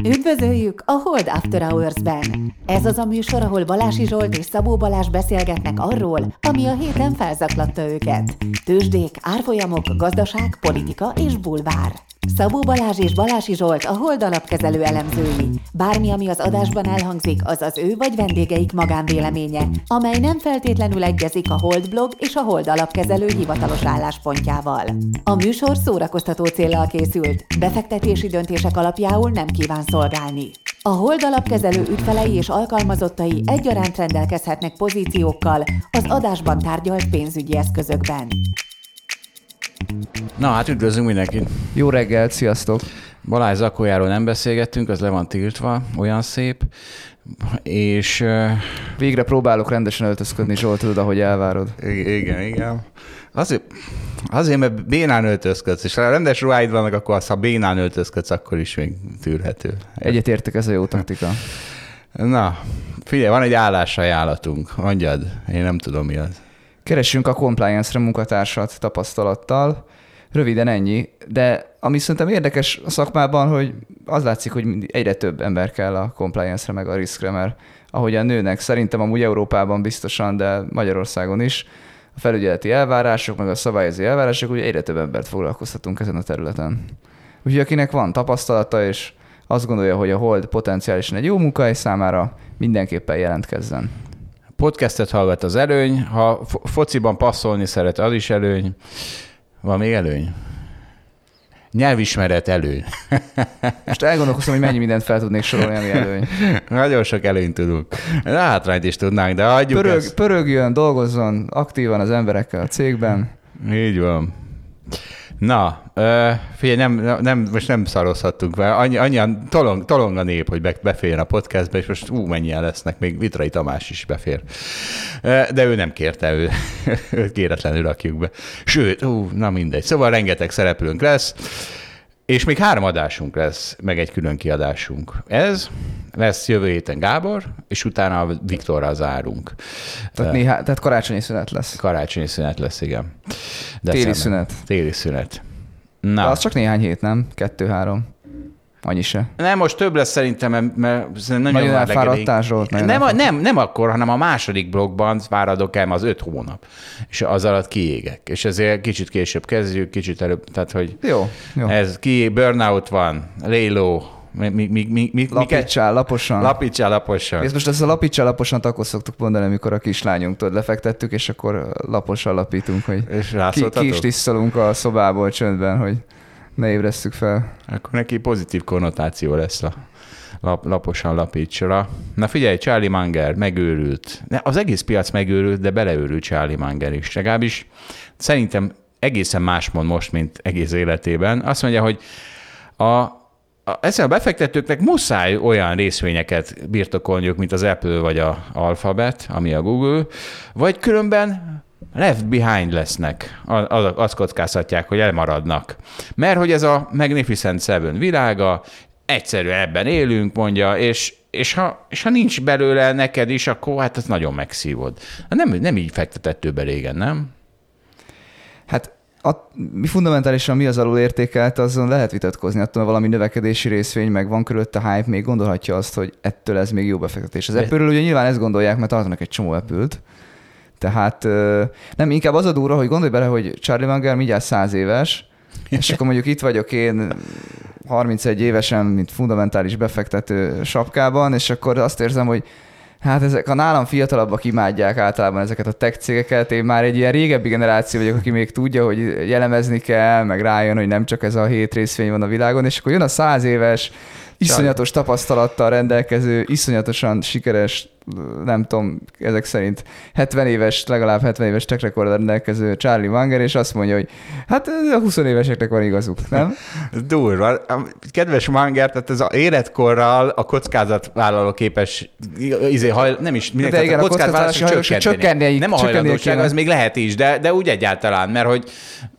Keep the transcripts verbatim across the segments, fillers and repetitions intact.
Üdvözöljük a Hold After Hours-ben! Ez az a műsor, ahol Balási Zsolt és Szabó Balázs beszélgetnek arról, ami a héten felzaklatta őket. Tőzsdék, árfolyamok, gazdaság, politika és bulvár. Szabó Balázs és Balási Zsolt a Hold alapkezelő elemzői. Bármi, ami az adásban elhangzik, az az ő vagy vendégeik magánvéleménye, amely nem feltétlenül egyezik a Hold blog és a Hold alapkezelő hivatalos álláspontjával. A műsor szórakoztató céllal készült, befektetési döntések alapjául nem kíván szolgálni. A Hold alapkezelő ügyfelei és alkalmazottai egyaránt rendelkezhetnek pozíciókkal az adásban tárgyalt pénzügyi eszközökben. Na hát üdvözlünk mindenkit! Jó reggelt, sziasztok! Balázs zakójáról nem beszélgettünk, az le van tiltva, olyan szép, és... Végre próbálok rendesen öltözködni, Zsolt, tudod, ahogy elvárod. Igen, igen. Azért, azért mert bénán öltözködsz, és ha rendes ruháid vannak, akkor az, ha bénán öltözködsz, akkor is még tűrhető. Egyetértek, ez a jó taktika. Na, figyelj, van egy állásajánlatunk, mondjad, én nem tudom mi az. Keressünk a compliance-re munkatársat tapasztalattal. Röviden ennyi, de ami szerintem érdekes a szakmában, hogy az látszik, hogy egyre több ember kell a compliance-re meg a riskre, mert ahogyan nőnek, szerintem amúgy Európában biztosan, de Magyarországon is, a felügyeleti elvárások, meg a szabályozó elvárások, ugye egyre több embert foglalkoztatunk ezen a területen. Úgyhogy akinek van tapasztalata, és azt gondolja, hogy a Hold potenciálisan egy jó munkahely számára, mindenképpen jelentkezzen. Podcastet hallgat az előny, ha fociban passzolni szeret, az is előny. Van még előny? Nyelvismeret előny. Most elgondolkoztam, hogy mennyi mindent fel tudnék sorolni, ami előny. Nagyon sok előnyt tudunk. De hátrányt is tudnánk, de hagyjuk Pörög, ezt. Pörögjön, dolgozzon aktívan az emberekkel a cégben. Így van. Na, figyelj, nem, nem, most nem szarozhattunk vele. Annyi, annyian tolong, tolong a nép, hogy beférjen a podcastbe, és most ú, mennyien lesznek, még Vitrai Tamás is befér. De ő nem kérte, ő, őt kéretlenül rakjuk be. Sőt, ú, na mindegy. Szóval rengeteg szereplőnk lesz, és még három adásunk lesz, meg egy külön kiadásunk. Ez lesz jövő héten Gábor, és utána Viktorral zárunk. Tehát, néha, tehát karácsonyi szünet lesz. Karácsonyi szünet lesz, igen. Téli szünet. Téli szünet. Na. De az csak néhány hét, nem? Kettő-három. Annyi se. Nem, most több lesz szerintem, mert, mert nagyon, nagyon elfáradtál, Zsolt. Nem, nem, nem, nem akkor, hanem a második blokkban váradok el az öt hónap, és az alatt kiégek. És ezért kicsit később kezdjük, kicsit előbb, tehát hogy jó, jó. Ez ki, burnout van, lay low, mi, mi, mi, mi, mi, lapítsál laposan. Lapítsál laposan. És most ezt a lapítsál laposan, akkor szoktuk mondani, amikor a kislányunktól lefektettük, és akkor laposan lapítunk, hogy ki, ki is tisztolunk a szobából csöndben, hogy ne ébresztük fel. Akkor neki pozitív konnotáció lesz a lap, laposan lapítsra. Na figyelj, Charlie Munger megőrült. Az egész piac megőrült, de beleőrült Charlie Munger is. Legalábbis szerintem egészen más mond most, mint egész életében. Azt mondja, hogy a ezzel a befektetőknek muszáj olyan részvényeket birtokolniuk, mint az Apple vagy a Alphabet, ami a Google, vagy különben left behind lesznek. Azt kockáztatják, hogy elmaradnak. Mert hogy ez a Magnificent Seven világa, egyszerűen ebben élünk, mondja, és, és, ha, és ha nincs belőle neked is, akkor hát ez nagyon megszívod. Nem, nem így fektetett több régen, nem? Hát A, mi fundamentálisan mi az alul értékelt, azon lehet vitatkozni. Attól valami növekedési részvény, meg van körülötte hype, még gondolhatja azt, hogy ettől ez még jó befektetés. Az Apple-ről ugye nyilván ezt gondolják, mert tartanak egy csomó Apple-t. Tehát nem, inkább az a durva, hogy gondolj bele, hogy Charlie Munger mindjárt száz éves, és akkor mondjuk itt vagyok én harmincegy évesen, mint fundamentális befektető sapkában, és akkor azt érzem, hogy hát ezek a nálam fiatalabbak imádják általában ezeket a tech cégeket. Én már egy ilyen régebbi generáció vagyok, aki még tudja, hogy jelemezni kell, meg rájön, hogy nem csak ez a hét részvény van a világon, és akkor jön a száz éves, iszonyatos tapasztalattal rendelkező, iszonyatosan sikeres, nem tudom, ezek szerint hetven éves, legalább hetven éves track record rendelkező Charlie Munger, és azt mondja, hogy hát a húsz éveseknek van igazuk, nem? Durva. Kedves Munger, tehát ez az életkorral a kockázatvállaló képes, izé, hajl, nem is, de igen, a kockázatvállalás csökkenteni. Nem a hajlandóság, az még lehet is, de, de úgy egyáltalán, mert hogy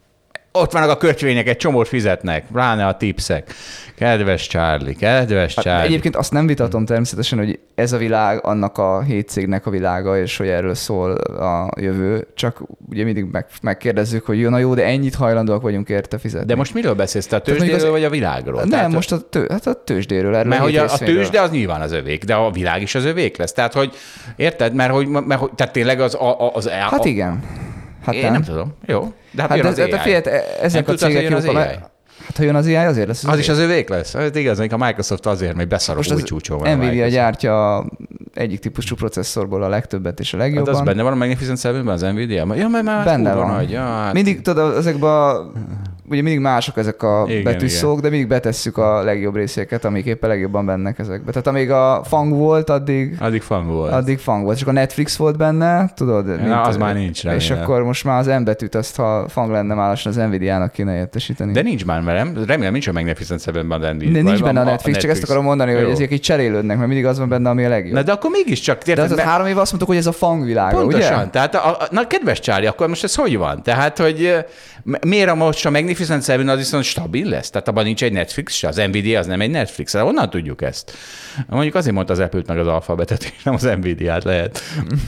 ott vannak a kötvények, egy csomót fizetnek, pláne a tipszek. Kedves Charlie, kedves Charlie. Hát egyébként azt nem vitatom természetesen, hogy ez a világ annak a hét cégnek a világa, és hogy erről szól a jövő. Csak ugye mindig meg, megkérdezzük, hogy jó, na jó, de ennyit hajlandóak vagyunk érte fizetni. De most miről beszélsz? Te a tőzsdéről az... vagy a világról? Nem, tehát most a, tő, hát a tőzsdéről. Erről mert hogy a, a tőzsde az nyilván az övék, de a világ is az övék lesz. Tehát, hogy érted? Mert hogy, mert, hogy tehát tényleg az... A, az a, hát igen. Hát én nem. nem tudom. Jó. De hát, hát jön de, az de figyelj, ezek nem a cégek jók, hát ha jön az á i, azért lesz az, az is az övék lesz. Hát igaz, a Microsoft azért, mert beszarok új csúcson van. Nvidia gyártja egyik típusú processzorból a legtöbbet és a legjobban. Hát az benne van a Magnificent Seven-ben az Nvidia? Ja, mert már benne van. Nagy. Ja, hát... Mindig, tudod, ezekben a, ugye mindig mások ezek a igen, betűszók, igen. De mindig betesszük a legjobb részeket, amik éppen legjobban bennek ezekbe. Tehát amíg a Fang volt, addig... Addig Fang volt. Addig Fang volt. És akkor a Netflix volt benne, tudod? Ja, mint, az már nincs rá. És akkor most már az M betűt, azt ha Fang lenne, már lassan az Nvidia-nak kéne értesíteni. De nincs már, mert remélem nincs a Magnificent Seven-ben az Nvidia. Nincs benne a Netflix, a csak ezt akarom mondani, jó. Hogy ezek így cserélődnek, mert mindig az van benne, ami a legjobb. Na de akkor mégiscsak... De az, az három éve azt mondtuk, hogy ez a Fang világa, pontosan, ugye? Tehát a, a, na kedves Csári, akkor most ez hogy van? Tehát, hogy miért a most a Magnificent Seven az viszont stabil lesz? Tehát abban nincs egy Netflix se, az Nvidia az nem egy Netflix. Hát honnan tudjuk ezt? Mondjuk azért mondta az Apple-t meg az Alphabetet, és nem az Nvidia-t lehet.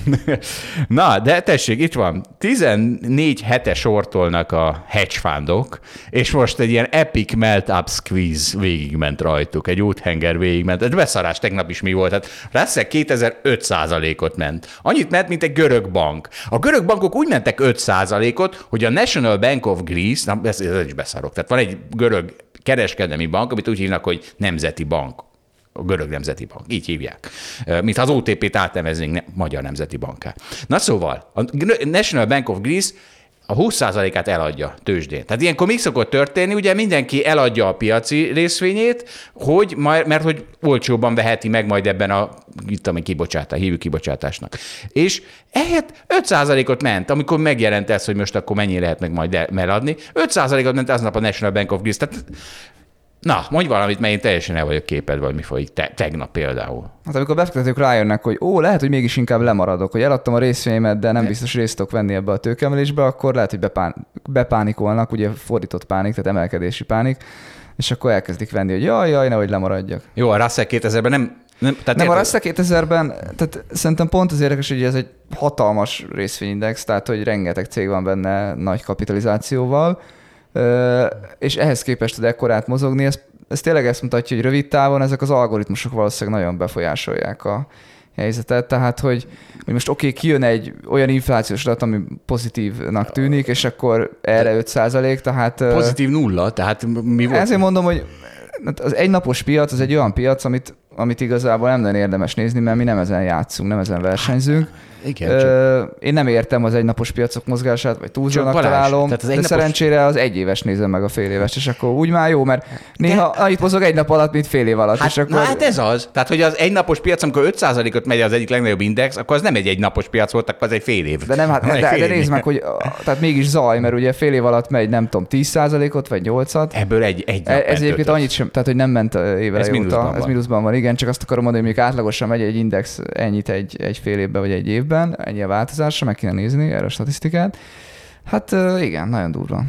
Na, de tessék, itt van. tizennégy hete sortolnak a hedge fundok, és most egy ilyen epic melt-up squeeze végigment rajtuk, egy úthenger végigment. Ez beszarás, tegnap is mi volt? Hát Russell kétezer-öt százalékot ment. Annyit ment, mint egy görög bank. A görög bankok úgy mentek öt százalékot, hogy a National Bank of Greece, na ez, ez is beszarok, tehát van egy görög kereskedelmi bank, amit úgy hívnak, hogy Nemzeti Bank. A Görög Nemzeti Bank, így hívják. Mint az o té pét átneveznénk ne, Magyar Nemzeti Banká. Na szóval, a National Bank of Greece a húsz százalékát eladja tőzsdén. Tehát ilyenkor még szokott történni, ugye mindenki eladja a piaci részvényét, hogy majd, mert hogy olcsóban veheti meg majd ebben a itt, ami kibocsátás, hívjuk kibocsátásnak. És ehhez öt százalékot ment, amikor megjelent ez, hogy most akkor mennyi lehet meg majd eladni. öt százalékot ment aznap a National Bank of Greece. Tehát na, mondj valamit, mert én teljesen el vagyok képedve, hogy mi folyik te, tegnap például. Hát amikor befektetők rájönnek, hogy ó, lehet, hogy mégis inkább lemaradok, hogy eladtam a részvényemet, de nem biztos részt tudok venni ebbe a tőkeemelésbe, akkor lehet, hogy bepán, bepánikolnak, ugye fordított pánik, tehát emelkedési pánik, és akkor elkezdik venni, hogy jaj, jaj, nehogy lemaradjak. Jó, a Russell kétezerben nem... Nem, tehát nem a Russell kétezerben, tehát szerintem pont az érdekes, hogy ez egy hatalmas részvényindex, tehát hogy rengeteg cég van benne nagy kapitalizációval, és ehhez képest tud ekkorát mozogni, ez, ez tényleg ezt mutatja, hogy rövid távon ezek az algoritmusok valószínűleg nagyon befolyásolják a helyzetet, tehát hogy, hogy most oké, okay, kijön egy olyan inflációs adat, ami pozitívnak tűnik, és akkor erre öt százalék, tehát... Pozitív nulla, tehát mi volt? Ezért mondom, hogy az egynapos piac az egy olyan piac, amit, amit igazából nem nagyon érdemes nézni, mert mi nem ezen játszunk, nem ezen versenyzünk. Igen, Ö, én nem értem az egynapos piacok mozgását, vagy túlzónak találom, de egynapos... szerencsére az egyéves nézem meg a fél éves, és akkor úgy már jó, mert néha de... annyit mozog egy nap alatt, mint fél év alatt. Hát, és akkor... na, hát ez az. Tehát, hogy az egynapos piac, amikor öt százalékot megy az egyik legnagyobb index, akkor az nem egy egynapos piac volt, akkor az egy fél év. De nem, hát, de, de nézd meg, hogy tehát mégis zaj, mert ugye fél év alatt megy, nem tudom, tíz százalékot, vagy nyolcat. Ebből egy, egy nap Ez egyébként annyit sem, tehát hogy nem ment évele óta. Ez mínuszban van, igen, csak azt akarom mondani, hogy még átlagosan megy egy index ennyit egy, egy fél évben, vagy egy évben, ennyi a változásra, meg kéne nézni erre a statisztikát. Hát igen, nagyon durva.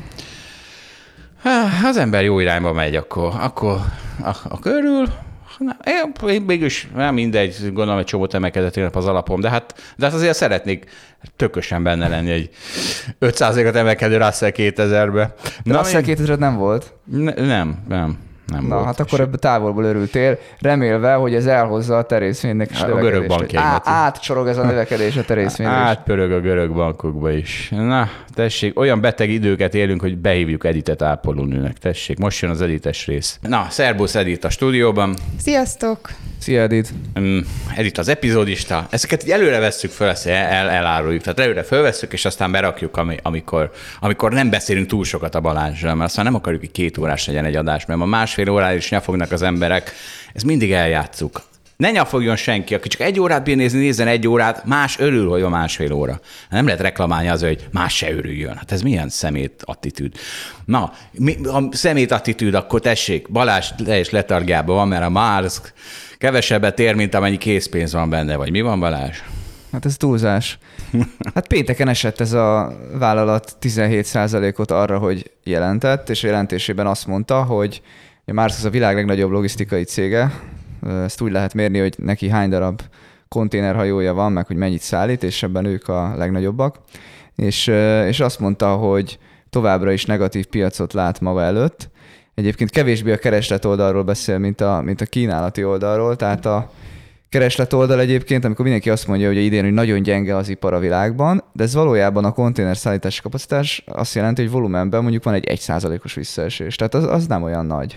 Az ember jó irányba megy, akkor, akkor a, a körül, na, én mégis nem mindegy, gondolom egy csomót emelkedett az alapom, de hát, de hát azért szeretnék tökösen benne lenni egy öt százalékot emelkedő Russell kétezerbe. De Russell kétezer nem volt? Ne, nem, nem. Nem Na, volt. hát akkor ebből távolból örültél, remélve, hogy ez elhozza a te részvénynek is a görög bankjaimat. Átcsorog ez a növekedés a te részvényre. Átpörög a görög bankokba is. Na, tessék, olyan beteg időket élünk, hogy behívjuk Editet ápolónőnek. Tessék, most jön az Edites rész. Na, szerbusz Edit a stúdióban. Sziasztok! Szia, Edit! Um, Edit az epizódista. Ezeket így előre vesszük föl, ezt el, eláruljuk. Tehát előre fölvesszük, és aztán berakjuk, ami, amikor, amikor nem beszélünk túl sokat a Balázsral, mert aztán nem akarjuk, hogy két órás legyen egy adás, mert ma másfél órára is nyafognak az emberek. Ezt mindig eljátszuk. Ne nyafogjon senki, aki csak egy órát bír nézni, nézzen egy órát, más örül, hogy van másfél óra. Nem lehet reklamálni az, hogy más se örüljön. Hát ez milyen szemét attitűd. Na, a szemét attitűd, akkor tessék, Balázs teljes letargiában van, mert a Mars kevesebbet ér, mint amennyi készpénz van benne, vagy mi van, Balázs? Hát ez túlzás. Hát pénteken esett ez a vállalat tizenhét százalékot arra, hogy jelentett, és a jelentésében azt mondta, hogy a Maersk az a világ legnagyobb logisztikai cége. Ezt úgy lehet mérni, hogy neki hány darab konténerhajója van, meg hogy mennyit szállít, és ebben ők a legnagyobbak. És, és azt mondta, hogy továbbra is negatív piacot lát maga előtt. Egyébként kevésbé a kereslet oldalról beszél, mint a, mint a kínálati oldalról, tehát a kereslet oldal egyébként, amikor mindenki azt mondja, hogy idén hogy nagyon gyenge az ipar a világban, de ez valójában a konténer szállítási kapacitás azt jelenti, hogy volumenben mondjuk van egy egy százalékos visszaesés, tehát az, az nem olyan nagy.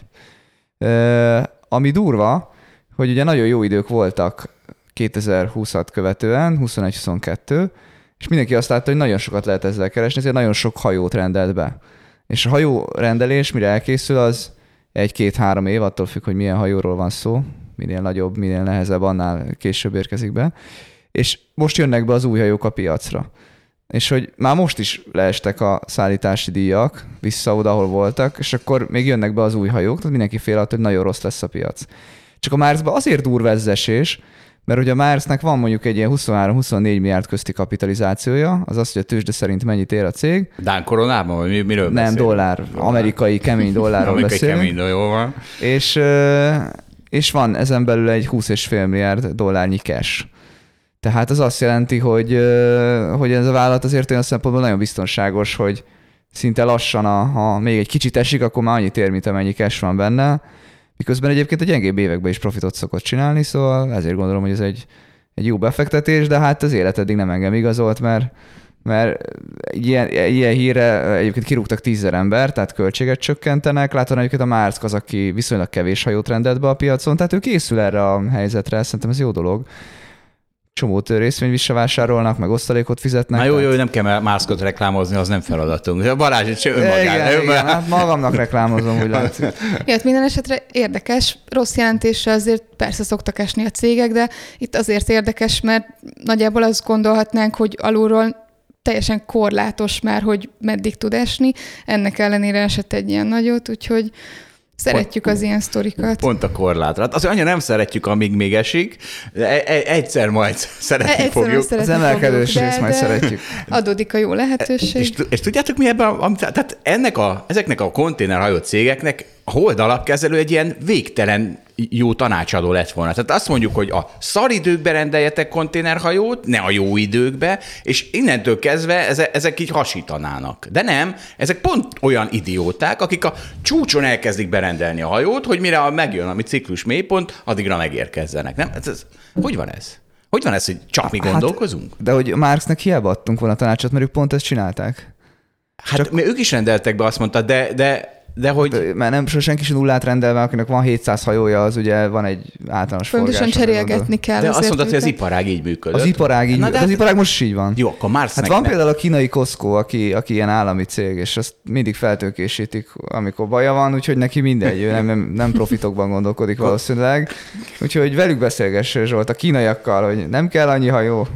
E, ami durva, hogy ugye nagyon jó idők voltak kétezer-húszat követően, huszonegy huszonkettő, és mindenki azt látta, hogy nagyon sokat lehet ezzel keresni, ezért nagyon sok hajót rendelt be. És a hajórendelés, mire elkészül, az egy-két-három év, attól függ, hogy milyen hajóról van szó, minél nagyobb, minél nehezebb, annál később érkezik be. És most jönnek be az új hajók a piacra. És hogy már most is leestek a szállítási díjak vissza oda, ahol voltak, és akkor még jönnek be az új hajók, tehát mindenki fél attól, hogy nagyon rossz lesz a piac. Csak a Maerskban azért durva ez az esés, mert ugye a Maersknek van mondjuk egy ilyen huszonhárom-huszonnégy milliárd közti kapitalizációja, az az, hogy a tőzsde szerint mennyit ér a cég. Dán koronában, vagy miről Nem, beszélünk? dollár, amerikai kemény dollárról amerikai beszélünk. kemény, jó van. És, és van ezen belül egy húsz egész öt milliárd dollárnyi cash. Tehát az azt jelenti, hogy, hogy ez a vállalat azért olyan szempontból nagyon biztonságos, hogy szinte lassan, a, ha még egy kicsit esik, akkor már annyit ér, mint amennyi cash van benne. Miközben egyébként a gyengébb években is profitot szokott csinálni, szóval ezért gondolom, hogy ez egy, egy jó befektetés, de hát az élet eddig nem engem igazolt, mert, mert ilyen, ilyen hírre egyébként kirúgtak tízezer ember, tehát költséget csökkentenek. Látom, egyébként a Maersk az, aki viszonylag kevés hajót rendelt be a piacon, tehát ő készül erre a helyzetre, szerintem ez jó dolog. Csomót részvényt visszavásárolnak, meg osztalékot fizetnek. Na jó, tehát... jó, nem kell Maerskot reklámozni, az nem feladatunk. Balázs, csak önmagán. Igen, önmagán. igen, hát magamnak reklámozom, úgy látszik. Ja, minden esetre érdekes, rossz jelentésre azért persze szoktak esni a cégek, de itt azért érdekes, mert nagyjából azt gondolhatnánk, hogy alulról teljesen korlátos már, hogy meddig tud esni. Ennek ellenére esett egy ilyen nagyot, úgyhogy szeretjük az ilyen sztorikat. Pont a korlátra. Hát azért annyira nem szeretjük, amíg még esik. Egyszer majd szeretni Egyszer fogjuk. Az emelkedős részt majd szeretjük. Adódik a jó lehetőség. És, és tudjátok mi ebben? A, tehát ennek a, ezeknek a konténerhajó cégeknek a Hold alapkezelő egy ilyen végtelen jó tanácsadó lett volna. Tehát azt mondjuk, hogy a szaridőkbe rendeljetek konténerhajót, ne a jó időkbe, és innentől kezdve ezek így hasítanának. De nem, ezek pont olyan idióták, akik a csúcson elkezdik berendelni a hajót, hogy mire megjön a mi ciklus mélypont, addigra megérkezzenek. Nem? Ez, ez, hogy van ez? Hogy van ez, hogy csak mi gondolkozunk? Hát, de hogy a Maersknek hiába adtunk volna tanácsot, mert ők pont ezt csinálták. Hát csak... ők is rendeltek be, azt mondta, de... de De hogy... De, mert nem senki sem nullát rendelve, akinek van hétszáz hajója, az ugye van egy általános forgás. Fontosan cserélgetni kell. De azt mondtad, hogy az iparág így működött. Az iparág így működött. Az iparág most is így van. Jó, akkor Maersknek Hát van ne... például a kínai Costco, aki, aki ilyen állami cég, és azt mindig feltőkésítik, amikor baja van, úgyhogy neki mindegy, ő nem, nem profitokban gondolkodik valószínűleg. Úgyhogy velük beszélgess, Zsolt, a kínaiakkal, hogy nem kell annyi hajó.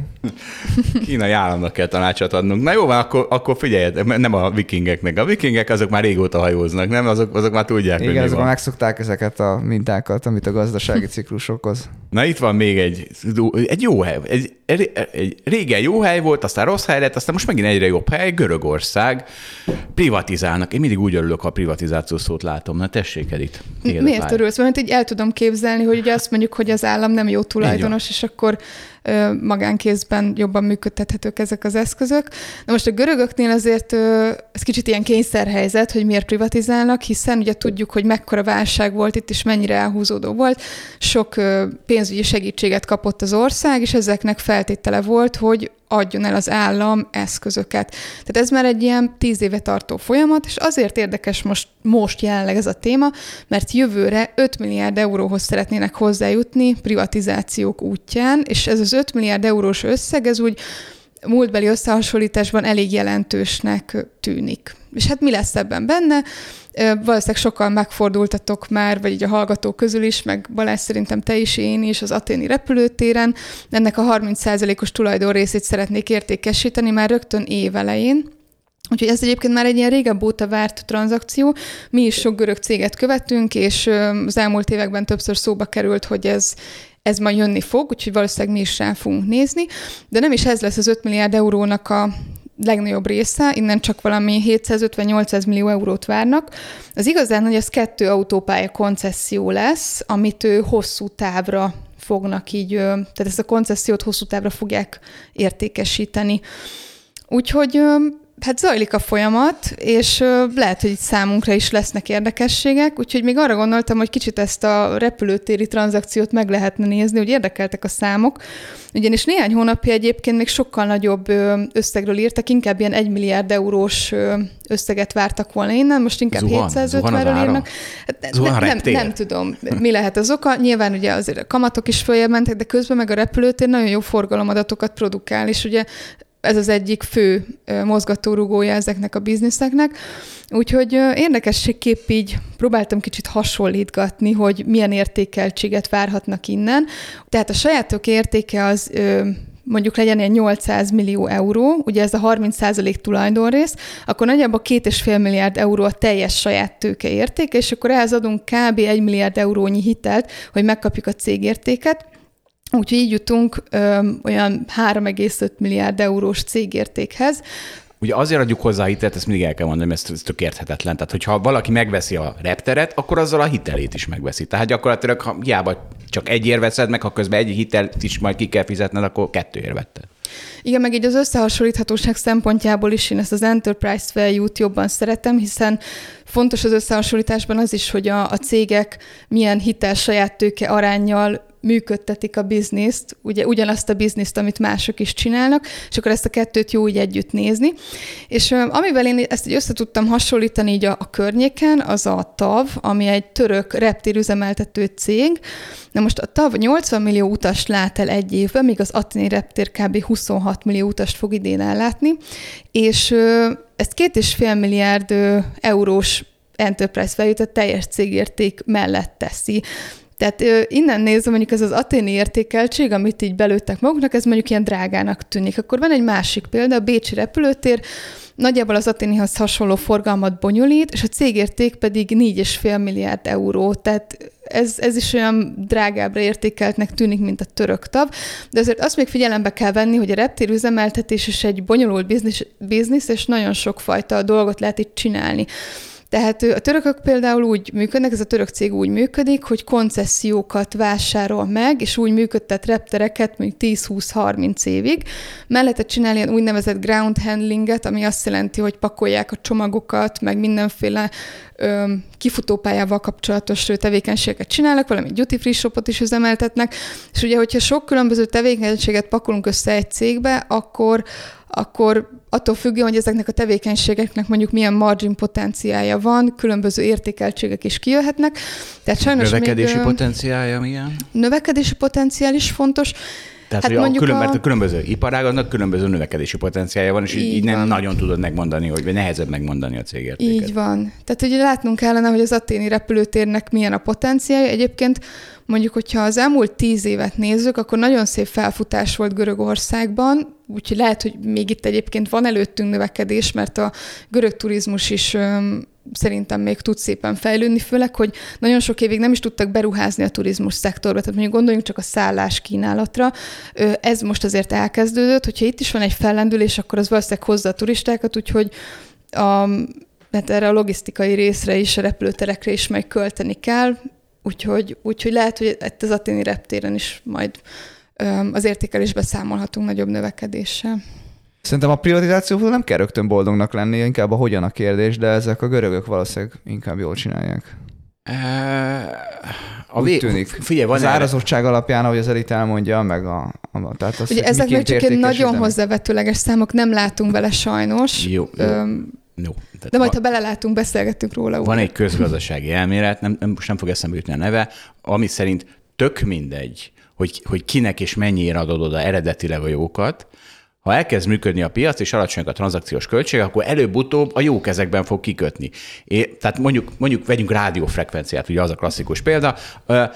Kínai államnak kell tanácsot adnunk. Na jó, van, akkor, akkor figyeljetek, nem a vikingeknek. A vikingek azok már régóta hajóznak, nem? Azok, azok már tudják, igen, azok megszokták ezeket a mintákat, amit a gazdasági ciklus okoz. Na itt van még egy, egy jó hely. Egy, egy, egy régen jó hely volt, aztán rossz hely lett, aztán most megint egyre jobb hely, Görögország. Privatizálnak. Én mindig úgy örülök, ha a privatizáció szót látom. Na tessék, Edith. Miért örülsz? Mert így el tudom képzelni, hogy ugye azt mondjuk, hogy az állam nem jó tulajdonos, és akkor ö, magánkézben jobban működtethetők ezek az eszközök. Na most a görögöknél azért ö, ez kicsit ilyen kényszerhelyzet, hogy miért privatizálnak, hiszen ugye tudjuk, hogy mekkora válság volt itt, és mennyire elhúzódó volt. Sok ö, pénzügyi segítséget kapott az ország, és ezeknek feltétele volt, hogy adjon el az állam eszközöket. Tehát ez már egy ilyen tíz éve tartó folyamat, és azért érdekes most, most jelenleg ez a téma, mert jövőre öt milliárd euróhoz szeretnének hozzájutni privatizációk útján, és ez az öt milliárd eurós összeg, ez úgy múltbeli összehasonlításban elég jelentősnek tűnik. És hát mi lesz ebben benne? Valószínűleg sokkal megfordultatok már, vagy így a hallgatók közül is, meg Balázs szerintem te is, én is az athéni repülőtéren. Ennek a harminc százalékos tulajdonrészét szeretnék értékesíteni már rögtön évelején. Úgyhogy ez egyébként már egy ilyen régebb óta várt tranzakció. Mi is sok görög céget követünk, és az elmúlt években többször szóba került, hogy ez ez majd jönni fog, úgyhogy valószínűleg mi is rá fogunk nézni, de nem is ez lesz az öt milliárd eurónak a legnagyobb része, innen csak valami hétszázötven-nyolcszáz millió eurót várnak. Az igazán, hogy ez kettő autópálya koncesszió lesz, amit ő hosszú távra fognak így, tehát ezt a koncessziót hosszú távra fogják értékesíteni. Úgyhogy hát zajlik a folyamat, és lehet, hogy itt számunkra is lesznek érdekességek, úgyhogy még arra gondoltam, hogy kicsit ezt a repülőtéri tranzakciót meg lehetne nézni, hogy érdekeltek a számok, ugyanis néhány hónapja egyébként még sokkal nagyobb összegről írtak, inkább ilyen egy milliárd eurós összeget vártak volna innen, most inkább hétszázötvenről írnak. Hát ne, nem, nem tudom, mi lehet az oka. Nyilván ugye azért a kamatok is följebb mentek, de közben meg a repülőtér nagyon jó forgalomadatokat produkál, és ugye ez az egyik fő mozgatórugója ezeknek a bizniszeknek. Úgyhogy érdekességképp így próbáltam kicsit hasonlítgatni, hogy milyen értékeltséget várhatnak innen. Tehát a sajátok értéke az mondjuk legyen ilyen nyolcszáz millió euró, ugye ez a harminc százalék tulajdonrész, akkor nagyjából két és fél milliárd euró a teljes saját tőke értéke, és akkor ehhez adunk kb. egy milliárd eurónyi hitelt, hogy megkapjuk a cégértéket. Úgyhogy így jutunk ö, olyan három egész öt milliárd eurós cégértékhez. Ugye azért adjuk hozzá a hitelt, ezt mindig el kell mondani, mert ez tök érthetetlen. Tehát, hogyha valaki megveszi a repteret, akkor azzal a hitelét is megveszi. Tehát gyakorlatilag, ha hiába csak egy ér veszed meg, ha közben egy hitelt is majd ki kell fizetned, akkor kettő ér vetted. Igen, meg így az összehasonlíthatóság szempontjából is én ezt az enterprise value-t jobban szeretem, hiszen fontos az összehasonlításban az is, hogy a, a cégek milyen hitel saját tőke aránnyal működtetik a bizniszt, ugye ugyanazt a bizniszt, amit mások is csinálnak, és akkor ezt a kettőt jó így együtt nézni. És amivel én ezt így össze tudtam hasonlítani így a, a környéken, az a TAV, ami egy török reptérüzemeltető cég. Na most a TAV nyolcvan millió utast lát el egy évben, míg az athéni reptér kb. huszonhat millió utast fog idén ellátni, és ezt két és fél milliárd eurós enterprise value, tehát teljes cégérték mellett teszi. Tehát ö, innen nézve mondjuk ez az athéni értékeltség, amit így belőttek maguknak, ez mondjuk ilyen drágának tűnik. Akkor van egy másik példa, a bécsi repülőtér, nagyjából az athénihoz hasonló forgalmat bonyolít, és a cégérték pedig négy és fél milliárd euró. Tehát ez, ez is olyan drágábbra értékeltnek tűnik, mint a török TAV. De azért azt még figyelembe kell venni, hogy a reptér üzemeltetés is egy bonyolult biznisz, biznisz és nagyon sokfajta dolgot lehet itt csinálni. Tehát a törökök például úgy működnek, ez a török cég úgy működik, hogy koncesziókat vásárol meg, és úgy működtet reptereket mondjuk tíz-húsz-harminc évig. Mellette csinál ilyen úgynevezett ground handlinget, ami azt jelenti, hogy pakolják a csomagokat, meg mindenféle ö, kifutópályával kapcsolatos tevékenységeket csinálnak, valami duty free shopot is üzemeltetnek, és ugye, hogyha sok különböző tevékenységet pakolunk össze egy cégbe, akkor akkor attól függően, hogy ezeknek a tevékenységeknek mondjuk milyen margin potenciálja van, különböző értékeltségek is kijöhetnek. Tehát sajnos növekedési még, potenciálja milyen? Növekedési potenciál is fontos. Tehát, hát hogy a külön, a... mert a különböző iparágaknak különböző növekedési potenciálja van, és így, így nem nagyon tudod megmondani, hogy, vagy nehezebb megmondani a cégértéket. Így van. Tehát ugye látnunk kellene, hogy az athéni repülőtérnek milyen a potenciálja. Egyébként mondjuk, hogyha az elmúlt tíz évet nézzük, akkor nagyon szép felfutás volt Görögországban, úgyhogy lehet, hogy még itt egyébként van előttünk növekedés, mert a görög turizmus is öm, szerintem még tud szépen fejlődni, főleg, hogy nagyon sok évig nem is tudtak beruházni a turizmus szektorba, tehát mondjuk gondoljunk csak a szállás kínálatra. Ez most azért elkezdődött, hogyha itt is van egy fellendülés, akkor az valószínűleg hozza a turistákat, úgyhogy a, hát erre a logisztikai részre is, a repülőterekre is meg költeni kell, úgyhogy, úgyhogy lehet, hogy itt az athéni reptéren is majd az értékelésben számolhatunk nagyobb növekedéssel. Szerintem a privatizációval nem kell rögtön boldognak lenni, inkább a hogyan a kérdés, de ezek a görögök valószínűleg inkább jól csinálják. A Úgy tűnik. Figyelj, az árazottság alapján, ahogy az elit elmondja, meg a... a tehát az, ugye ezek meg csak egy nagyon hozzávetőleges számok, nem látunk vele sajnos. Jó, jó. Öm, No, de majd, ha belelátunk, beszélgettünk róla. Van úgy. Egy közgazdasági elmélet, nem, nem, most nem fog eszembe jutni a neve, ami szerint tök mindegy, hogy, hogy kinek és mennyire adod oda eredetileg a jókat. Ha elkezd működni a piac, és alacsonyak a tranzakciós költségek, akkor előbb-utóbb a jó kezekben fog kikötni. É, tehát mondjuk, mondjuk vegyünk rádiófrekvenciát, ugye az a klasszikus példa.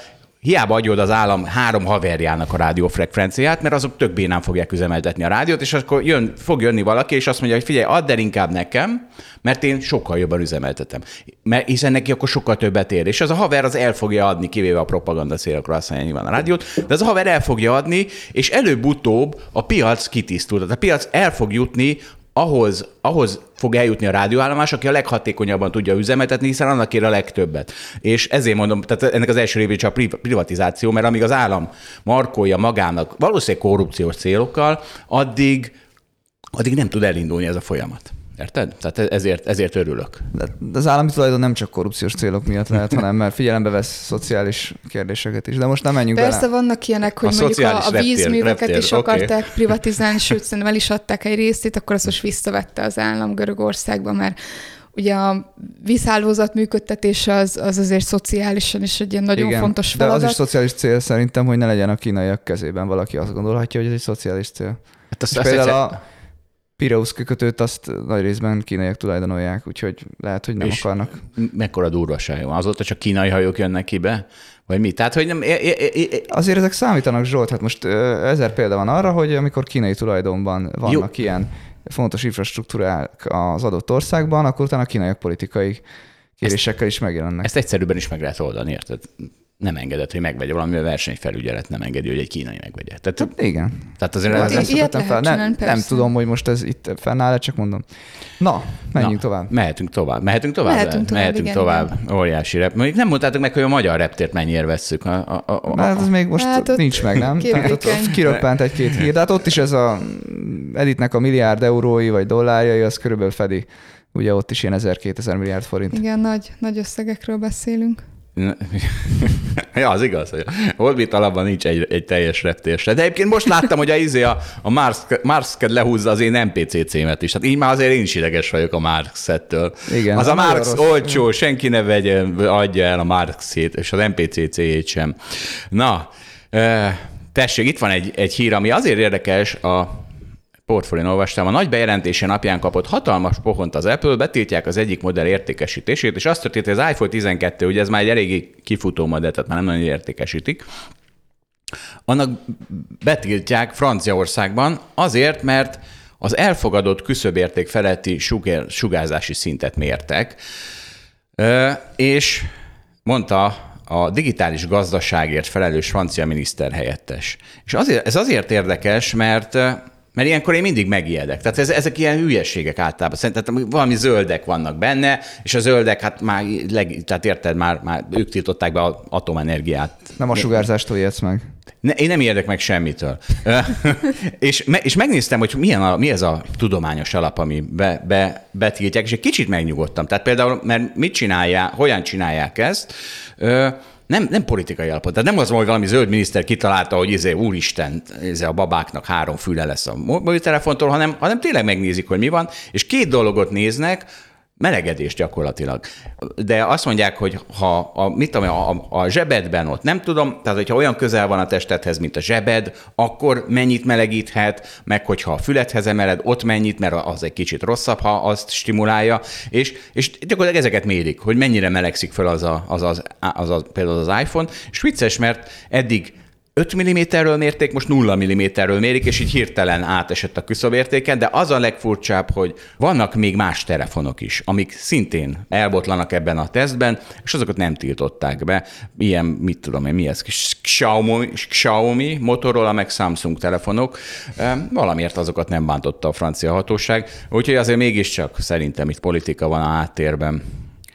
hiába adjod az állam három haverjának a rádiófrekvenciát, mert azok tök bénán fogják üzemeltetni a rádiót, és akkor jön, fog jönni valaki, és azt mondja, hogy figyelj, add el inkább nekem, mert én sokkal jobban üzemeltetem. Mert hiszen neki akkor sokkal többet ér. És az a haver az el fogja adni, kivéve a propaganda célokra használja nyilván a rádiót, de az a haver el fogja adni, és előbb-utóbb a piac kitisztul. Tehát a piac el fog jutni ahhoz, ahhoz fog eljutni a rádióállomás, aki a leghatékonyabban tudja üzemeltetni, hiszen annak ér a legtöbbet. És ezért mondom, tehát ennek az első révén csak a privatizáció, mert amíg az állam markolja magának valószínűleg korrupciós célokkal, addig, addig nem tud elindulni ez a folyamat. Érted? Tehát ezért, ezért örülök. De az állami tulajdon nem csak korrupciós célok miatt lehet, hanem mert figyelembe vesz szociális kérdéseket is. De most nem menjünk Persze bele. vannak ilyenek, hogy A mondjuk a, a reptér, vízműveket reptér, is okay. akarták privatizálni, sőt, szerintem el is adták egy részét, akkor azt most visszavette az állam Görögországban, mert ugye a vízhálózat működtetése az, az azért szociálisan is egy ilyen nagyon Igen, fontos de feladat. az is szociális cél szerintem, hogy ne legyen a kínaiak kezében. Valaki azt gondolhatja, hogy ez egy szociális cél. Hát azt, És azt például egyszer... a Pireus kikötőt azt nagy részben kínaiak tulajdonolják, úgyhogy lehet, hogy nem és akarnak. Mekkora durvaság van? Azóta csak kínai hajók jönnek ki be? Vagy mi? Tehát, hogy nem... É, é, é, é. Azért ezek számítanak, Zsolt. Hát most ö, ezer példa van arra, hogy amikor kínai tulajdonban vannak Jó. ilyen fontos infrastruktúrák az adott országban, akkor utána a kínaiak politikai kérésekkel is megjelennek. Ezt egyszerűbben is meg lehet oldani, érted? Nem engedett, hogy megvegye valami, a versenyfelügyelet nem engedi, hogy egy kínai megvegye. Tehát, hát igen. Tehát azért hát ez ilyet fel. Nem, nem tudom, hogy most ez itt fennáll, csak mondom. Na, menjünk Na, tovább. Mehetünk tovább. Mehetünk tovább? Mehetünk tovább, mehetünk igen, tovább. igen. Óriási rep. Mondjuk nem mondtátok meg, hogy a magyar reptért mennyire vesszük. A, a, a, a, hát ez még most hát nincs meg, nem? Tehát ott, ott kiröppent egy-két hír. De hát ott is ez a Editnek a milliárd eurói vagy dollárjai, az körülbelül fedi. Ugye ott is ilyen ezer-kétezer milliárd forint. Igen, nagy, nagy összegekről beszélünk. Ja, az igaz, hogy Orbit alapban nincs egy, egy teljes reptér se. De egyébként most láttam, hogy a, izé a, a Marx-ked lehúzza az én em pé cé cémet is. Hát így már azért én is ideges vagyok a Marx-ettől. Igen, az a Marx olcsó, senki ne vegye, adja el a Marx-ét, és az em pé cé cé-jét sem. Na, tessék, itt van egy, egy hír, ami azért érdekes, a Portfólión olvastam, a nagy bejelentése napján kapott hatalmas pohont az Apple, betiltják az egyik modell értékesítését, és azt történt, hogy az iPhone tizenkettő, ugye ez már egy eléggé kifutó modell, tehát már nem nagyon értékesítik, annak betiltják Franciaországban azért, mert az elfogadott küszöbérték feletti sugár, sugárzási szintet mértek, és mondta a digitális gazdaságért felelős francia miniszter helyettes. És azért, ez azért érdekes, mert Mert ilyenkor én mindig megijedek. Tehát ez, ezek ilyen hülyeségek általában. Szerintem valami zöldek vannak benne, és a zöldek, hát már, leg, tehát érted, már, már ők tiltották be az atomenergiát. Nem a sugárzástól ijedsz meg. Ne, én nem ijedek meg semmitől. és, me, és megnéztem, hogy milyen a, mi ez a tudományos alap, ami be, be, betiltják, és egy kicsit megnyugodtam. Tehát például, mert mit csinálják, hogyan csinálják ezt, Nem, nem politikai alapon. Tehát nem az, hogy valami zöld miniszter kitalálta, hogy izé, úristen, izé a babáknak három füle lesz a mobiltelefontól, hanem, hanem tényleg megnézik, hogy mi van, és két dologot néznek, melegedés gyakorlatilag. De azt mondják, hogy ha a, mit tudom, a, a zsebedben ott nem tudom, tehát hogyha olyan közel van a testedhez, mint a zsebed, akkor mennyit melegíthet, meg hogyha a füledhez emeled, ott mennyit, mert az egy kicsit rosszabb, ha azt stimulálja, és, és gyakorlatilag ezeket mérik, hogy mennyire melegszik fel az, a, az, az, az, az például az iPhone, és vicces, mert eddig öt milliméterről mérték, most nulla milliméterről mérik, és így hirtelen átesett a küszöbértéken, de az a legfurcsább, hogy vannak még más telefonok is, amik szintén elbotlanak ebben a tesztben, és azokat nem tiltották be. Ilyen, mit tudom én, mi ez? Xiaomi, Xiaomi, Motorola, meg Samsung telefonok. Valamiért azokat nem bántotta a francia hatóság, úgyhogy azért mégiscsak szerintem itt politika van a háttérben.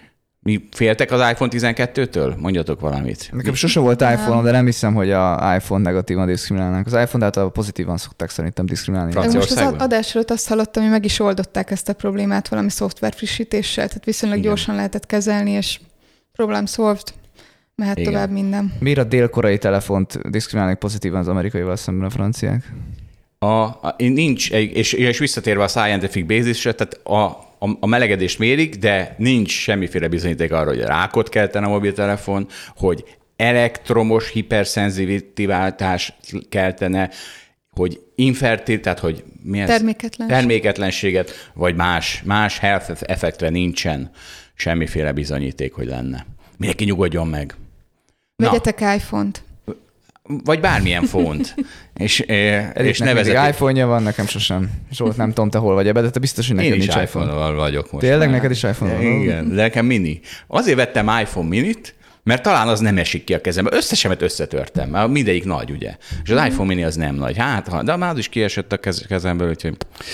Mi féltek az iPhone tizenkettőtől? Mondjatok valamit. Nekem sose volt iPhone-om, de nem hiszem, hogy a iPhone negatívan diszkriminálnánk. Az iPhone-t általában pozitívan szokták szerintem diszkriminálni. Most az adás előtt azt hallottam, hogy meg is oldották ezt a problémát valami szoftver frissítéssel, tehát viszonylag Igen. gyorsan lehetett kezelni, és problem solved. Mehet Igen. tovább minden. Miért a dél-koreai telefont diszkriminálnak pozitívan az amerikaival szemben a franciák? A, a, nincs, és, és visszatérve a scientific basis-re, tehát a A, a melegedést mérik, de nincs semmiféle bizonyíték arra, hogy rákot keltene a mobiltelefon, hogy elektromos hiperszenzitivitás keltene, hogy infertil, tehát hogy mi ez? Terméketlenség. Terméketlenséget, vagy más, más health effektre nincsen semmiféle bizonyíték, hogy lenne. Mindenki nyugodjon meg. Vegyetek iPhone-t. Vagy bármilyen fónt. és és nevezetik. iPhone-ja van, nekem sosem. Zsolt, nem tudom, te hol vagy ebbe, de te biztos, hogy neked nincs iPhone. iPhone-val vagyok most. Tényleg neked is iPhone van? Igen, de nekem mini. Azért vettem iPhone minit, mert talán az nem esik ki a kezembe. Összesemet összetörtem, mert mindegyik nagy, ugye. És az iPhone mini az nem nagy. Hát, de már az is kiesett a kezemből, úgyhogy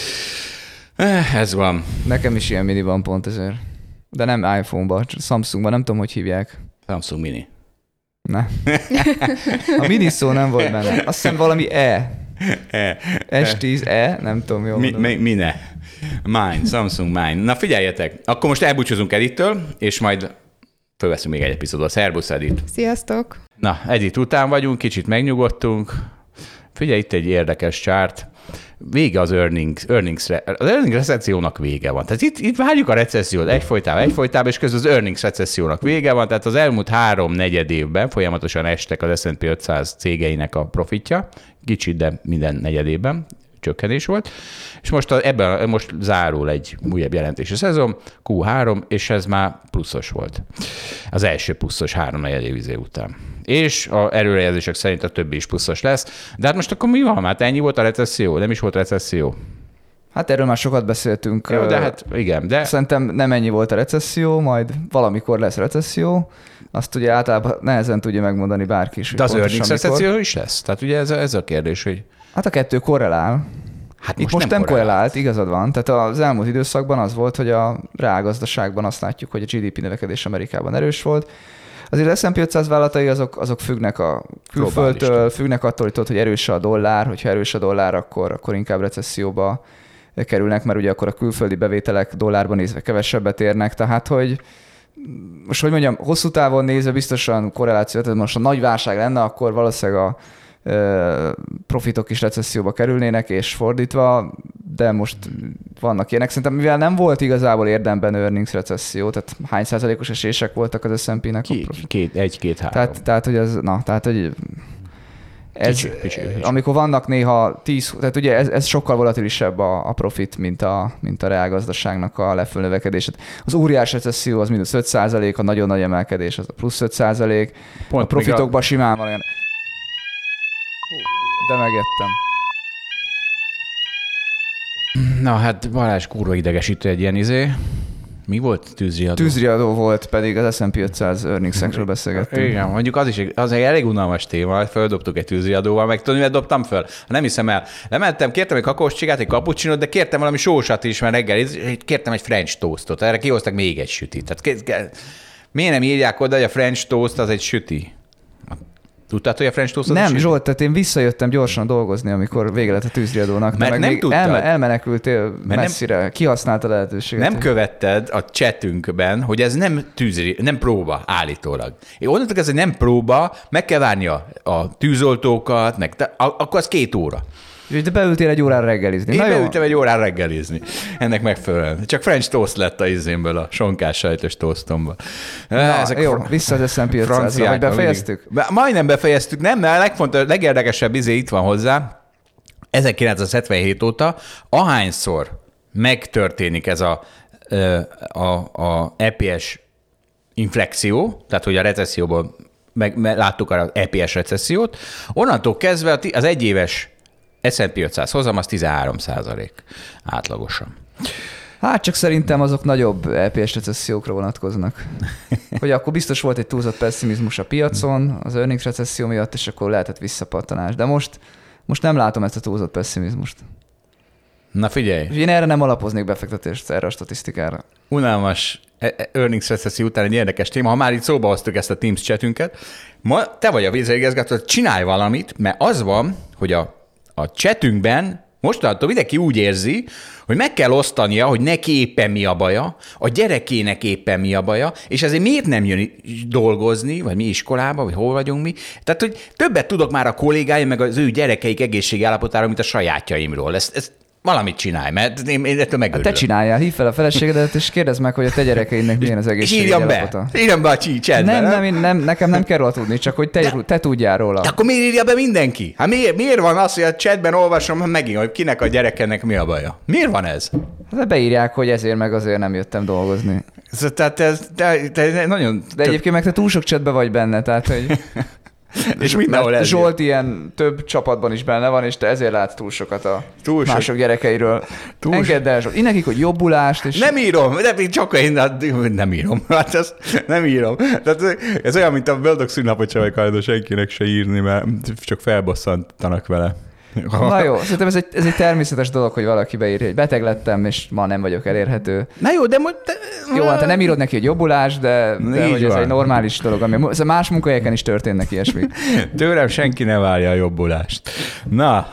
ez van. Nekem is ilyen mini van pont ezért. De nem iPhone-ba, Samsungban, nem tudom, hogy hívják. Samsung mini. Ne. A mini szó nem volt benne. Azt hiszem valami E. E. es tíz E, nem tudom jól mi, mi, Mine. Mine, Samsung Mine. Na figyeljetek, akkor most elbúcsúzunk Edittől, és majd fölveszünk még egy epizódot. Szerbusz, Edit! Sziasztok! Na, Edit után vagyunk, kicsit megnyugodtunk. Figyelj, itt egy érdekes csárt. Vége az earnings, earnings az earnings recessziónak vége van. Tehát itt, itt várjuk a recessziót egyfolytában, egyfolytában, és közben az earnings recessziónak vége van. Tehát az elmúlt három negyed évben folyamatosan estek az es and pé ötszáz cégeinek a profitja. Kicsit, de minden negyed évben csökkenés volt. És most a, ebben most zárul egy újabb jelentési szezon, kú három, és ez már pluszos volt. Az első pluszos három negyed év után. És a előrejelzések szerint a többi is pluszos lesz. De hát most akkor mi van? Hát ennyi volt a recesszió? Nem is volt recesszió? Hát erről már sokat beszéltünk. Jó, de hát igen, de... Szerintem nem ennyi volt a recesszió, majd valamikor lesz recesszió. Azt ugye általában nehezen tudja megmondani bárki is. De az earnings recesszió is lesz? Tehát ugye ez a, ez a kérdés, hogy... Hát a kettő korrelál. Hát most, most nem, nem korrelált, igazad van. Tehát az elmúlt időszakban az volt, hogy a reálgazdaságban azt látjuk, hogy a gé dé pé növekedés Amerikában erős volt. Azért az es and pé ötszáz vállalatai azok, azok függnek a külföldtől, függnek attól, hogy, hogy erős a dollár, hogyha erős a dollár, akkor, akkor inkább recesszióba kerülnek, mert ugye akkor a külföldi bevételek dollárban nézve kevesebbet érnek, tehát hogy most, hogy mondjam, hosszú távon nézve biztosan korreláció, tehát most a nagy válság lenne, akkor valószínűleg a profitok is recesszióba kerülnének, és fordítva, de most vannak ilyenek. Szerintem, mivel nem volt igazából érdemben earnings recesszió, tehát hány százalékos esések voltak az es and pé-nek? Két, két, egy, két, három. Tehát, tehát, hogy ez, na, tehát, hogy ez, kicsi, kicsi, kicsi. Amikor vannak néha tíz, tehát ugye ez, ez sokkal volatilisebb a, a profit, mint a, mint a reálgazdaságnak a lefölnövekedése. Az óriás recesszió az mínusz öt százalék, a nagyon nagy emelkedés az a plusz öt százalék. Pont a profitokban a... simán van olyan... De megettem. Na hát Balázs kurva idegesítő egy ilyen izé. Mi volt? Tűzriadó? Tűzriadó volt, pedig az es and pé ötszáz earningsekről beszélgettünk. Igen, mondjuk az is az egy elég unalmas téma, földobtuk egy tűzriadóval, meg tudod, mivel dobtam föl? Nem hiszem el. Lementem, kértem egy kakaós csigát, egy cappuccinót, de kértem valami sósat is, mert reggel kértem egy French toastot, erre kihoztak még egy sütit. Tehát miért nem írják oda, hogy a French toast az egy süti? Tudtad, hogy a French toast az Nem, Zsolt, tehát én visszajöttem gyorsan dolgozni, amikor vége lett a tűzriadónak. Mert meg nem még tudtad. Elme, elmenekültél Mert messzire, nem, kihasználtad a lehetőséget. Nem követted a chatünkben, hogy ez nem tűzri, nem próba állítólag. Én onnantól ez nem próba, meg kell várni a, a tűzoltókat, meg, te, a, akkor az két óra. De beültél egy órára reggelizni. Én Na beültem egy órára reggelizni. Ennek megfelelően. Csak French toast lett a izémből, a sonkás sajtos toastomból. Na, ezek jó, fr- vissza az es and pé ötszázra, hogy befejeztük? Mindig. Majdnem befejeztük, nem, mert a legfontosabb, legérdekesebb izé itt van hozzá. ezerkilencszázhetvenhét óta ahányszor megtörténik ez a, a, a é pé es inflexió, tehát hogy a recesszióból meg, meg láttuk az é pé es recessziót, onnantól kezdve az egyéves es and pé ötszáz hozam, az tizenhárom százalék átlagosan. Hát csak szerintem azok nagyobb é pé es recessziókra vonatkoznak. Hogy akkor biztos volt egy túlzott pessimizmus a piacon, az earnings recesszió miatt, és akkor lehetett visszapattanás. De most, most nem látom ezt a túlzott pessimizmust. Na figyelj! Én erre nem alapoznék befektetést, erre a statisztikára. Unalmas earnings recesszió után egy érdekes téma. Ha már itt szóba hoztuk ezt a Teams chatünket, ma te vagy a vízigazgató, csinálj valamit, mert az van, hogy a A chatünkben mostantól mindenki úgy érzi, hogy meg kell osztania, hogy neki éppen mi a baja, a gyerekének éppen mi a baja, és ezért miért nem jön dolgozni, vagy mi iskolába, vagy hol vagyunk mi. Tehát, hogy többet tudok már a kollégáim, meg az ő gyerekeik egészségi állapotáról, mint a sajátjaimról. Ezt, ezt valamit csinálj, mert én, én ettől megörülök. Hát te csináljál, hívd fel a feleségedet, és kérdezd meg, hogy a te gyerekeidnek milyen az egészségi állapota. Be. Írjam be a chatben. Nem, nem, nem, nekem nem kell róla tudni, csak hogy te, de, te tudjál róla. De akkor miért írja be mindenki? Hát miért, miért van az, hogy a chatben olvasom megint, hogy kinek a gyerekenek mi a baja? Miért van ez? Hát beírják, hogy ezért meg azért nem jöttem dolgozni. Tehát ez, de, de nagyon... De egyébként meg te túl sok csetbe vagy benne, tehát hogy... és mindenhol ez. Zsolt ilyen több csapatban is benne van, és te ezért látsz túl sokat a túl mások sok. gyerekeiről. Túl Engedd el, Zsolt. Én nekik, hogy jobbulást, és... Nem írom, de csak én nem írom. Hát ezt nem írom. Tehát ez olyan, mint a boldog szünnapot sem akarod senkinek se írni, mert csak felbosszantanak vele. Na jó, szerintem ez egy, ez egy természetes dolog, hogy valaki beírja, hogy beteg lettem, és ma nem vagyok elérhető. Na jó, de most... De... Jó, hát te nem írod neki, hogy jobbulás, de, de hogy ez egy normális dolog, ami ez más munkahelyeken is történnek ilyesmi. Tőlem senki ne várja a jobbulást. Na,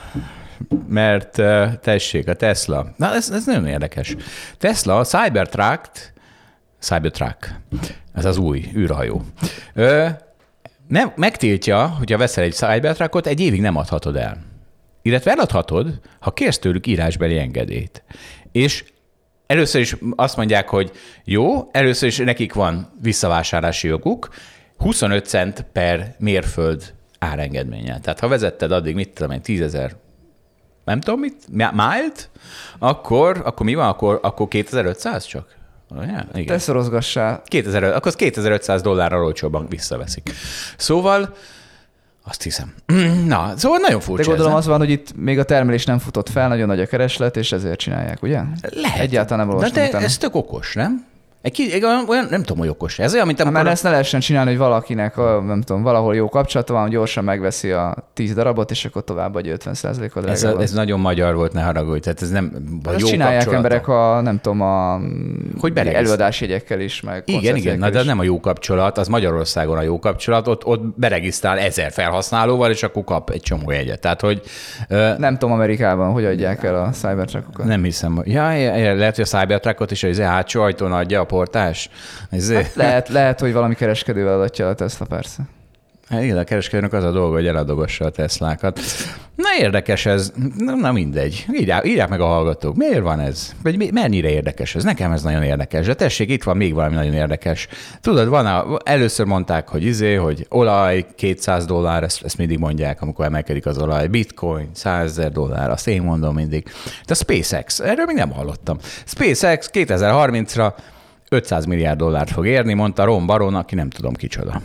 mert tessék, a Tesla. Na, ez, ez nagyon érdekes. Tesla a Cybertruck, Cybertruck, ez az új űrhajó. Ö, nem, megtiltja, hogyha veszel egy Cybertruckot, egy évig nem adhatod el. Illetve eladhatod, ha kérsz tőlük írásbeli engedélyt. És először is azt mondják, hogy jó, először is nekik van visszavásárlási joguk, huszonöt cent per mérföld árengedménnyel. Tehát ha vezetted addig, mit tudom én, tízezer, nem tudom mit, mild, akkor, akkor mi van, akkor, akkor kétezer-ötszáz csak? Ja, igen. Te szorozgassál. kétezer, akkor az kétezer-ötszáz dollárral olcsóbban visszaveszik. Szóval azt hiszem. Na, szóval nagyon furcsa. De gondolom az van, hogy itt még a termelés nem futott fel, nagyon nagy a kereslet, és ezért csinálják, ugye? Lehet. Egyáltalán nem olvastam. De, de ez tök okos, nem? Egy, egy, olyan, nem tudom, hogy okos. Ez olyan, mint amikor... Mert ezt ne lehessen csinálni, hogy valakinek, nem tudom, valahol jó kapcsolata van, gyorsan megveszi a tíz darabot, és akkor tovább vagy ötven százalékot. Ez, ez nagyon magyar volt, ne haragudj. Tehát ez nem jó ezt csinálják kapcsolata. Emberek a, nem tudom, a hogy előadásjegyekkel is, meg igen, igen, na, de ez nem a jó kapcsolat, az Magyarországon a jó kapcsolat, ott, ott beregisztrál ezer felhasználóval, és akkor kap egy csomó jegyet. Tehát, hogy... Uh, nem tudom Amerikában, hogy adják el a Cybertruckokat. Nem hiszem. Ja, lehet, hogy a Cybertruckot is az hátsó ajtón adja a portás. Hát lehet, lehet, hogy valami kereskedővel adatja a Tesla, persze. Hát igen, a kereskedőnek az a dolga, hogy eladogassa a Teslákat. Na érdekes ez, na mindegy. Írják, írják meg a hallgatók. Miért van ez? Vagy mennyire érdekes ez? Nekem ez nagyon érdekes. De tessék, itt van még valami nagyon érdekes. Tudod, van a, először mondták, hogy izé, hogy olaj kétszáz dollár, ezt, ezt mindig mondják, amikor emelkedik az olaj. Bitcoin százezer dollár, azt én mondom mindig. De a SpaceX, erről még nem hallottam. SpaceX kétezer-harmincra ötszáz milliárd dollárt fog érni, mondta Ron Baron, aki nem tudom kicsoda.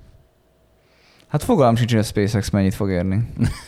Hát fogalmam sincs, hogy a SpaceX mennyit fog érni.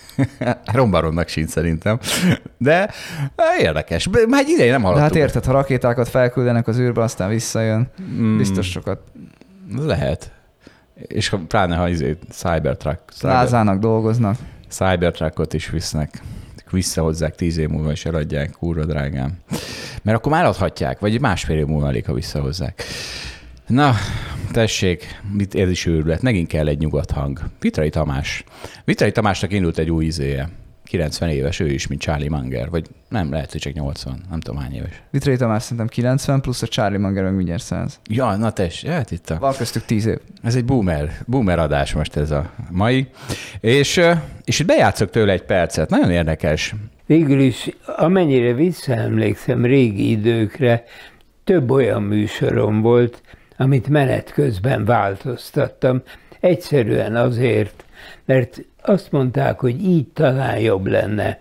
Ron Baronnak sincs szerintem. De érdekes. Már egy ideje nem hallottuk. De hát érted, ha rakétákat felküldenek az űrbe, aztán visszajön, mm. biztos sokat. Lehet. És ha, pláne, ha izé, Cybertruck. Lázának dolgoznak. Cybertruckot is visznek. Visszahozzák tíz év múlva, és eladják, kurva drágán. Mert akkor már adhatják, vagy másfél év múlva elég, ha visszahozzák. Na, tessék, mit ez is őrület, megint kell egy nyugodt hang. Vitrai Tamás. Vitrai Tamásnak indult egy új izéje. kilencven éves, ő is, mint Charlie Munger. Vagy nem, lehet, hogy csak nyolcvan, nem tudom hány éves. Vitrai Tamás szerintem kilencven, plusz a Charlie Munger meg mindjárt száz. Ja, na tessék, hát itt a... Van köztük tíz év. Ez egy boomer, boomer adás most ez a mai. És, és itt bejátszok tőle egy percet, nagyon érdekes. Végül is, amennyire visszaemlékszem régi időkre, több olyan műsorom volt, amit menet közben változtattam. Egyszerűen azért, mert azt mondták, hogy így talán jobb lenne.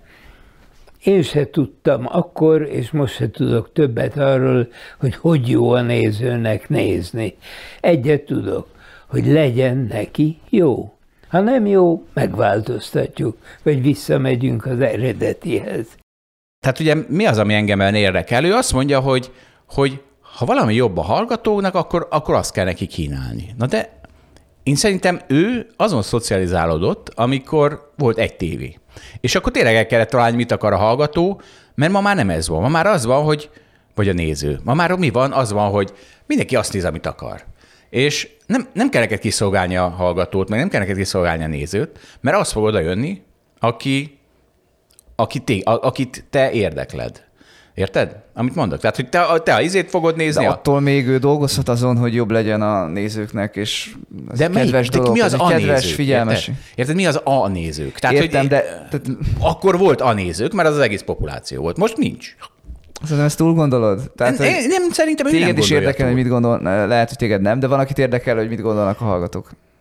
Én se tudtam akkor, és most se tudok többet arról, hogy hogy jó a nézőnek nézni. Egyet tudok, hogy legyen neki jó. Ha nem jó, megváltoztatjuk, vagy visszamegyünk az eredetihez. Tehát ugye mi az, ami engem érdekel? Ő azt mondja, hogy, hogy ha valami jobb a hallgatónak, akkor, akkor azt kell neki kínálni. Na de én szerintem ő azon szocializálódott, amikor volt egy tévé. És akkor tényleg el kellett találni, mit akar a hallgató, mert ma már nem ez van. Ma már az van, hogy, vagy a néző. Ma már mi van? Az van, hogy mindenki azt néz, amit akar. És nem, nem kell neked kiszolgálni a hallgatót, meg nem kell neked kiszolgálni a nézőt, mert az fog oda jönni, aki, aki te, akit te érdekled. Érted? Amit mondok. Tehát, hogy te, te a izét fogod nézni. De attól még ő dolgozhat azon, hogy jobb legyen a nézőknek, és ez de kedves melyik? dolog, De mi az ez a kedves, nézők? figyelmes. Érted? Érted? Mi az a nézők? Tehát, Értem, hogy de... Tehát... Akkor volt a nézők, mert az az egész populáció volt. Most nincs. Szerintem ezt túl gondolod? Tehát, nem, nem, szerintem ő téged nem is érdekel, túl. hogy mit gondol, lehet, hogy téged nem, de van, akit érdekel, hogy mit gondolnak a hallgatók.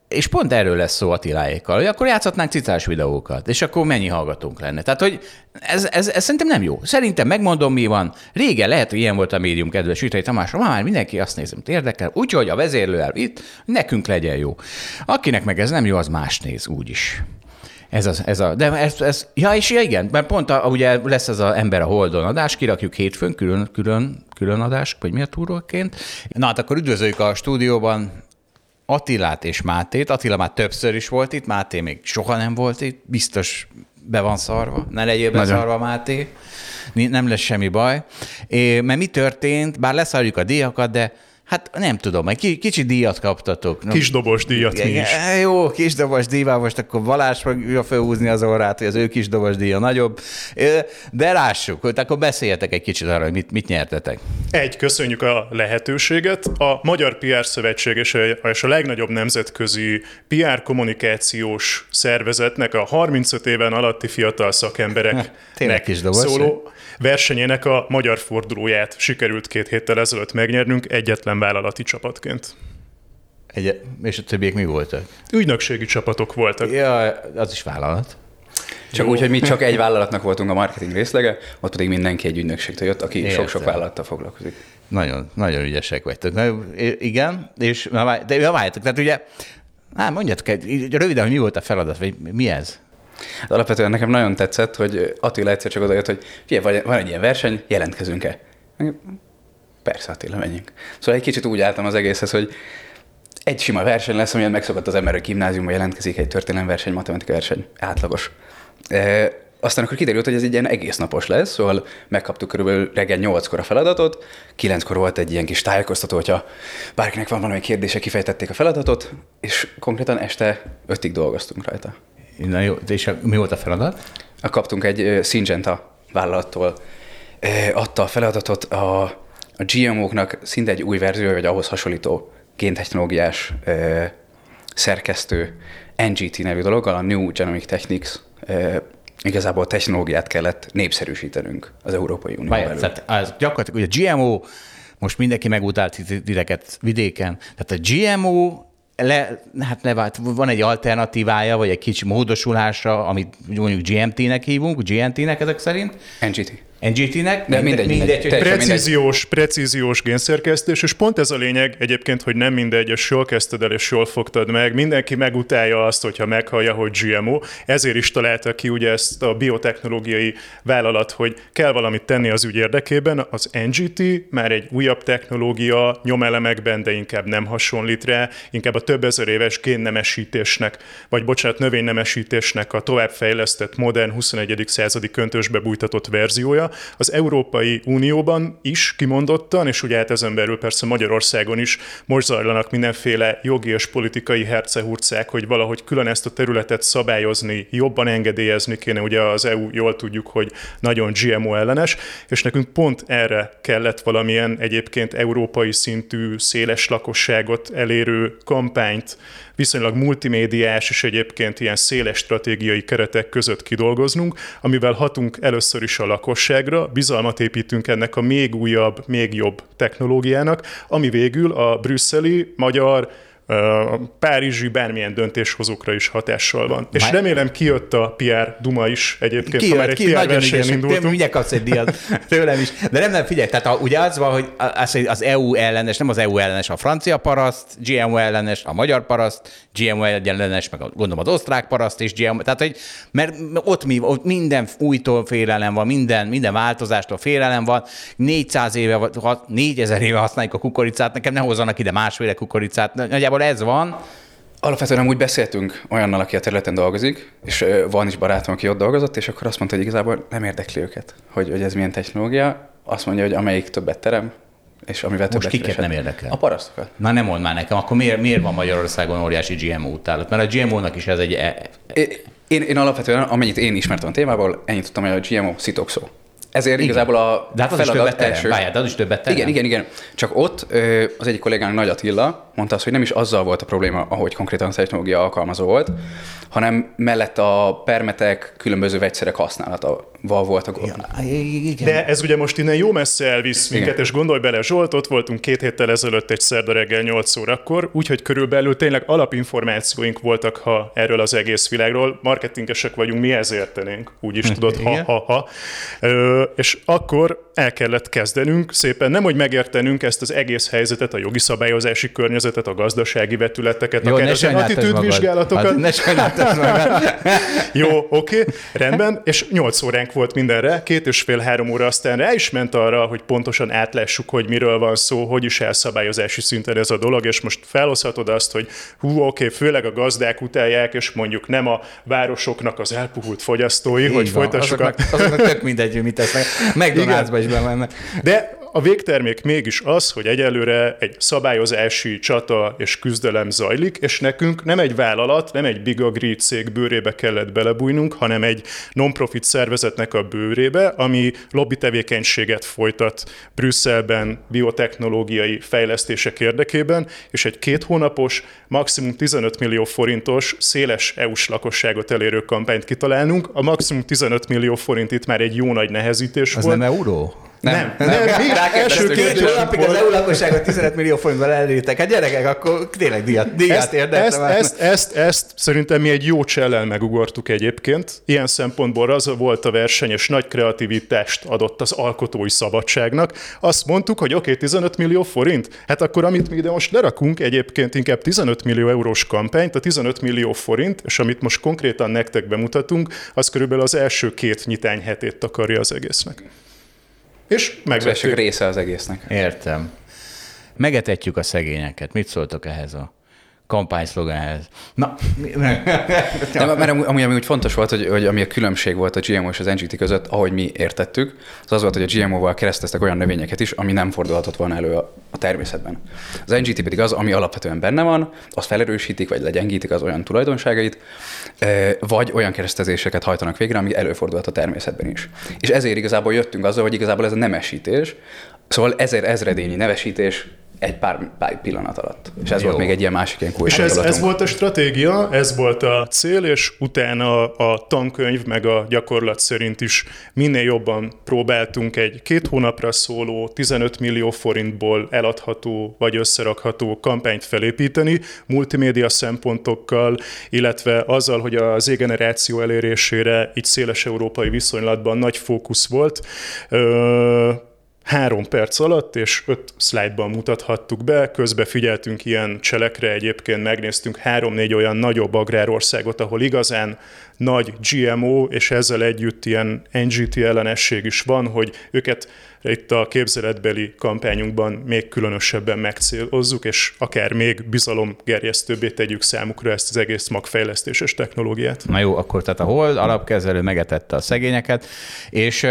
és pont erről lesz szó Attiláékkal, hogy akkor játszhatnánk cicás videókat, és akkor mennyi hallgatónk lenne. Tehát, hogy ez, ez, ez szerintem nem jó. Szerintem megmondom, mi van. Régen lehet, hogy ilyen volt a médium, kedves Ütai Tamás, ma már mindenki azt nézem, érdekel. Úgyhogy a vezérlőelv itt, nekünk legyen jó. Akinek meg ez nem jó, az más néz úgyis. Ez az, ez a, de ez, ez, ja, és ja, igen, mert pont a, ugye lesz ez az Ember a Holdon adás, kirakjuk hétfőn, külön, külön, külön adás, vagy mi a túróként. Na hát akkor üdvözöljük a stúdióban Attilát és Mátét. Attila már többször is volt itt, Máté még soha nem volt itt, biztos be van szarva, ne legyél beszarva, Máté, nem lesz semmi baj. É, mert mi történt, bár leszarjuk a díjakat, de hát nem tudom, egy kicsit díjat kaptatok. Kisdobos díjat mi is. Jó, kisdobos díjval most akkor Balázs fogja felhúzni az orrát, hogy az ő kisdobos díja nagyobb. De lássuk, hogy akkor beszéljetek egy kicsit arra, hogy mit, mit nyertetek. Egy, köszönjük a lehetőséget. A Magyar pé er Szövetség és a, és a legnagyobb nemzetközi pé er kommunikációs szervezetnek a harmincöt éven alatti fiatal szakembereknek szóló versenyének a magyar fordulóját sikerült két héttel ezelőtt megnyernünk egyetlen vállalati csapatként. Egy, és a többiek mi voltak? Ügynökségi csapatok voltak. Ja, az is vállalat. Csak úgy, hogy mi csak egy vállalatnak voltunk a marketing részlege, ott pedig mindenki egy ügynökségtől jött, aki Értem. sok-sok vállalattal foglalkozik. Nagyon, nagyon ügyesek vagytok. Na, igen, és de várjátok, tehát ugye, hát mondjátok, röviden, hogy mi volt a feladat, vagy mi ez? De alapvetően nekem nagyon tetszett, hogy Attila egyszer csak odajött, hogy figyelj, van egy ilyen verseny, jelentkezünk-e? Persze, Attila, menjünk. Szóval egy kicsit úgy álltam az egészhez, hogy egy sima verseny lesz, amilyen megszokott az ember, hogy gimnáziumban jelentkezik, egy történelemverseny, matematika verseny, átlagos. E, aztán akkor kiderült, hogy ez egy ilyen egész napos lesz, szóval megkaptuk körülbelül reggel nyolckor a feladatot, kilenckor volt egy ilyen kis tájékoztató, hogyha bárkinek van valami kérdése, kifejtették a feladatot, és konkrétan este ötig dolgoztunk rajta. Na jó, és mi volt a feladat? Kaptunk egy Syngenta vállalattól, adta a feladatot a, a gé em ó-knak szinte egy új verzió, vagy ahhoz hasonlító géntechnológiás eh, szerkesztő en gé té nevű dologgal, a New Genomic Techniques, eh, igazából technológiát kellett népszerűsítenünk az Európai Unióban. Várj, tehát az gyakorlatilag, ugye a gé em ó, most mindenki megutált titeket vidéken, tehát a gé em ó Le, hát levált, van egy alternatívája, vagy egy kicsi módosulása, amit mondjuk gé em té-nek hívunk, gé en té-nek ezek szerint. en gé té. en gé té-nek? De mindegy, mindegy. mindegy. Precíziós, precíziós génszerkesztés, és pont ez a lényeg egyébként, hogy nem mindegy, és jól kezdted el, és jól fogtad meg. Mindenki megutálja azt, hogyha meghallja, hogy gé em ó. Ezért is találta ki ugye ezt a biotechnológiai vállalat, hogy kell valamit tenni az ügy érdekében. Az en gé té már egy újabb technológia, nyomelemekben, de inkább nem hasonlít rá, inkább a több ezer éves génnemesítésnek, vagy bocsánat, növénynemesítésnek a továbbfejlesztett, modern, huszonegyedik századi köntösbe bújtatott verziója. Az Európai Unióban is kimondottan, és ugye hát ezen belül persze Magyarországon is most zajlanak mindenféle jogi és politikai hercehurcák, hogy valahogy külön ezt a területet szabályozni, jobban engedélyezni kéne. Ugye az é u jól tudjuk, hogy nagyon gé em ó ellenes, és nekünk pont erre kellett valamilyen egyébként európai szintű, széles lakosságot elérő kampányt, viszonylag multimédiás és egyébként ilyen széles stratégiai keretek között kidolgoznunk, amivel hatunk először is a lakosságra, bizalmat építünk ennek a még újabb, még jobb technológiának, ami végül a brüsszeli, magyar, a párizsi bármilyen döntéshozókra is hatással van. És Már... remélem kijött a pé er Duma is egyébként, kijött, ha már egy pé er versenyen indultunk. Mindjárt kapsz egy díjat tőlem is. De nem, nem, figyelj, tehát a, ugye az van, hogy az, az é u ellenes, nem az é u ellenes a francia paraszt, gé em o ellenes a magyar paraszt, gé em o ellenes, meg gondolom az osztrák paraszt és gé em o, tehát hogy, mert ott, mi, ott minden újtól félelem van, minden, minden változástól félelem van, négyszáz éve, négyezer éve használjuk a kukoricát, nekem ne hozzanak ide másféle kukoricát, nagyjából ez van. Alapvetően amúgy beszéltünk olyannal, aki a területen dolgozik, és van is barátom, aki ott dolgozott, és akkor azt mondta, hogy igazából nem érdekli őket, hogy, hogy ez milyen technológia. Azt mondja, hogy amelyik többet terem, és amivel most többet kiket keresed. Nem érdekel? A parasztokat. Na nem mondd már nekem, akkor miért, miért van Magyarországon óriási gé em o utálat? Mert a gé em ó-nak is ez egy... Én, én alapvetően, amennyit én ismertem a témából, ennyit tudtam, hogy a gé em o szitokszó. Ezért igen. Igazából a de hát az feladat is többet terem. első... Várjál, az is többet terem. Igen, igen, igen. Csak ott az egyik kollégánk, Nagy Attila, mondta azt, hogy nem is azzal volt a probléma, ahogy konkrétan a technológia alkalmazó volt, hanem mellett a permetek különböző vegyszerek használatával volt a gond. Ja, de ez ugye most innen jó messze elvisz minket, igen. És gondolj bele, Zsolt, ott voltunk két héttel ezelőtt egy szerda reggel nyolc órakor, úgyhogy körülbelül tényleg alapinformációink voltak ha erről az egész világról. Marketingesek vagyunk, mi ezért értenénk, úgy is tudod, ha-ha-ha. És akkor el kellett kezdenünk szépen, nem hogy megértenünk ezt az egész helyzetet, a jogi szabályozási környezetet, a gazdasági vetületeket, jó, akár az attitűdvizsgálatokat. Hát, ne sajnáltasd magad. Jó, oké, okay, rendben, és nyolc óránk volt mindenre, két és fél-három óra aztán rá is ment arra, hogy pontosan átlássuk, hogy miről van szó, hogy is elszabályozási szinten ez a dolog, és most felhozhatod azt, hogy hú, oké, okay, főleg a gazdák utálják, és mondjuk nem a városoknak az elpuhult fogyasztói, így hogy van, folytassuk azoknak, a... azoknak tök mindegy, hogy mit tesznek. McDonald'sba is bemennek. De a végtermék mégis az, hogy egyelőre egy szabályozási csata és küzdelem zajlik, és nekünk nem egy vállalat, nem egy big agri cég bőrébe kellett belebújnunk, hanem egy non-profit szervezetnek a bőrébe, ami lobby tevékenységet folytat Brüsszelben biotechnológiai fejlesztések érdekében, és egy két hónapos, maximum tizenöt millió forintos, széles é u-s lakosságot elérő kampányt kitalálnunk. A maximum tizenöt millió forint itt már egy jó nagy nehezítés az volt. Az nem euró? Nem, nem, nem, nem mi első két hónapig az é u lakosságot tizenöt millió forintban elérték. Hát gyerekek, akkor tényleg díjat, díjat érdekre ezt, ezt, ezt, ezt szerintem mi egy jó csellel megugortuk egyébként. Ilyen szempontból az volt a verseny, és nagy kreativitást adott az alkotói szabadságnak. Azt mondtuk, hogy oké, okay, tizenöt millió forint, hát akkor amit mi ide most lerakunk, egyébként inkább tizenöt millió eurós kampányt, a tizenöt millió forint, és amit most konkrétan nektek bemutatunk, az körülbelül az első két nyitány hetét takarja az egésznek. És megvettük. Része az egésznek. Értem. Megetetjük a szegényeket. Mit szóltok ehhez a kampányszlogenhez? Na. De, mert amúgy, amúgy, amúgy fontos volt, hogy, hogy ami a különbség volt a gé em o és az en gé té között, ahogy mi értettük, az az volt, hogy a gé em o-val kereszteztek olyan növényeket is, ami nem fordulhatott volna elő a, a természetben. Az en gé té pedig az, ami alapvetően benne van, azt felerősítik, vagy legyengítik az olyan tulajdonságait, vagy olyan keresztezéseket hajtanak végre, ami előfordulhat a természetben is. És ezért igazából jöttünk azzal, hogy igazából ez a nemesítés, szóval ezer ezredényi nevesítés egy pár, pár pillanat alatt. És ez Jó. volt még egy ilyen másik ilyen És ez, ez volt a stratégia, ez volt a cél, és utána a tankönyv meg a gyakorlat szerint is minél jobban próbáltunk egy két hónapra szóló, tizenöt millió forintból eladható vagy összerakható kampányt felépíteni, multimédia szempontokkal, illetve azzal, hogy az Z-generáció elérésére így széles európai viszonylatban nagy fókusz volt. Ö- Három perc alatt és öt szlájdban mutathattuk be, közben figyeltünk ilyen cselekre, egyébként megnéztünk három-négy olyan nagyobb agrárországot, ahol igazán nagy gé em o és ezzel együtt ilyen en gé té ellenesség is van, hogy őket itt a képzeletbeli kampányunkban még különösebben megcélozzuk, és akár még bizalomgerjesztőbbé tegyük számukra ezt az egész magfejlesztéses technológiát. Na jó, akkor tehát a Hold alapkezelő megetette a szegényeket, és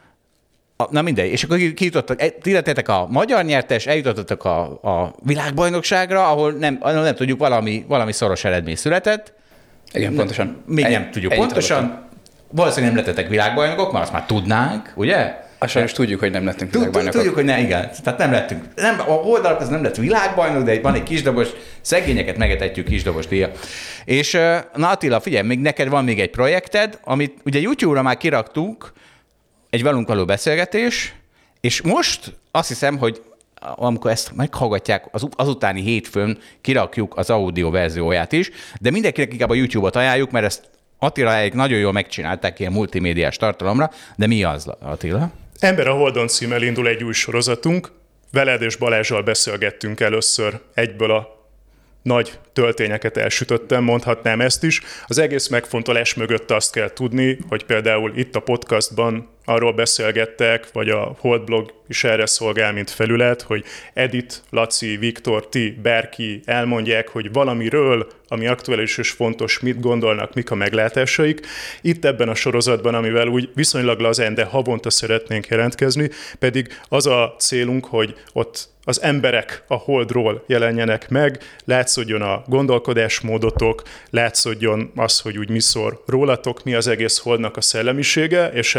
na mindegy, és akkor kijutottak, illetve a magyar nyertes, eljutottak a, a világbajnokságra, ahol nem, nem tudjuk, valami, valami szoros eredmény született. Igen, pontosan. Még egy, nem tudjuk pontosan. Valószínűleg nem lettetek világbajnokok, mert azt már tudnánk, ugye? Azt sajnos tudjuk, hogy nem lettünk világbajnokok. Tudjuk, hogy ne, igen. Tehát nem lettünk. Nem, a oldalak az nem lett világbajnok, de van egy kisdobos, szegényeket megetetjük kisdobos díja. És na Attila, figyelj, még neked van még egy projekted, amit ugye YouTube-ra már kiraktuk, egy velünk való beszélgetés, és most azt hiszem, hogy amikor ezt meghallgatják, az, azutáni hétfőn kirakjuk az audio verzióját is, de mindenkinek inkább a YouTube-ot ajánljuk, mert ezt Attiláék nagyon jól megcsinálták ilyen multimédiás tartalomra, de mi az, Attila? Ember a Holdon címmel indul egy új sorozatunk, veled és Balázsral beszélgettünk először egyből a nagy töltényeket elsütöttem, mondhatnám ezt is. Az egész megfontolás mögött azt kell tudni, hogy például itt a podcastban arról beszélgettek, vagy a Holdblog is erre szolgál, mint felület, hogy Edith, Laci, Viktor, ti, Berki elmondják, hogy valamiről, ami aktuális és fontos, mit gondolnak, mik a meglátásaik. Itt ebben a sorozatban, amivel úgy viszonylag lazán, de havonta szeretnénk jelentkezni, pedig az a célunk, hogy ott az emberek a Holdról jelenjenek meg, látszódjon a gondolkodásmódotok, látszódjon az, hogy úgy mi szól rólatok, mi az egész Holdnak a szellemisége, és ebbe minél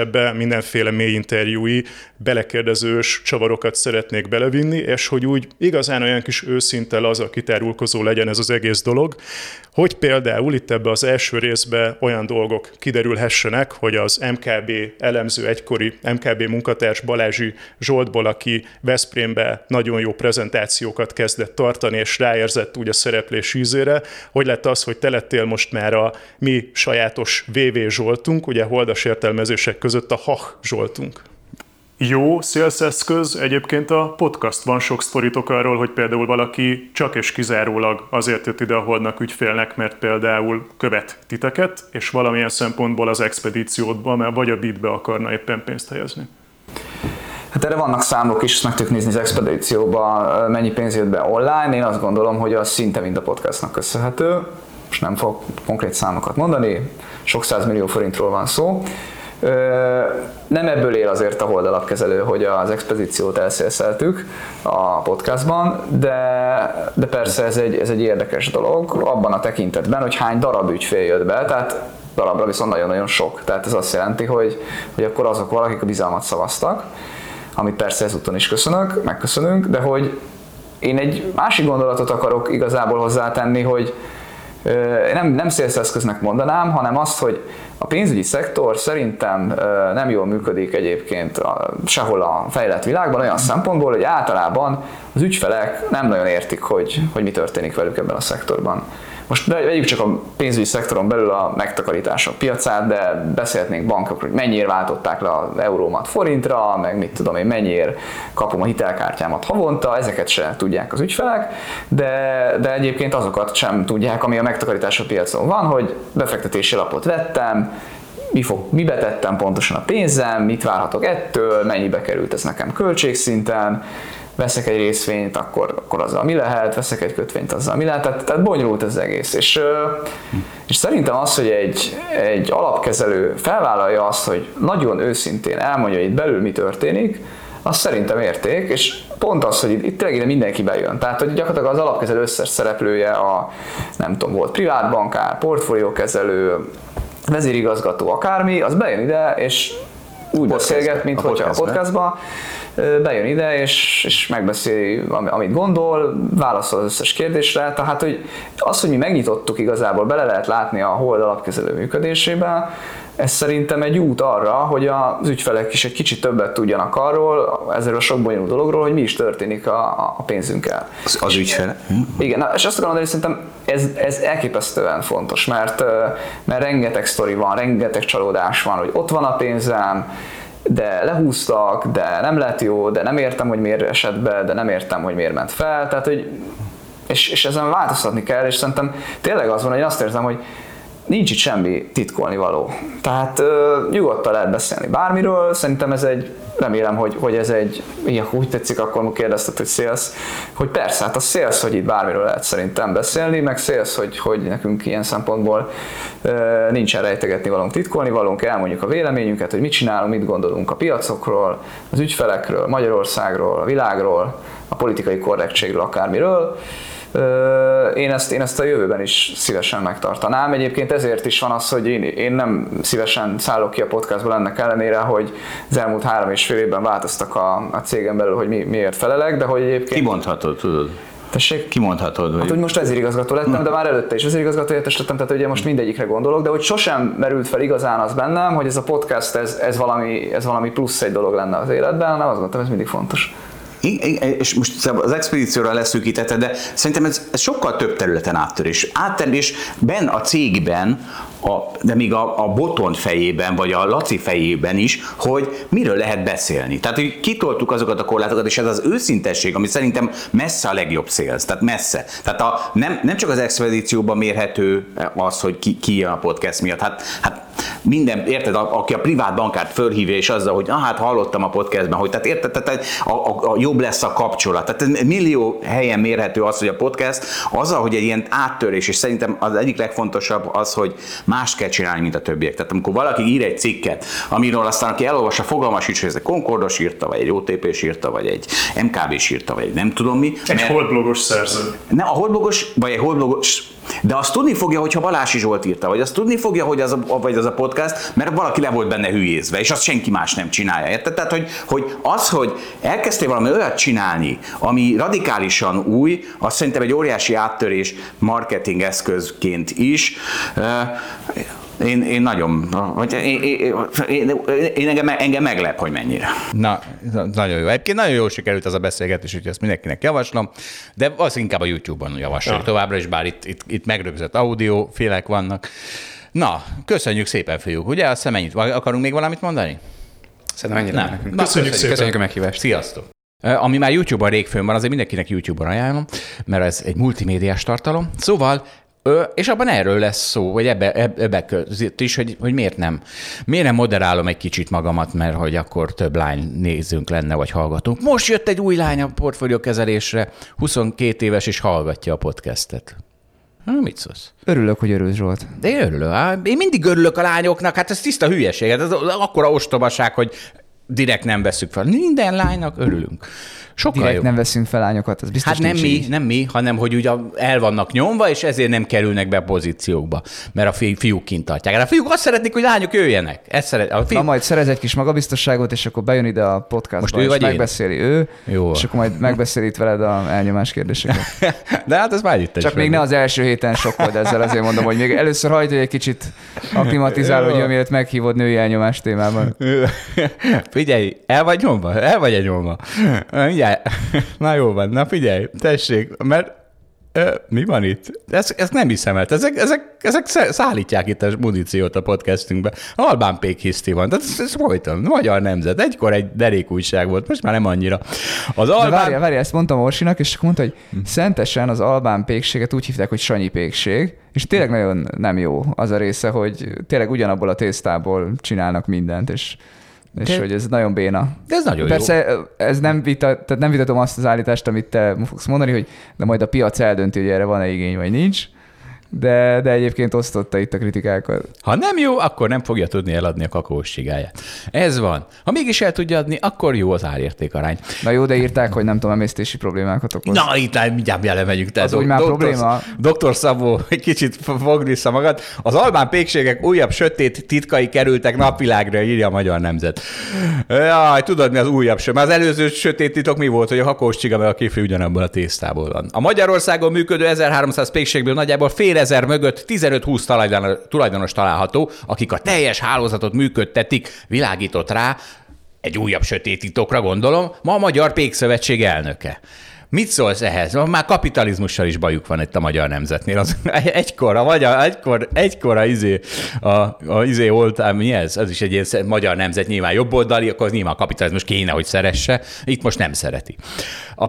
mindenféle mély interjúi, belekérdezős csavarokat szeretnék belevinni, és hogy úgy igazán olyan kis őszinte, laza, kitárulkozó legyen ez az egész dolog, hogy például itt ebbe az első részbe olyan dolgok kiderülhessenek, hogy az em ká bé elemző, egykori em ká bé munkatárs Balázsi Zsoltból, aki Veszprémbe nagyon jó prezentációkat kezdett tartani, és ráérzett úgy a szereplés ízére, hogy lett az, hogy te lettél most már a mi sajátos vé vé Zsoltunk, ugye holdas értelmezések között a Hach Zsoltunk. Jó szélszeszköz egyébként a podcastban sok sztoritok arról, hogy például valaki csak és kizárólag azért jött ide a Holdnak ügyfélnek, mert például követ titeket, és valamilyen szempontból az expedíciódban, vagy a bitbe akarna éppen pénzt helyezni. Hát erre vannak számok is, meg tudjuk nézni az expedícióban, mennyi pénz jött be online. Én azt gondolom, hogy az szinte mind a podcastnak köszönhető. Most nem fogok konkrét számokat mondani, sok százmillió forintról van szó. Nem ebből él azért a Hold alapkezelő, hogy az expedíciót elszélszeltük a podcastban, de, de persze ez egy, ez egy érdekes dolog abban a tekintetben, hogy hány darab ügyfél jött be, tehát darabra viszont nagyon-nagyon sok. Tehát ez azt jelenti, hogy, hogy akkor azok valakik a bizalmat szavaztak, amit persze ezúton is köszönök, megköszönünk, de hogy én egy másik gondolatot akarok igazából hozzátenni, hogy nem, nem szélszeszköznek mondanám, hanem azt, hogy a pénzügyi szektor szerintem nem jól működik egyébként sehol a fejlett világban olyan szempontból, hogy általában az ügyfelek nem nagyon értik, hogy, hogy mi történik velük ebben a szektorban. Most vegyük csak a pénzügyi szektoron belül a megtakarítások piacát, de beszélhetnénk bankokról, hogy mennyire váltották le az eurómat forintra, meg mit tudom én, mennyire kapom a hitelkártyámat havonta, ezeket sem tudják az ügyfelek, de, de egyébként azokat sem tudják, ami a megtakarítások piacon van, hogy befektetési lapot vettem, mi fog, mibe tettem pontosan a pénzem, mit várhatok ettől, mennyibe került ez nekem költségszinten, veszek egy részvényt, akkor, akkor azzal mi lehet, veszek egy kötvényt, azzal mi lehet, tehát, tehát bonyolult ez az egész. És, és szerintem az, hogy egy, egy alapkezelő felvállalja azt, hogy nagyon őszintén elmondja, hogy itt belül mi történik, az szerintem érték, és pont az, hogy itt, itt tényleg mindenki bejön. Tehát, hogy gyakorlatilag az alapkezelő összes szereplője a, nem tudom, volt privátbankár, portfóliókezelő, vezérigazgató, akármi, az bejön ide, és úgy beszélget, mint a hogyha a podcastban, bejön ide, és, és megbeszéli, amit gondol, válaszol az összes kérdésre. Tehát, hogy az, hogy mi megnyitottuk igazából, bele lehet látni a Hold alapkezelő működésébe, ez szerintem egy út arra, hogy az ügyfelek is egy kicsit többet tudjanak arról, ezzel a sok bonyolult dologról, hogy mi is történik a, a pénzünkkel. Az, az ügyfele? Igen, na, és azt akarom mondani, hogy szerintem ez, ez elképesztően fontos, mert, mert rengeteg sztori van, rengeteg csalódás van, hogy ott van a pénzem, de lehúztak, de nem lett jó, de nem értem, hogy miért esett be, de nem értem, hogy miért ment fel, tehát, hogy, és, és ezen változtatni kell, és szerintem tényleg az van, hogy azt érzem, hogy nincs itt semmi titkolni való. Tehát uh, nyugodtan lehet beszélni bármiről, szerintem ez egy, remélem, hogy, hogy ez egy, ilyen, úgy tetszik, akkor kérdezted, hogy sales, hogy persze, hát a sales, hogy itt bármiről lehet szerintem beszélni, meg sales, hogy, hogy nekünk ilyen szempontból uh, nincsen rejtegetni valónk, titkolni valónk, elmondjuk a véleményünket, hogy mit csinálunk, mit gondolunk a piacokról, az ügyfelekről, Magyarországról, a világról, a politikai korrektségről, akármiről. Én ezt, én ezt a jövőben is szívesen megtartanám. Egyébként ezért is van az, hogy én, én nem szívesen szállok ki a podcastból ennek ellenére, hogy az elmúlt három és fél évben változtak a, a cégen belül, hogy mi, miért felelek, de hogy egyébként... Kimondhatod, tudod. Tessék? Kimondhatod. Hát, hogy most vezérigazgató lettem, de már előtte is vezérigazgató helyettes lettem, tehát ugye most mindegyikre gondolok, de hogy sosem merült fel igazán az bennem, hogy ez a podcast, ez, ez, valami, ez valami plusz egy dolog lenne az életben, nem azt gondoltam, ez mindig fontos. És most az expedícióra leszűkítette, de szerintem ez, ez sokkal több területen áttörés. Áttörés benn a cégben, a, de még a, a Botond fejében, vagy a Laci fejében is, hogy miről lehet beszélni. Tehát, hogy kitoltuk azokat a korlátokat, és ez az őszintesség, ami szerintem messze a legjobb sales, tehát messze. Tehát a, nem, nem csak az expedícióban mérhető az, hogy ki, ki jön a podcast miatt. Hát, hát minden, érted, a, aki a privát bankárt fölhívja, és azzal, hogy ah, hát hallottam a podcastben, hogy tehát érted, tehát a, a, a jobb lesz a kapcsolat. Tehát millió helyen mérhető az, hogy a podcast azzal, hogy egy ilyen áttörés, és szerintem az egyik legfontosabb az, hogy más kell csinálni, mint a többiek. Tehát amikor valaki ír egy cikket, amiről aztán aki elolvassa, fogalmasít, hogy ez egy Concordos írta, vagy egy o té pés írta, vagy egy em ká bés írta, vagy egy nem tudom mi. Egy holdblogos szerző. Ne, a holdblogos, vagy egy holdblogos, de azt tudni fogja, hogyha Balási Zsolt írta, vagy azt tudni fogja, hogy az a, vagy az a podcast, mert valaki le volt benne hülyézve, és azt senki más nem csinálja. Érted? Tehát, hogy, hogy az, hogy elkezdtél valami olyat csinálni, ami radikálisan új, az szerintem egy óriási áttörés marketing eszközként is. Én, én nagyon, vagy én, én, én, én engem, engem meglep, hogy mennyire. Na, nagyon jó. Egyébként nagyon jól sikerült az a beszélgetés, úgyhogy ezt mindenkinek javaslom, de az inkább a YouTube-on javasoljuk ja. továbbra is, bár itt, itt, itt megrögzött audiófélek vannak. Na, köszönjük szépen, fiúk, ugye? Azt hiszem ennyit. Akarunk még valamit mondani? Szerintem ennyire. Nem. Köszönjük, köszönjük szépen. Köszönjük a meghívást. Sziasztok! Ami már YouTube-on rég fönn van, azért mindenkinek YouTube-on ajánlom, mert ez egy multimédiás tartalom. Szóval Ö, és abban erről lesz szó, vagy ebbe, ebbe között is, hogy, hogy miért nem. Miért nem moderálom egy kicsit magamat, mert hogy akkor több lány nézőnk lenne, vagy hallgatunk. Most jött egy új lány a portfólió kezelésre, huszonkét éves, és hallgatja a podcastet. Ha, mit szólsz? Örülök, hogy örülsz, Zsolt. De én örülök. Á? Én mindig örülök a lányoknak, hát ez tiszta hülyeség. Ez akkora ostobaság, hogy direkt nem veszük fel. Minden lánynak örülünk. Sokkal Direkt jobb. nem veszünk fel lányokat, az biztos. Hát nem mi, így. nem mi, hanem hogy ugye el vannak nyomva, és ezért nem kerülnek be a pozíciókba, mert a fi- fiúk kint tartják. De a fiúk azt szeretnék, hogy lányok jöjjenek. Ezt szeret, a fiúk... Na majd szerez egy kis magabiztosságot, és akkor bejön ide a podcastba, Most ő és vagy megbeszéli én? ő, Jó. és akkor majd megbeszéli itt veled a elnyomás kérdéseket. De hát ez már itt Csak még ne az első héten sokkod ezzel, azért mondom, hogy még először hagyd, hogy egy kicsit aklimatizálódjon, mielőtt meghívod női elnyomás témában. Figyelj, el vagy nyomva? El vagy nyomva? Figyelj. Na jó van, na figyelj, tessék, mert ö, mi van itt? Ezt, ezt nem hiszem el. Ezek, ezek, ezek szállítják itt a muníciót a podcastünkbe. Albán Pék hiszti van. Tehát ez, ez folyton. Magyar Nemzet. Egykor egy derékújság volt, most már nem annyira. Az Albán... Várjál, várjál, ezt mondtam Orsinak, és akkor mondta, hogy szentesen az albán pékséget úgy hívták, hogy Sanyi pékség, és tényleg nagyon nem jó az a része, hogy tényleg ugyanabból a tésztából csinálnak mindent, és És de, hogy ez nagyon béna. De ez nagyon Persze, jó. Persze ez nem, vita, tehát nem vitatom azt az állítást, amit te fogsz mondani, hogy de majd a piac eldönti, hogy erre van-e igény, vagy nincs. De, de egyébként osztotta itt a kritikákat. Ha nem jó, akkor nem fogja tudni eladni a kakaós csigáját. Ez van. Ha mégis el tudja adni, akkor jó az árértékarány. Na jó, de írták, hogy nem tudom, emésztési problémákat okoz. Na, itt mindjárt belemegyünk. Te az úgy már doktor, probléma. doktor Szabó, egy kicsit fogd vissza magad. Az albán pékségek újabb sötét titkai kerültek napvilágra, írja a Magyar Nemzet. Jaj, tudod, mi az újabb sötét? Már az előző sötét titok mi volt, hogy a kakaós csiga meg a kifli ugyanabból a tésztából van. A Magyarországon működő ezerháromszáz pékségből nagyjából fél ezer mögött tizenöt-húsz tulajdonos található, akik a teljes hálózatot működtetik, világított rá, egy újabb sötét titokra gondolom, ma a Magyar Pékszövetség elnöke. Mit szólsz ehhez? Már kapitalizmussal is bajuk van itt a Magyar Nemzetnél. Az egykor a magyar, egykor, egykor a izé, a, a izé oltál, mi ez? Ez is egy ilyen Magyar Nemzet, nyilván jobboldali, akkor az nyilván a kapitalizmus kéne, hogy szeresse. Itt most nem szereti. A,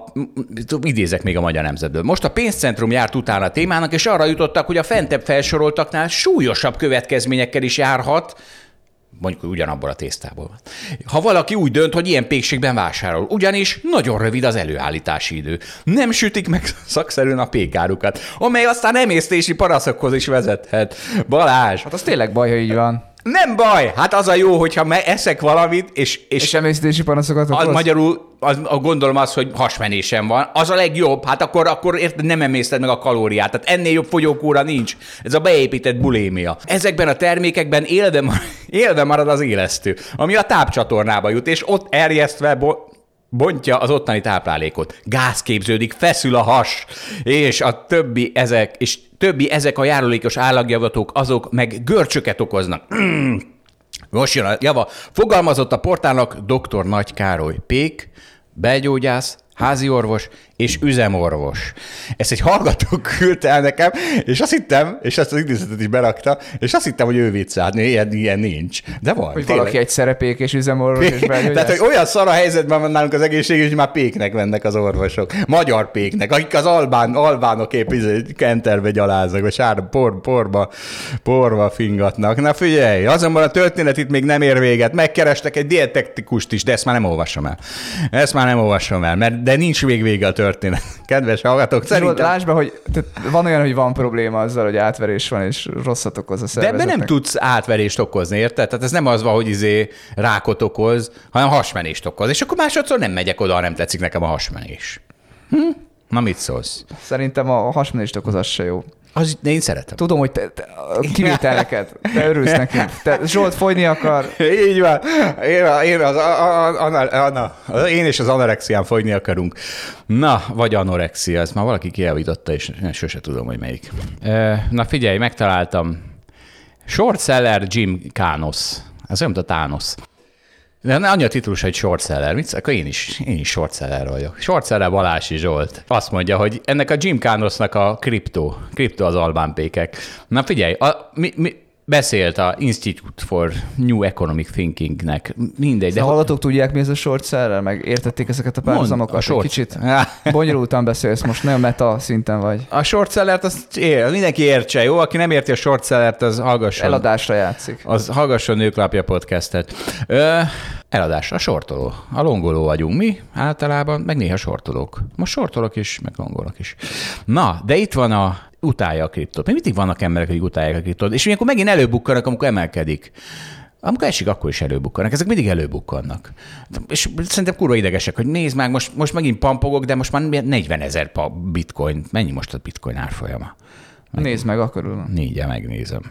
idézek még a Magyar Nemzetből. Most a pénzcentrum járt utána a témának, és arra jutottak, hogy a fentebb felsoroltaknál súlyosabb következményekkel is járhat, mondjuk ugyanabból a tésztából van. Ha valaki úgy dönt, hogy ilyen pékségben vásárol, ugyanis nagyon rövid az előállítási idő. Nem sütik meg szakszerűen a pékárukat, amely aztán emésztési panaszokhoz is vezethet. Balázs! Hát az tényleg baj, ha így van. Nem baj! Hát az a jó, hogyha eszek valamit, és... És, és emésztési panaszokat okoz? Az magyarul az, gondolom az, hogy hasmenésem van. Az a legjobb. Hát akkor, akkor érted, nem emészted meg a kalóriát. Tehát ennél jobb fogyókúra nincs. Ez a beépített bulémia. Ezekben a termékekben élve, élve marad az élesztő, ami a tápcsatornába jut, és ott erjesztve... Bo- bontja az ottani táplálékot. Gáz képződik, feszül a has, és a többi ezek, és többi ezek a járulékos állatjavatók, azok meg görcsöket okoznak. Most jön a java. Fogalmazott a portálnak doktor Nagy Károly Pék, belgyógyász, házi orvos és üzemorvos. Ezt egy hallgató küldte el nekem, és azt hittem, és ezt az idézetet is berakta, és azt hittem, hogy ő viccelt, ilyen, ilyen nincs. De van. Hogy valaki egy szerepék és üzemorvos és belgyógyász. Tehát, hogy olyan szar a helyzetben van nálunk az egészségügy, hogy már péknek mennek az orvosok. Magyar péknek, akik az albán, albánok épp kenterbe gyaláznak, vagy sárba, por, porba, porba fingatnak. Na figyelj, azonban a történet itt még nem ér véget. Megkerestek egy dietetikust is, de ezt már nem olvasom el. Ezt már nem olvasom el, mert de nincs még vége a történet. Kedves hallgatók, szerintem... Lásd be, hogy van olyan, hogy van probléma azzal, hogy átverés van, és rosszat okoz a szervezetnek. De ebben nem tudsz átverést okozni, érted? Tehát ez nem az van, hogy izé rákot okoz, hanem hasmenést okoz. És akkor másodszor nem megyek oda, ha nem tetszik nekem a hasmenés. Hm? Na mit szólsz? Szerintem a hasmenést okoz az se jó. Az, de én szeretem. Tudom, hogy te, te kivételeket, te örülsz nekünk. Te, Zsolt fogyni akar. Így van. Én, én, az, a, a, a, a, én és az anorexián fogyni akarunk. Na, vagy anorexia, ezt már valaki kijavította, és sose tudom, hogy melyik. Na figyelj, megtaláltam. Short seller Jim Kános. Ez olyan, mint a Thanos. De annyi a titulus, hogy short seller. Mit? Akkor én is, én is short seller vagyok. Short seller Balási Zsolt. Azt mondja, hogy ennek a Jim Kánosnak a kriptó. Kriptó az albánpékek. Na figyelj, a, mi, mi, beszélt a Institute for New Economic Thinkingnek. Mindegy. De de hallgatók tudják, mi ez a short seller? Meg értették ezeket a párhuzamokat? A short. Kicsit bonyolultan beszélsz most, nagyon meta szinten vagy. A short sellert azt ér, mindenki értse, jó? Aki nem érti a short sellert, az hallgasson. Eladásra játszik. Az hallgasson Nőklapja podcastet. Ö, eladásra, a sortoló. A longoló vagyunk mi általában, meg néha sortolók. Most sortolok is, meg longolok is. Na, de itt van a utálja a kriptót. Még mindig vannak emberek, akik utálják a kriptót, és ilyenkor megint előbukkanak, amikor emelkedik. Amikor esik, akkor is előbukkanak. Ezek mindig előbukkannak. És szerintem kurva idegesek, hogy nézd meg, most, most megint pampogok, de most már negyvenezer bitcoin. Mennyi most a bitcoin árfolyama? Meg nézd meg, akkor. Négyel megnézem.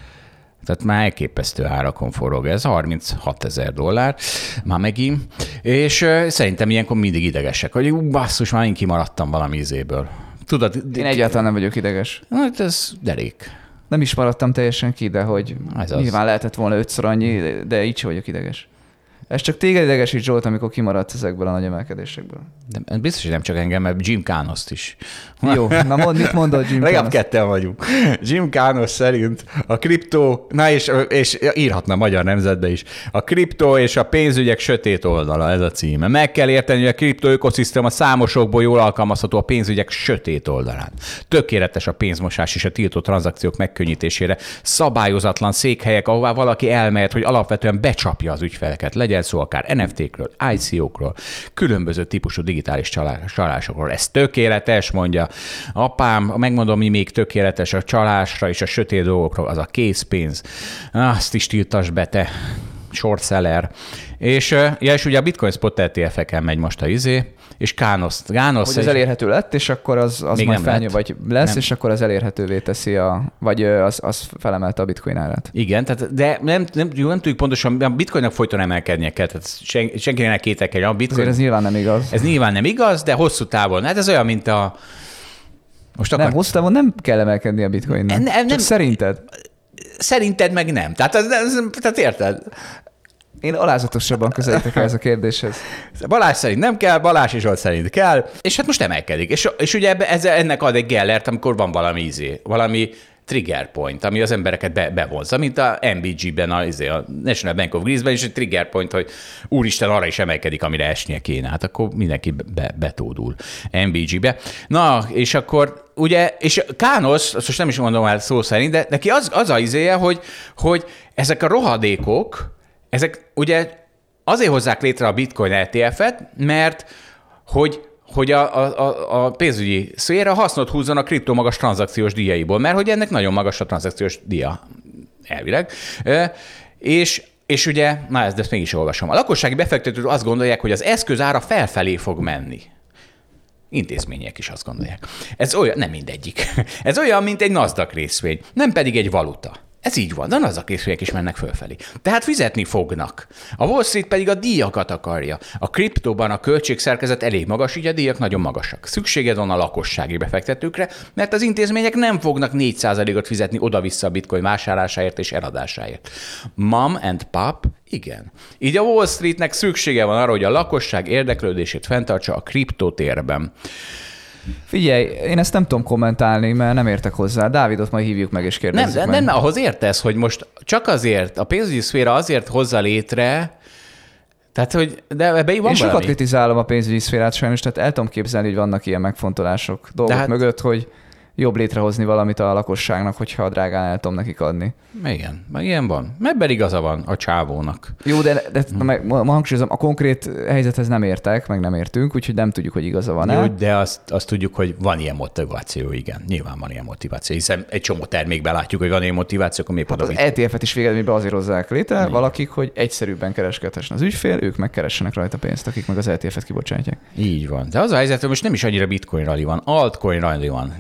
Tehát már elképesztő árakon forog ez, harminchat ezer dollár, már megint. És uh, szerintem ilyenkor mindig idegesek, hogy ú, basszus, már én kimaradtam valami izéből. Tudod, én egyáltalán nem vagyok ideges. Hát ez derék. Nem is maradtam teljesen ki, de hogy ez nyilván az. Lehetett volna ötször annyi, de így sem vagyok ideges. Ez csak téged idegesít, Zsolt, amikor kimaradsz ezekből a nagy emelkedésekből. De biztos, hogy nem csak engem, mert Jim Kánoszt is. Jó, na mond, mit mondod Jim Legalább Kános? ketten vagyunk. Jim Kános szerint a kriptó, na és, és írhatna a Magyar Nemzetbe is, a kriptó és a pénzügyek sötét oldala, ez a címe. Meg kell érteni, hogy a kriptó ökoszisztéma számosokból jól alkalmazható a pénzügyek sötét oldalán. Tökéletes a pénzmosás és a tiltott tranzakciók megkönnyítésére. Szabályozatlan székhelyek, ahová valaki elmehet, hogy alapvetően becsapja az ügyfeleket. Legyen szó akár en ef té-kről, i cé ó-król, különböző típusú digitális csalásokról. Ez tökéletes, mondja apám, megmondom, mi még tökéletes a csalásra és a sötét dolgokról, az a készpénz. Azt is tiltass be, te short seller. És, ja, és ugye a Bitcoin Spot é té ef-eken megy most a izé, és Kánosz. Kánosz hogy az elérhető lett, és akkor az, az majd felnyő, vagy lesz, nem. És akkor az elérhetővé teszi, a, vagy az, az felemelte a bitcoin árát. Igen, tehát, de nem, nem, nem tudjuk pontosan, a bitcoinnak folyton emelkednie kell, tehát sen, senkinek kételkedjen a bitcoin. Azért ez nyilván nem igaz. Ez nyilván nem igaz, de hosszú távon. Hát ez olyan, mint a... Most akar... Nem, hosszú távon nem kell emelkedni a bitcoinnak. Ne, nem, Csak szerinted? Szerinted meg nem. Tehát, az, az, tehát érted? Én alázatosabban közelítek ez a kérdéshez. Balázs szerint nem kell, Balázs és Zsolt szerint kell, és hát most emelkedik. És, és ugye ez, ennek ad egy gellert, amikor van valami izé, valami trigger point, ami az embereket be, bevonza, mint a en bé gé-ben, a, a National Bank of Greece-ben is egy trigger point, hogy úristen, arra is emelkedik, amire esnie kéne. Hát akkor mindenki be, betódul en bé gé-be. Na, és akkor ugye, és Kánosz, azt most nem is mondom el szó szerint, de neki az, az a izéje, hogy, hogy ezek a rohadékok, ezek ugye azért hozzák létre a Bitcoin é té ef-et, mert hogy, hogy a, a, a pénzügyi szféra hasznot húzzon a kriptó magas tranzakciós díjaiból, mert hogy ennek nagyon magas a tranzakciós díja elvileg. És, és ugye, na ezt, ezt mégis olvasom. A lakossági befektetők azt gondolják, hogy az eszköz ára felfelé fog menni. Intézmények is azt gondolják. Ez olyan, nem mindegyik. Ez olyan, mint egy NASDAQ részvény, nem pedig egy valuta. Ez így van, de az a készülék is mennek fölfelé. Tehát fizetni fognak. A Wall Street pedig a díjakat akarja. A kriptóban a költségszerkezet elég magas, így a díjak nagyon magasak. Szükséged van a lakossági befektetőkre, mert az intézmények nem fognak négy százalékot fizetni oda-vissza a bitcoin vásárlásáért és eladásáért. Mom and pop, igen. Így a Wall Streetnek szüksége van arra, hogy a lakosság érdeklődését fenntartsa a kriptotérben. Figyelj, én ezt nem tudom kommentálni, mert nem értek hozzá. Dávidot majd hívjuk meg és kérdezzük nem, meg. Nem, nem, ahhoz értesz, hogy most csak azért, a pénzügyi szféra azért hozza létre, tehát, hogy de ebbe van Én valami. sokat kritizálom a pénzügyi szférát sajnos, tehát el tudom képzelni, hogy vannak ilyen megfontolások dolgok hát... mögött, hogy jobb létrehozni valamit a lakosságnak, hogyha drágán el tudom nekik adni. Igen, meg ilyen van. Ebben igaza van a csávónak. Jó, de, de hm. meg, ma hangsúlyozom, a konkrét helyzethez nem értek, meg nem értünk, úgyhogy nem tudjuk, hogy igaza van-e. Jó, de azt, azt tudjuk, hogy van ilyen motiváció, igen. Nyilván van ilyen motiváció, hiszen egy csomó termékben látjuk, hogy van ilyen motiváció, akkor miért hát az é té ef-et is végeredményben azért hozzák létre igen. valakik, hogy egyszerűbben kereskedhessen az ügyfél, ők megkeressenek rajta pénzt, akik meg az é té ef-et kibocsátják. Így van. De az a helyzet, hogy most nem is annyira bitcoin rally van, altcoin rally van.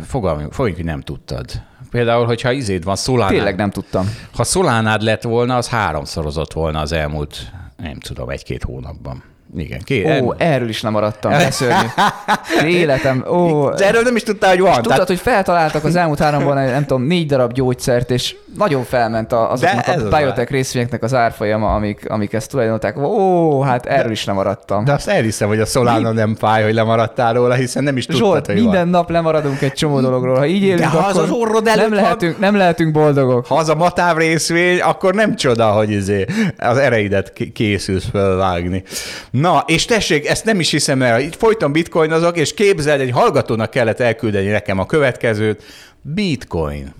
fogalmunk, hogy nem tudtad. Például, hogyha izéd van, Solánád. Tényleg nem tudtam. Ha Solánád lett volna, az háromszorozott volna az elmúlt, nem tudom, egy-két hónapban. Igen. Két, Ó, el... erről is nem maradtam, de szörnyű. Életem, ó. De erről nem is tudtál, hogy van. Tudtad, tehát... hogy feltaláltak az elmúlt háromban, nem tudom, négy darab gyógyszert, és nagyon felment azoknak a biotech részvényeknek az árfolyama, amik, amik ezt tulajdonolták. Ó, hát erről is nem maradtam. De azt elhiszem, hogy a Solana nem fáj, hogy lemaradtál róla, hiszen nem is tudtad, Zsolt, hogy minden van. nap lemaradunk egy csomó dologról. Ha így élünk, de ha akkor az, az orrod előtt nem, lehetünk, nem lehetünk boldogok. Ha az a matáv részvény, akkor nem csoda, hogy izé az ereidet készülsz fölvágni. Na, és tessék, ezt nem is hiszem el, itt folyton bitcoinozok, és képzeld, egy hallgatónak kellett elküldeni nekem a következőt. Bitcoin.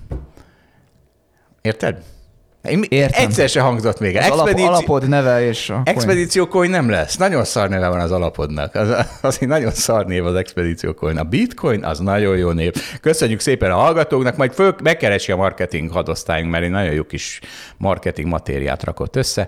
Érted? Értem. Egyszer se hangzott még. Az Expedíci... alapod neve és a Expedíció coin nem lesz. Nagyon szar neve van az alapodnak. Az, az egy nagyon szar név az Expedíció coin. A Bitcoin az nagyon jó név. Köszönjük szépen a hallgatóknak, majd föl, megkeresi a marketing hadosztályunk, mert egy nagyon jó kis marketing matériát rakott össze.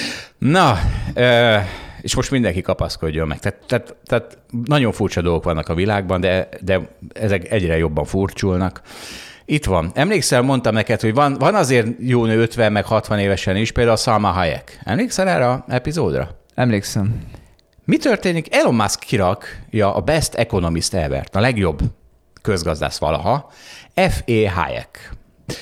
Na, ö, és most mindenki kapaszkodjon meg. Tehát, tehát, tehát nagyon furcsa dolgok vannak a világban, de, de ezek egyre jobban furcsulnak. Itt van. Emlékszel, mondtam neked, hogy van, van azért jó nő ötven meg hatvan évesen is, például a Salma Hayek. Emlékszel erre az epizódra? Emlékszem. Mi történik? Elon Musk kirakja a Best Economist Ever, a legjobb közgazdász valaha, F A Hayek.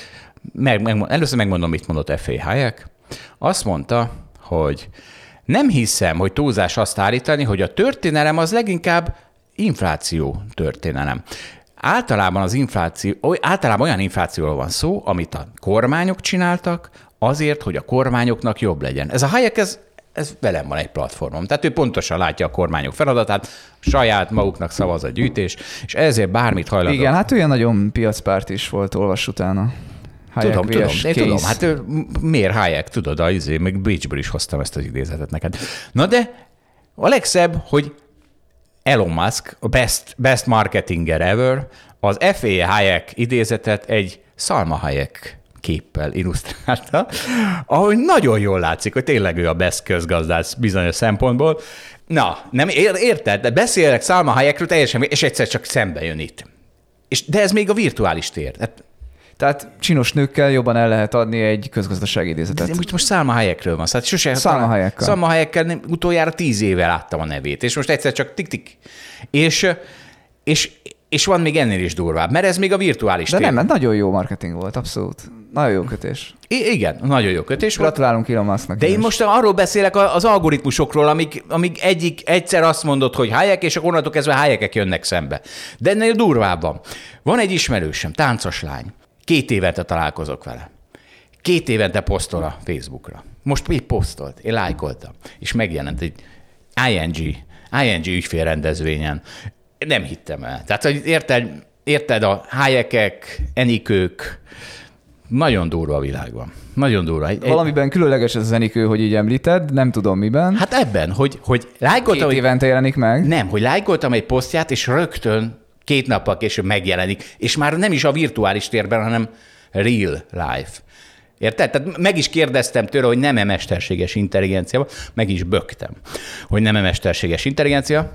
Meg, meg, először megmondom, mit mondott F A Hayek. Azt mondta, hogy nem hiszem, hogy túlzás azt állítani, hogy a történelem az leginkább infláció történelem. Általában az infláció, általában olyan inflációról van szó, amit a kormányok csináltak azért, hogy a kormányoknak jobb legyen. Ez a Hayek, ez, ez velem van egy platformom. Tehát ő pontosan látja a kormányok feladatát, saját maguknak szavaz a gyűjtés, és ezért bármit hajlandó. Igen, hát olyan nagyon piacpárt is volt, olvass utána. Hayek tudom, tudom, én case. tudom. Hát miért Hayek, tudod, az izé, meg Bécsből is hoztam ezt az idézetet neked. Na de a legszebb, hogy Elon Musk, a best, best marketinger ever, az F A Hayek idézetet egy Salma Hayek képpel illusztrálta, ahogy nagyon jól látszik, hogy tényleg ő a best közgazdász bizonyos szempontból. Na, nem érted? De beszélek Salma Hayekről teljesen, és egyszer csak szembe jön itt. És, de ez még a virtuális tér. Hát, Tehát csinos nőkkel jobban el lehet adni egy közgazdasági idézetet. De most, most Salma Hayekről van. Szóval sose Salma Hayekkel. Salma Hayekkel utoljára tíz éve láttam a nevét, és most egyszer csak tik-tik. És, és, és van még ennél is durvább, mert ez még a virtuális De tér. nem, mert nagyon jó marketing volt, abszolút. Nagyon jó kötés. I- igen, nagyon jó kötés volt. Gratulálunk Elon Musknak. De én most arról beszélek az algoritmusokról, amik, amik egyik egyszer azt mondod, hogy Hayek, és akkor onnantól kezdve Hayekek jönnek szembe. De ennél durvább van. Van egy ismerősöm, táncos lány. Két évente találkozok vele. Két évente posztol a Facebookra. Most még posztolt, én lájkoltam, és megjelent egy I N G, I N G ügyfélrendezvényen. Nem hittem el. Tehát, hogy érted, érted a Hayekek, Enikők, nagyon durva a világban. Nagyon durva. Valamiben különleges ez az Enikő, hogy így említed, nem tudom miben. Hát ebben, hogy, hogy lájkoltam... Két évente jelenik meg. Nem, hogy lájkoltam egy posztját, és rögtön két nappal később megjelenik, és már nem is a virtuális térben, hanem real life. Érted? Tehát meg is kérdeztem tőle, hogy nem-e mesterséges intelligencia, meg is böktem, hogy nem-e mesterséges intelligencia,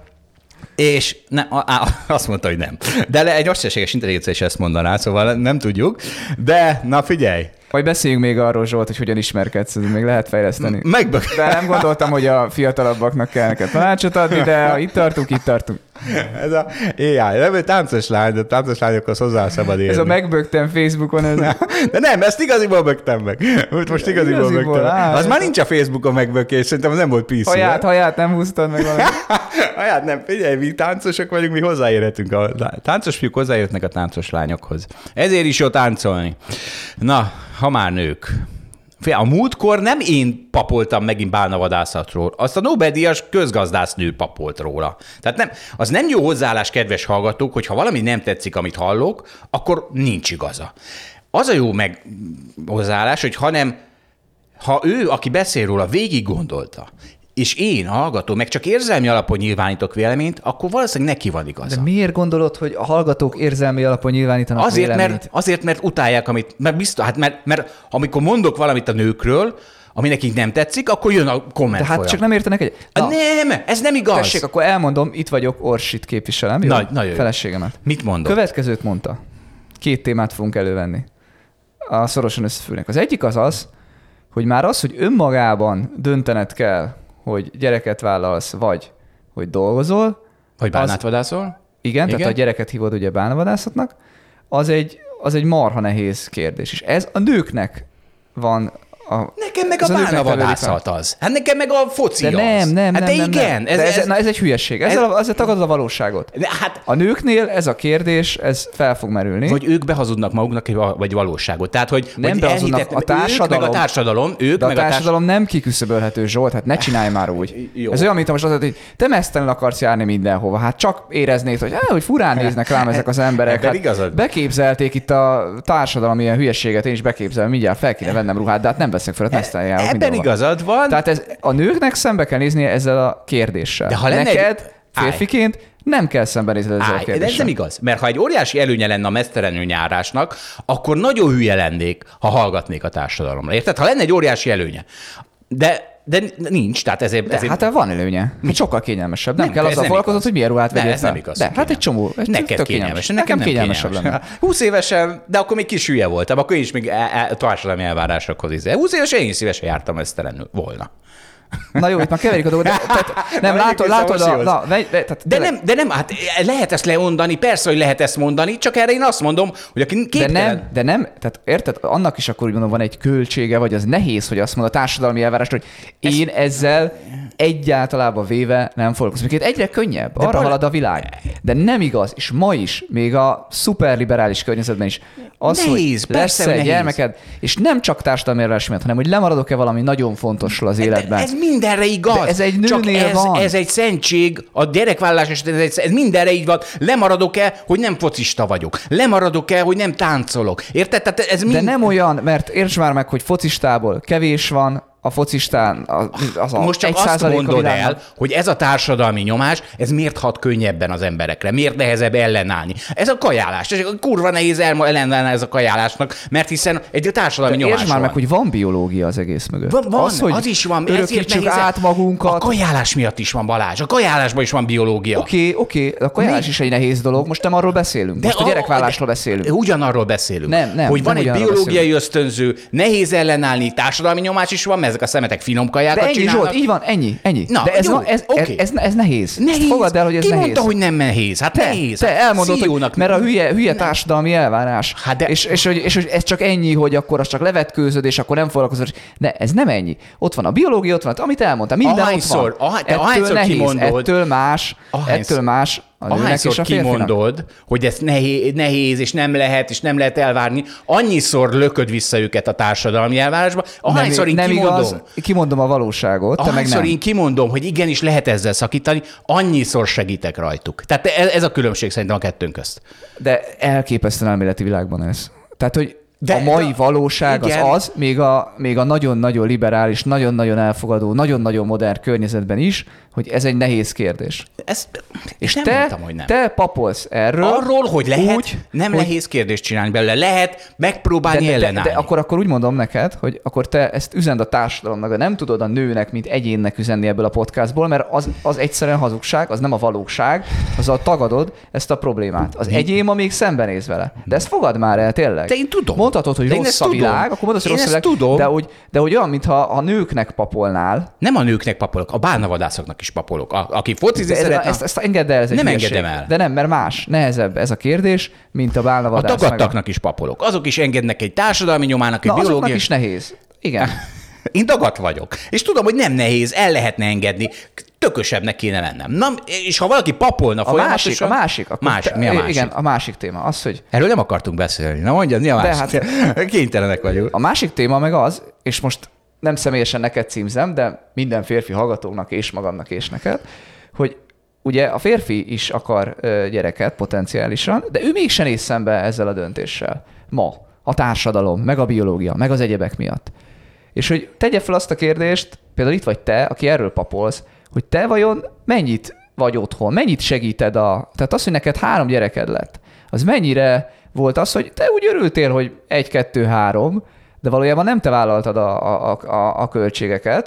és ne, á, azt mondta, hogy nem. De egy mesterséges intelligencia is ezt mondaná, szóval nem tudjuk, de na figyelj. Majd beszéljünk még arról, Zsolt, hogy hogyan ismerkedsz, ez még lehet fejleszteni. Megbök. De nem gondoltam, hogy a fiatalabbaknak kell neked tanácsot adni, de ha itt tartunk, itt tartunk. Ez a á i, nem egy táncos lány, de táncos lányokhoz hozzá szabad élni. Ez a megbögtem Facebookon. Ez... De nem, ezt igaziból bögtem meg. Most, most igaziból, igaziból bögtem meg. Az már nincs a Facebookon megbökés, szerintem az nem volt pé cé. Haját, haját nem húztad meg valami. Haját nem, figyelj, mi táncosok vagyunk, mi hozzáérhetünk. A táncos fiúk hozzáérhetnek a táncos lányokhoz. Ezért is jó táncolni. Na, ha már nők. A múltkor nem én papoltam megint bálnavadászatról, azt a Nobel-díjas közgazdásznő papolt róla. Tehát nem, az nem jó hozzáállás, kedves hallgatók, hogy ha valami nem tetszik, amit hallok, akkor nincs igaza. Az a jó meg hozzáállás, hogy hanem, ha ő, aki beszél róla, végig gondolta, és én, a hallgató, meg csak érzelmi alapon nyilvánítok véleményt, akkor valószínűleg neki van igaza. De miért gondolod, hogy a hallgatók érzelmi alapon nyilvánítanak azért, véleményt? Mert, azért, mert utálják, amit, mert biztos, hát mert, mert amikor mondok valamit a nőkről, ami nekik nem tetszik, akkor jön a komment De hát folyam. csak nem értenek egy... Na, nem, ez nem igaz. Tessék, akkor elmondom, itt vagyok, Orsit képviselem, jó? Na, nagyon jó. Feleségemet. Mit mondok? Következőt mondta. két témát fogunk elővenni. A szorosan összefüggnek. Az egyik az az, hogy már az, hogy önmagában döntened kell, hogy gyereket vállalsz, vagy hogy dolgozol. Vagy bálnátvadászol. Igen, igen, tehát a gyereket hívod ugye bálnavadászatnak, az egy, az egy marha nehéz kérdés. És ez a nőknek van a... Nekem meg a bálnavadászat az. Hát nekem meg a foci de nem, az. nem, hát nem, de nem, igen. Nem. Ez, de ez, ez, na, ez egy hülyeség. Ezzel, ezzel tagadod a valóságot. De hát, a nőknél ez a kérdés, ez fel fog merülni. Vagy ők behazudnak maguknak, vagy valóságot. Tehát, hogy, nem hogy behazudnak, a társadalom, ők meg a társadalom, ők de a meg társadalom a társ... nem kiküszöbölhető, Zsolt, hát ne csinálj már úgy. Jó. Ez olyan, mint most az, hogy te mesztelenül akarsz járni mindenhova. Hát csak éreznéd, hogy, hogy furán néznek rám ezek az emberek. Hát beképzelték itt a társadalom ilyen hülyeséget, én is beképzelem, mindjárt fel kéne vennem ruhát, de hát nem veszek fel, mesztelenül járok mindenhova. Igazad van. Tehát ez, a nőknek szembe kell néznie ezzel a kérdéssel. De ha lenne neked, egy... férfiként, nem kell szembenézned ezzel Állj, a kérdéssel. De ez nem igaz, mert ha egy óriási előnye lenne a mesztelenül járásnak, akkor nagyon hülye lennék, ha hallgatnék a társadalomra. Érted? Ha lenne egy óriási előnye. De De nincs, tehát ezért... De ezért... hát van előnye. Hát sokkal kényelmesebb. Nem, nem kell azzal foglalkoznod, hogy milyen ruhát vegyél. Ez nem igaz. De hát egy csomó. Neked kényelmes. Nekem nem kényelmesebb lenne. húsz évesen, de akkor még kis hülye voltam, akkor én is még társadalmi elvárásokhoz is. húsz évesen én is szívesen jártam mesztelenül volna. Na jó, itt már keverik a dolgot. Nem, látod, látod a... Na, vegy, vegy, tehát, de, nem, de nem, hát lehet ezt lemondani, persze, hogy lehet ezt mondani, csak erre én azt mondom, hogy aki képtelen... De nem, de nem, tehát érted, annak is akkor úgy mondom, van egy költsége, vagy az nehéz, hogy azt mond a társadalmi elvárás, hogy én ez... ezzel egyáltalában véve nem foglalkozom. Mert egyre könnyebb, de arra bal... halad a világ. De nem igaz, és ma is, még a szuperliberális környezetben is, az, nehéz, hogy lesz egy gyermeked, és nem csak társadalmi elvárás miatt, hanem hogy lemaradok-e valami nagyon fontosról az életben. Ez mindenre igaz. De ez egy nőnél csak ez, van. ez egy szentség, a gyerekvállalás esetén ez, ez mindenre így van. Lemaradok-e, hogy nem focista vagyok? Lemaradok-e, hogy nem táncolok? Érted? Tehát ez mind... De nem olyan, mert értsd már meg, hogy focistából kevés van, a focistán az a most csak azt mondod el, hogy ez a társadalmi nyomás, ez miért hat könnyebben az emberekre? Miért nehezebb ellenállni? Ez a kajálás. Ez kurva nehéz ellenállni ez a kajálásnak, mert hiszen egy társadalmi nyomás van. Értsd már meg, hogy van biológia az egész mögött. Van, van az, hogy az is van. Örökítsük át magunkat. A kajálás miatt is van, Balázs. A kajálásban is van biológia. Oké, okay, oké. Okay. A kajálás Mi? is egy nehéz dolog. Most nem arról beszélünk. De most a, a gyerekvállásról beszélünk. Ugyanarról beszélünk. Nem, nem, hogy van nem egy biológiai beszélünk. ösztönző, nehéz ellenállni, társadalmi nyomás is van, mert ezek a szemetek finom kajákat de ennyi, csinálnak. Zsolt, így van, ennyi, ennyi. Na, de ez, jó, ez, okay. ez, ez, ez nehéz. Nehéz. Fogadd el, hogy ez Ki nehéz. mondta, hogy nem nehéz? Hát te, nehéz. Te elmondod, Szíjónak... hogy, mert a hülye, hülye társadalmi elvárás. Hát de... és, és, és, és, és ez csak ennyi, hogy akkor az csak levetkőzöd, és akkor nem foglalkozol. De ez nem ennyi. Ott van a biológia, ott van, amit elmondtam. Minden ahányszor, ott van. Ahány, ettől ahányszor nehéz, kimondod, ettől más, ahányszor, ettől más. Ahányszor kimondod, hogy ez nehéz, nehéz, és nem lehet, és nem lehet elvárni, annyiszor lököd vissza őket a társadalmi elvárásba, ahányszor nem, én nem kimondom. Igaz, kimondom a valóságot, te meg nem. én kimondom, hogy igenis lehet ezzel szakítani, annyiszor segítek rajtuk. Tehát ez a különbség szerintem a kettőnk közt. De elképesztően elméleti világban ez. Tehát, hogy de, a mai de, valóság igen. az az, még a, még a nagyon-nagyon liberális, nagyon-nagyon elfogadó, nagyon-nagyon modern környezetben is, hogy ez egy nehéz kérdés. Ez, és nem te, mondtam, hogy nem. te papolsz erről. Arról, hogy lehet, úgy, nem hogy, nehéz kérdést csinálni belőle. Lehet megpróbálni de, de, ellenállni. De, de akkor, akkor úgy mondom neked, hogy akkor te ezt üzend a társadalomnak, de nem tudod a nőnek, mint egyénnek üzenni ebből a podcastból, mert az, az egyszerűen hazugság, az nem a valóság, azzal tagadod ezt a problémát. Az egyén ma még szembenéz vele. De ezt fogad már el, tényleg. De én tudom. Mondhatod, hogy rossz a világ, akkor mondod, hogy rossz a világ, tudom. De, hogy, de hogy olyan, mintha a nőknek papolnál. Nem a nőknek papolok, a bálnavadászoknak is papolok. A, aki focizni szeretne... Ezt, ezt engedd el, ez egy nem hülyeség. engedem el. De nem, mert más, nehezebb ez a kérdés, mint a bálnavadász. A tagadtaknak is papolok. Azok is engednek egy társadalmi nyomának, egy Na, biológiai... azoknak is nehéz. Igen. Én dagat vagyok. És tudom, hogy nem nehéz, el lehetne engedni. Tökösebbnek kéne lennem. Na, és ha valaki papolna a folyamatosan... Másik, a másik. Másik, te, mi a másik? Igen, a másik téma az, hogy... Erről nem akartunk beszélni. Na mondjad, mi a másik? De hát, kénytelenek vagyunk. A másik téma meg az, és most nem személyesen neked címzem, de minden férfi hallgatónak és magamnak és neked, hogy ugye a férfi is akar gyereket potenciálisan, de ő mégsem néz szembe ezzel a döntéssel. Ma. A társadalom, meg a biológia, meg az egyebek miatt. És hogy tegye fel azt a kérdést, például itt vagy te, aki erről papolsz, hogy te vajon mennyit vagy otthon, mennyit segíted a... Tehát az, hogy neked három gyereked lett, az mennyire volt az, hogy te úgy örültél, hogy egy, kettő, három, de valójában nem te vállaltad a, a, a, a költségeket,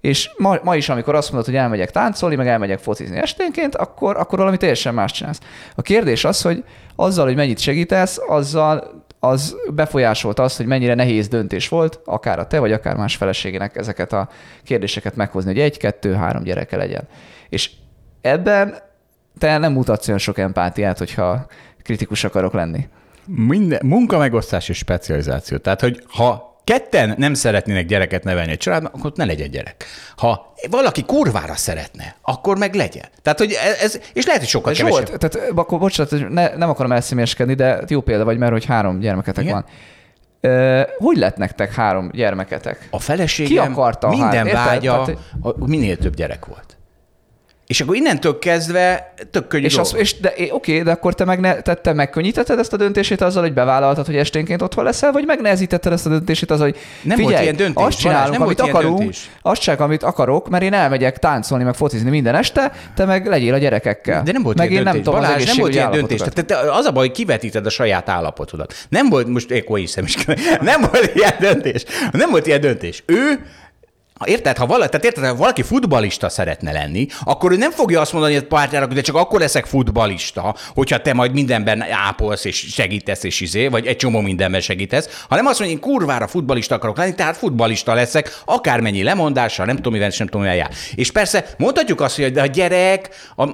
És ma, ma is, amikor azt mondod, hogy elmegyek táncolni, meg elmegyek focizni esténként, akkor, akkor valami teljesen más csinálsz. A kérdés az, hogy azzal, hogy mennyit segítesz, azzal az befolyásolta azt, hogy mennyire nehéz döntés volt, akár a te, vagy akár más feleségének ezeket a kérdéseket meghozni, hogy egy, kettő, három gyereke legyen. És ebben te nem mutatsz olyan sok empátiát, hogyha kritikus akarok lenni. Minden, munkamegosztás és specializáció. Tehát, hogy ha ketten nem szeretnének gyereket nevelni egy családban, akkor ne legyen gyerek. Ha valaki kurvára szeretne, akkor meg legyen. Tehát, hogy ez, és lehet, hogy sokkal kevesebb. Zsolt, tehát akkor bocsánat, ne, nem akarom elszemélyeskedni, de jó példa vagy, mert hogy három gyermeketek Igen? van. Uh, hogy lett nektek három gyermeketek? A feleségem Ki akarta minden három? vágya, Tehát, a, minél több gyerek volt. És akkor innentől kezdve tök könnyű és, az, és de, oké, de akkor te, meg ne, te, te megkönnyítetted ezt a döntését azzal, hogy bevállaltad, hogy esténként otthon leszel, vagy megnehezítetted ezt a döntését azzal, hogy nem figyelj, volt ilyen döntés, azt csinálunk, Balázs, nem amit volt ilyen akarunk, döntés. azt csak, amit akarok, mert én elmegyek táncolni, meg focizni minden este, te meg legyél a gyerekekkel. De nem volt meg ilyen én döntés. nem tudom, Balázs, az nem volt ilyen döntés. állapotokat. Tehát az a baj, hogy kivetíted a saját állapotodat. Nem volt, most ékor hiszem is, nem volt ilyen döntés. Nem volt ilyen döntés. Ő Érted, ha valaki, tehát érted, ha valaki futballista szeretne lenni, akkor ő nem fogja azt mondani a pártjának, hogy de csak akkor leszek futballista, hogyha te majd mindenben ápolsz és segítesz és izé, vagy egy csomó mindenben segítesz, hanem azt mondja, én kurvára futballista akarok lenni, tehát futballista leszek, akármennyi lemondással, nem tudom mivel, nem tudom mivel jár. És persze mondhatjuk azt, hogy a gyerek, a,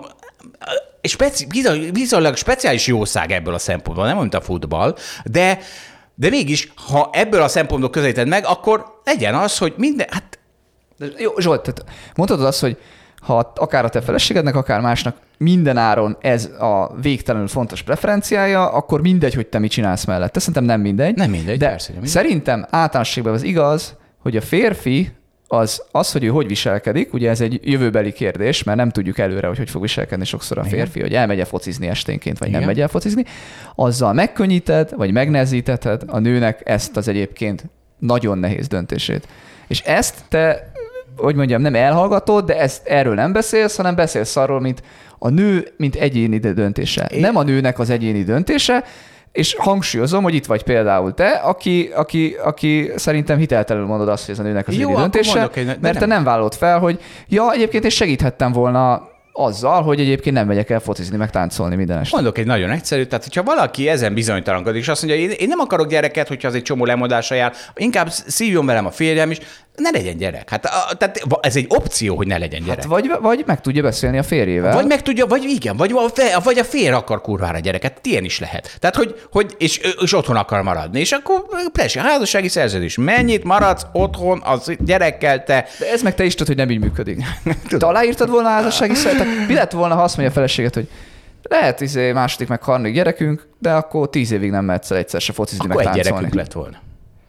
és speci, bizonylag speciális jószág ebből a szempontból, nem mint a futball, de, de mégis, ha ebből a szempontból közelíted meg, akkor legyen az, hogy minden, hát Jó, Zsolt, tehát mondhatod azt, hogy ha akár a te feleségednek, akár másnak minden áron ez a végtelenül fontos preferenciája, akkor mindegy, hogy te mit csinálsz mellette. Szerintem nem mindegy. Nem mindegy, de persze, mindegy. Szerintem általánosságban az igaz, hogy a férfi az, az, hogy ő hogy viselkedik, ugye ez egy jövőbeli kérdés, mert nem tudjuk előre, hogy hogy fog viselkedni sokszor a férfi, Igen. hogy elmegy-e focizni esténként, vagy Igen. nem megy el focizni. Azzal megkönnyíted, vagy megnehezítheted a nőnek ezt az egyébként nagyon nehéz döntését. És ezt te, hogy mondjam, nem elhallgatod, de ezt, erről nem beszélsz, hanem beszélsz arról, mint a nő, mint egyéni döntése. Én... Nem a nőnek az egyéni döntése, és hangsúlyozom, hogy itt vagy például te, aki, aki, aki szerintem hiteltelenül mondod azt, hogy ez a nőnek az egyéni döntése, egy, mert nem. te nem vállalod fel, hogy ja, egyébként én segíthettem volna azzal, hogy egyébként nem megyek el focizni, meg táncolni minden este. Mondok egy nagyon egyszerű, tehát hogyha valaki ezen bizonytalankodik, és azt mondja, én, én nem akarok gyereket, hogyha az egy csomó lemondással jár, inkább szívjon velem a férjem is, ne legyen gyerek. Hát a, tehát ez egy opció, hogy ne legyen gyerek. Hát vagy, vagy meg tudja beszélni a férjével. Vagy meg tudja, vagy igen, vagy a, vagy a férj akar kurvára gyereket, ilyen is lehet. Tehát, hogy, hogy és, és otthon akar maradni, és akkor presi, házassági szerződés. Mennyit maradsz otthon az gyerekkel te? De ez meg te is tudod, hogy nem így működik. Te aláírtad volna a házassági szerződést? Mi lett volna, ha azt mondja a feleséget, hogy lehet izé második meg harmadik gyerekünk, de akkor tíz évig nem mehetsz el egyszer se focizni, meg táncolni. Akkor egy gyerekünk lett volna.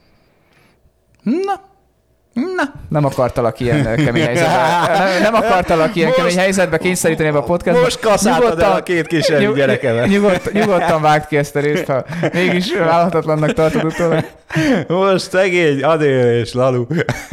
Na, Na. Nem akartalak ilyen kemény helyzetbe. Nem, nem akartalak ilyen most, kemény helyzetbe kényszeríteni ebbe a podcastba. Most kaszáltad el a két kísérleti nyug, gyerekemet. Nyugod, nyugodtan vágd ki ezt a részt, ha mégis vállalhatatlannak tartod utólag. Most szegény Adél és Lalu.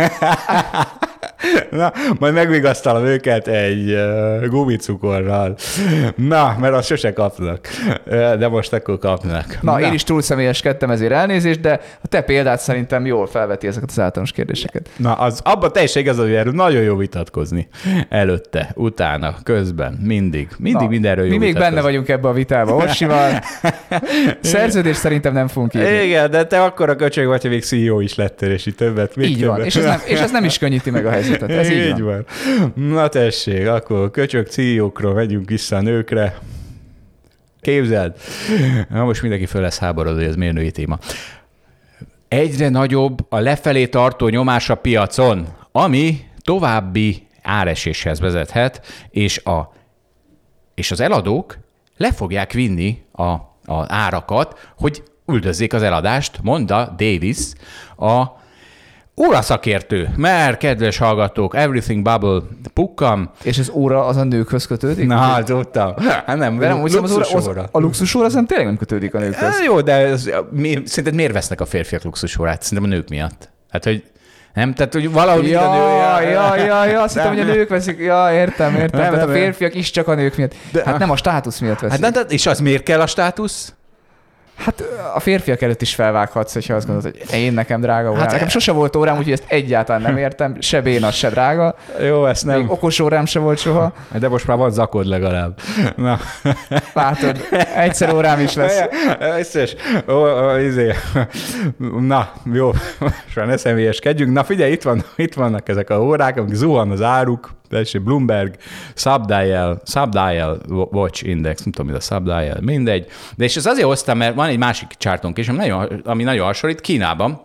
Na, majd megvigasztalom őket egy uh, gumicukorral. Na, mert azt sose kapnak. De most akkor kapnak. Na, Na, én is túl személyeskedtem, ezért elnézést, de a te példát szerintem jól felveti ezeket az általános kérdéseket. Na, az abban teljesen igaz, hogy erről nagyon jó vitatkozni. Előtte, utána, közben, mindig. Mindig Na, mindenről jó mi még vitatkozni. benne vagyunk ebbe a vitába. Orsival. Szerződés szerintem nem fogunk írni. Igen, de te akkora köcsög vagy, hogy még szí í ó is lettél, és így többet. Még így többet. van, és ez, nem, és ez nem is könnyíti meg a helyzetet. Ez így, így van. van. Na tessék, akkor köcsög cé í ó-król megyünk vissza a nőkre. Képzeld. Na most mindenki föl lesz háborodva, hogy ez miért női téma. Egyre nagyobb a lefelé tartó nyomás a piacon, ami további áreséshez vezethet, és, a, és az eladók le fogják vinni a, a árakat, hogy üldözzék az eladást, mondta Davis, a óraszakértő, mert kedves hallgatók, Everything Bubble pukkam. És az óra az a nőkhöz kötődik? Na, hát tudtam. Hát nem, nem luxus az óra. A luxus óra nem tényleg nem kötődik a nőkhöz. Ez jó, de ez, mi, szerinted miért vesznek a férfiak luxus órát? Szerintem a nők miatt. Hát, hogy nem, tehát, hogy valahogy ja, a nő... Ja, ja, ja, azt hittem, hogy a nők veszik. Ja, értem, értem. Nem, tehát nem, a férfiak is csak a nők miatt. De, hát nem a státusz miatt veszik. Hát, de, és az miért kell a státusz? Hát a férfiak előtt is felvághatsz, hogyha azt gondolod, hogy én nekem drága órám. Hát, Nekem sose volt órám, úgyhogy ezt egyáltalán nem értem. Se béna, se drága. Jó, ezt nem. Még okos órám se volt soha. De most már van zakod legalább. Na. Látod, egyszer órám is lesz. Összes. Ó, ó, izé. Na, jó. Most már ne személyeskedjünk. Na figyelj, itt, van, itt vannak ezek a órák, amik zuhan az áruk. Első Bloomberg, Subdial, Subdial Watch Index, nem tudom, mi a Subdial, mindegy. De és ez azért hoztam, mert van egy másik csártunk is, ami nagyon, ami nagyon hasonlít. Kínában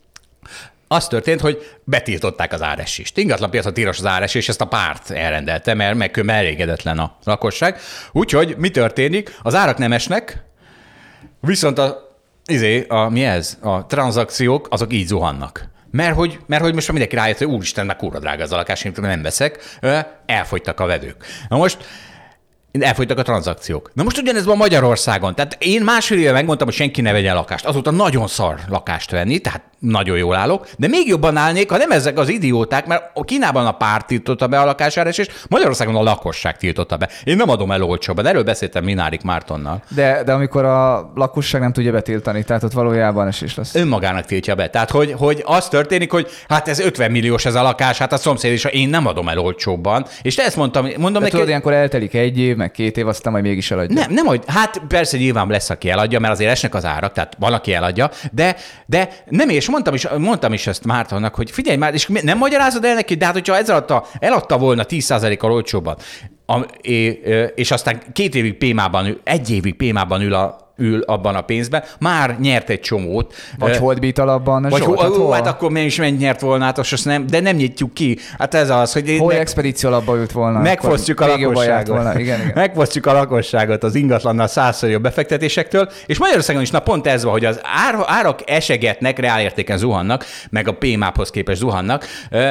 az történt, hogy betiltották az áresést. Ingatlanpiacon tilos az áresés, és ezt a párt elrendelte, mert meg elégedetlen a lakosság. Úgyhogy mi történik? Az árak nem esnek, viszont a, izé, a, mi ez? A tranzakciók, azok így zuhannak. Mert hogy, mert hogy most már mindenki rájött, hogy úristen, meg kurva drága az a lakás, én nem veszek, elfogytak a vedők. Na most elfogytak a tranzakciók. Na most ugyanez van Magyarországon. Tehát én másfél éve megmondtam, hogy senki ne vegyen lakást. Azóta nagyon szar lakást venni, tehát nagyon jól állok, de még jobban állnék, ha nem ezek az idióták, mert a Kínában a párt tiltotta be a lakásáresést, és Magyarországon a lakosság tiltotta be. Én nem adom el olcsóban. Erről beszéltem Minárik Mártonnal. De, de amikor a lakosság nem tudja betiltani, tehát ott valójában esés lesz. Önmagának tiltja be. Tehát, hogy, hogy az történik, hogy hát ez ötven milliós ez a lakás, hát a szomszéd is, én nem adom el olcsóbban. És te ezt mondtam, mondom de neki. Tudod, ilyenkor eltelik egy év, meg két év, aztán majd mégis eladja. Nem, nem, hogy hát persze nyilván lesz, aki eladja, mert azért esnek az árak, tehát van, aki eladja, de, de nem, és mondtam is, mondtam is ezt Mártonnak, hogy figyelj már, és nem magyarázod el neki, de hát hogyha ez eladta, eladta volna tíz százalékkal olcsóbban, a, és aztán két évig pémában ül, egy évig pémában ül a ül abban a pénzben, már nyert egy csomót. Vagy holdbít alapban. Vagy Zsolt, ho, hát akkor még is mennyit nyert volna, hát azt nem, de nem nyitjuk ki. Hát ez az, hogy... Hol expedíció alapban ült volna. Megfosztjuk a lakosságot. Volna. Igen, igen. Megfosztjuk a lakosságot az ingatlannal százszor jobb befektetésektől, és Magyarországon is na pont ez van, hogy az ár, árak esegetnek, reálértéken zuhannak, meg a pé máphoz képest zuhannak,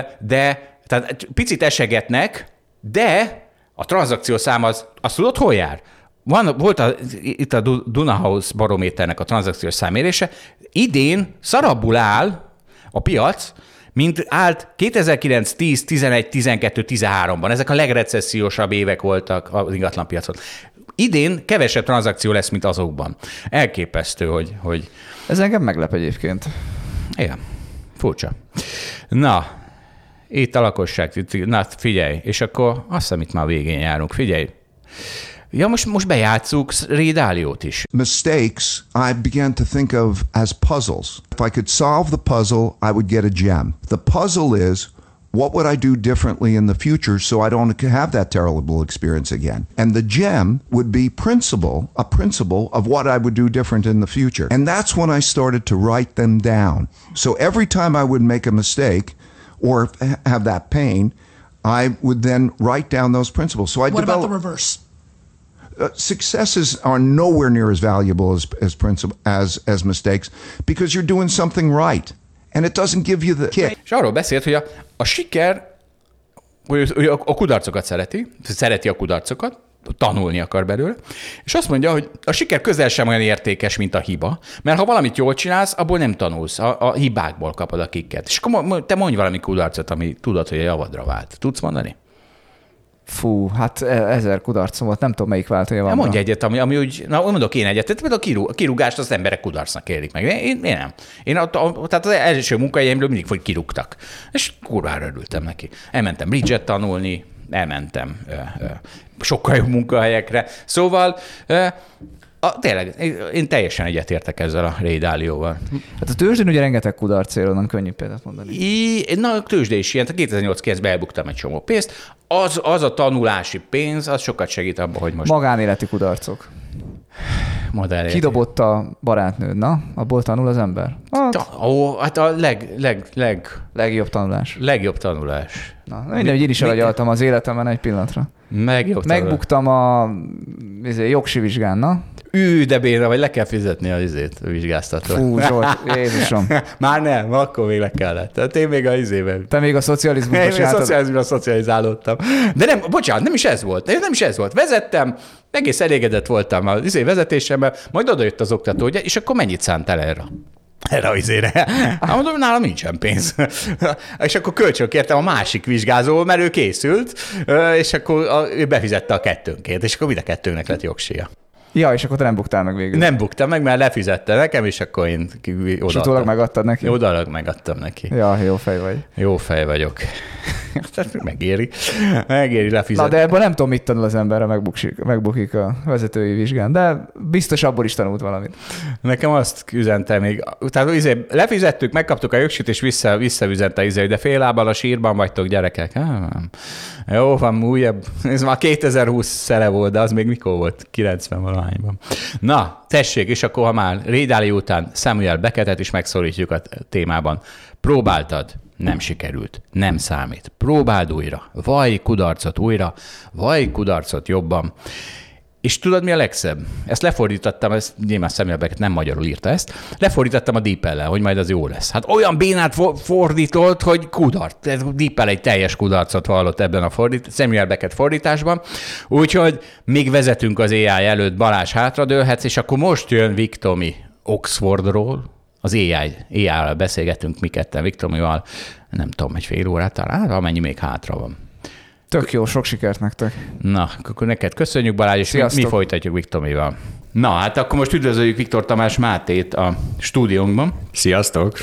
de tehát picit esegetnek, de a tranzakciószám az, azt tudod, hol jár? Van, volt a, itt a Dunahouse barométernek a tranzakciós számmérése. Idén szarabbul áll a piac, mint állt kétezer-kilenc, tíz, tizenegy, tizenkettő, tizenháromban. Ezek a legrecessziósabb évek voltak az ingatlanpiacon. Idén kevesebb tranzakció lesz, mint azokban. Elképesztő, hogy... hogy... Ez engem meglep egyébként. Igen, furcsa. Na, itt a lakosság. Na, figyelj, és akkor azt hiszem, itt már végén járunk. Figyelj. Ja, most, most bejátszuk Ray Daliót is. Mistakes I began to think of as puzzles. If I could solve the puzzle, I would get a gem. The puzzle is, what would I do differently in the future so I don't have that terrible experience again? And the gem would be principle, a principle of what I would do different in the future. And that's when I started to write them down. So every time I would make a mistake or have that pain, I would then write down those principles. So I What developed, about the reverse? Uh, successes are nowhere near as valuable as as, princip- as as mistakes because you're doing something right, and it doesn't give you the kick. És arról beszélt, hogy a, a siker, hogy, hogy a, a kudarcokat szereti, szereti a kudarcokat, tanulni akar belőle, és azt mondja, hogy a siker közel sem olyan értékes, mint a hiba, mert ha valamit jól csinálsz, abból nem tanulsz, a, a hibákból kapod a kikket. És akkor te mondj valami kudarcot, ami tudod, hogy a javadra vált. Tudsz mondani? Fú, hát ezer kudarcom volt, nem tudom, melyik váltója van. Mondj egyet, ami, ami úgy, na mondok én egyet, tehát a, kirú, a kirúgást az emberek kudarcnak élik meg. Én, én nem. Én a, a, tehát az első munkahelyemről mindig hogy kirúgtak. És kurvára örültem neki. Elmentem bridget tanulni, elmentem ö, ö, sokkal jobb munkahelyekre. Szóval ö, a, tényleg, én teljesen egyetértek ezzel a Ray Dalióval. Hát a tőzsdén ugye rengeteg kudarcéről, nem könnyű példát mondani. I, na, a tőzsde is ilyen, kétezer-nyolc-kilencben elbuktam egy csomó pénzt. Az, az a tanulási pénz, az sokat segít abban, hogy most... Magánéleti kudarcok. Modellét. Kidobott a barátnőd, na? Abból tanul az ember? Hát, ó, hát a leg, leg, leg... Legjobb tanulás. Legjobb tanulás. Na, minden, hogy én is elagyaltam az életemben egy pillanatra. Megjobb Megbuktam a izé, jogsi vizsgán, na? Ű, de béna, vagy le kell fizetni a izét, a vizsgáztatót. Fú, Zsolt, Jézusom. Már nem, akkor még le kellett. Tehát én még a izében. Te még a szocializmusban Én még a szocializmusban szocializálódtam. De nem, bocsánat, nem is ez volt. Nem is ez volt. Vezettem, egész elégedett voltam az izé vezetésemmel, majd odajött az oktató, ugye, és akkor mennyit szántál erre? Erre az izére. Hát mondom, nálam nincsen pénz. És akkor kölcsön kértem a másik vizsgázóval, mert ő készült, és akkor ő befizette a kettőnkét, és akkor mind a kettőnknek lett jogsia. Ja, és akkor te nem buktál meg végül. Nem buktam meg, mert lefizette nekem, és akkor én odaadtam. És utólag megadtad neki? Utólag megadtam neki. Ja, jó fej vagy. Jó fej vagyok. Megéri. Megéri lefizetni. Na, de ebből nem tudom, mit tanul az ember, megbukik, megbukik a vezetői vizsgán, de biztos abból is tanult valamit. Nekem azt üzente még, utána izé, lefizettük, megkaptuk a jogsit, és vissza, visszaüzente, izé, de fél lábbal a sírban vagytok, gyerekek. Há, jó, van újabb. Ez már kétezer-húsz szere volt, de az még mikor volt? kilencven valahányban. Na, tessék, és akkor ha már Rédáli után Samuel Beckettet is megszólítjuk a témában. Próbáltad, nem sikerült, nem számít. Próbáld újra, vaj kudarcot újra, vaj kudarcot jobban. És tudod, mi a legszebb? Ezt lefordítottam, ezt nyilván Samuel Beckett nem magyarul írta ezt, lefordítottam a Deep-el, hogy majd az jó lesz. Hát olyan bénát fordított, hogy kudarc. Deep-el egy teljes kudarcot vallott ebben a fordít, Samuel Beckett fordításban. Úgyhogy még vezetünk az á i előtt, Balázs hátradőlhetsz, és akkor most jön Vic Tomi Oxfordról, az á i, á i-vel beszélgetünk mi ketten Vic Tomival, nem tudom, egy fél órát talán, amennyi még hátra van. Tök jó, sok sikert nektek. Na, akkor neked köszönjük, Balázs, és mi, mi folytatjuk Vic Tomival. Na, hát akkor most üdvözöljük Viktor Tamás Mátét a stúdiónkban. Sziasztok!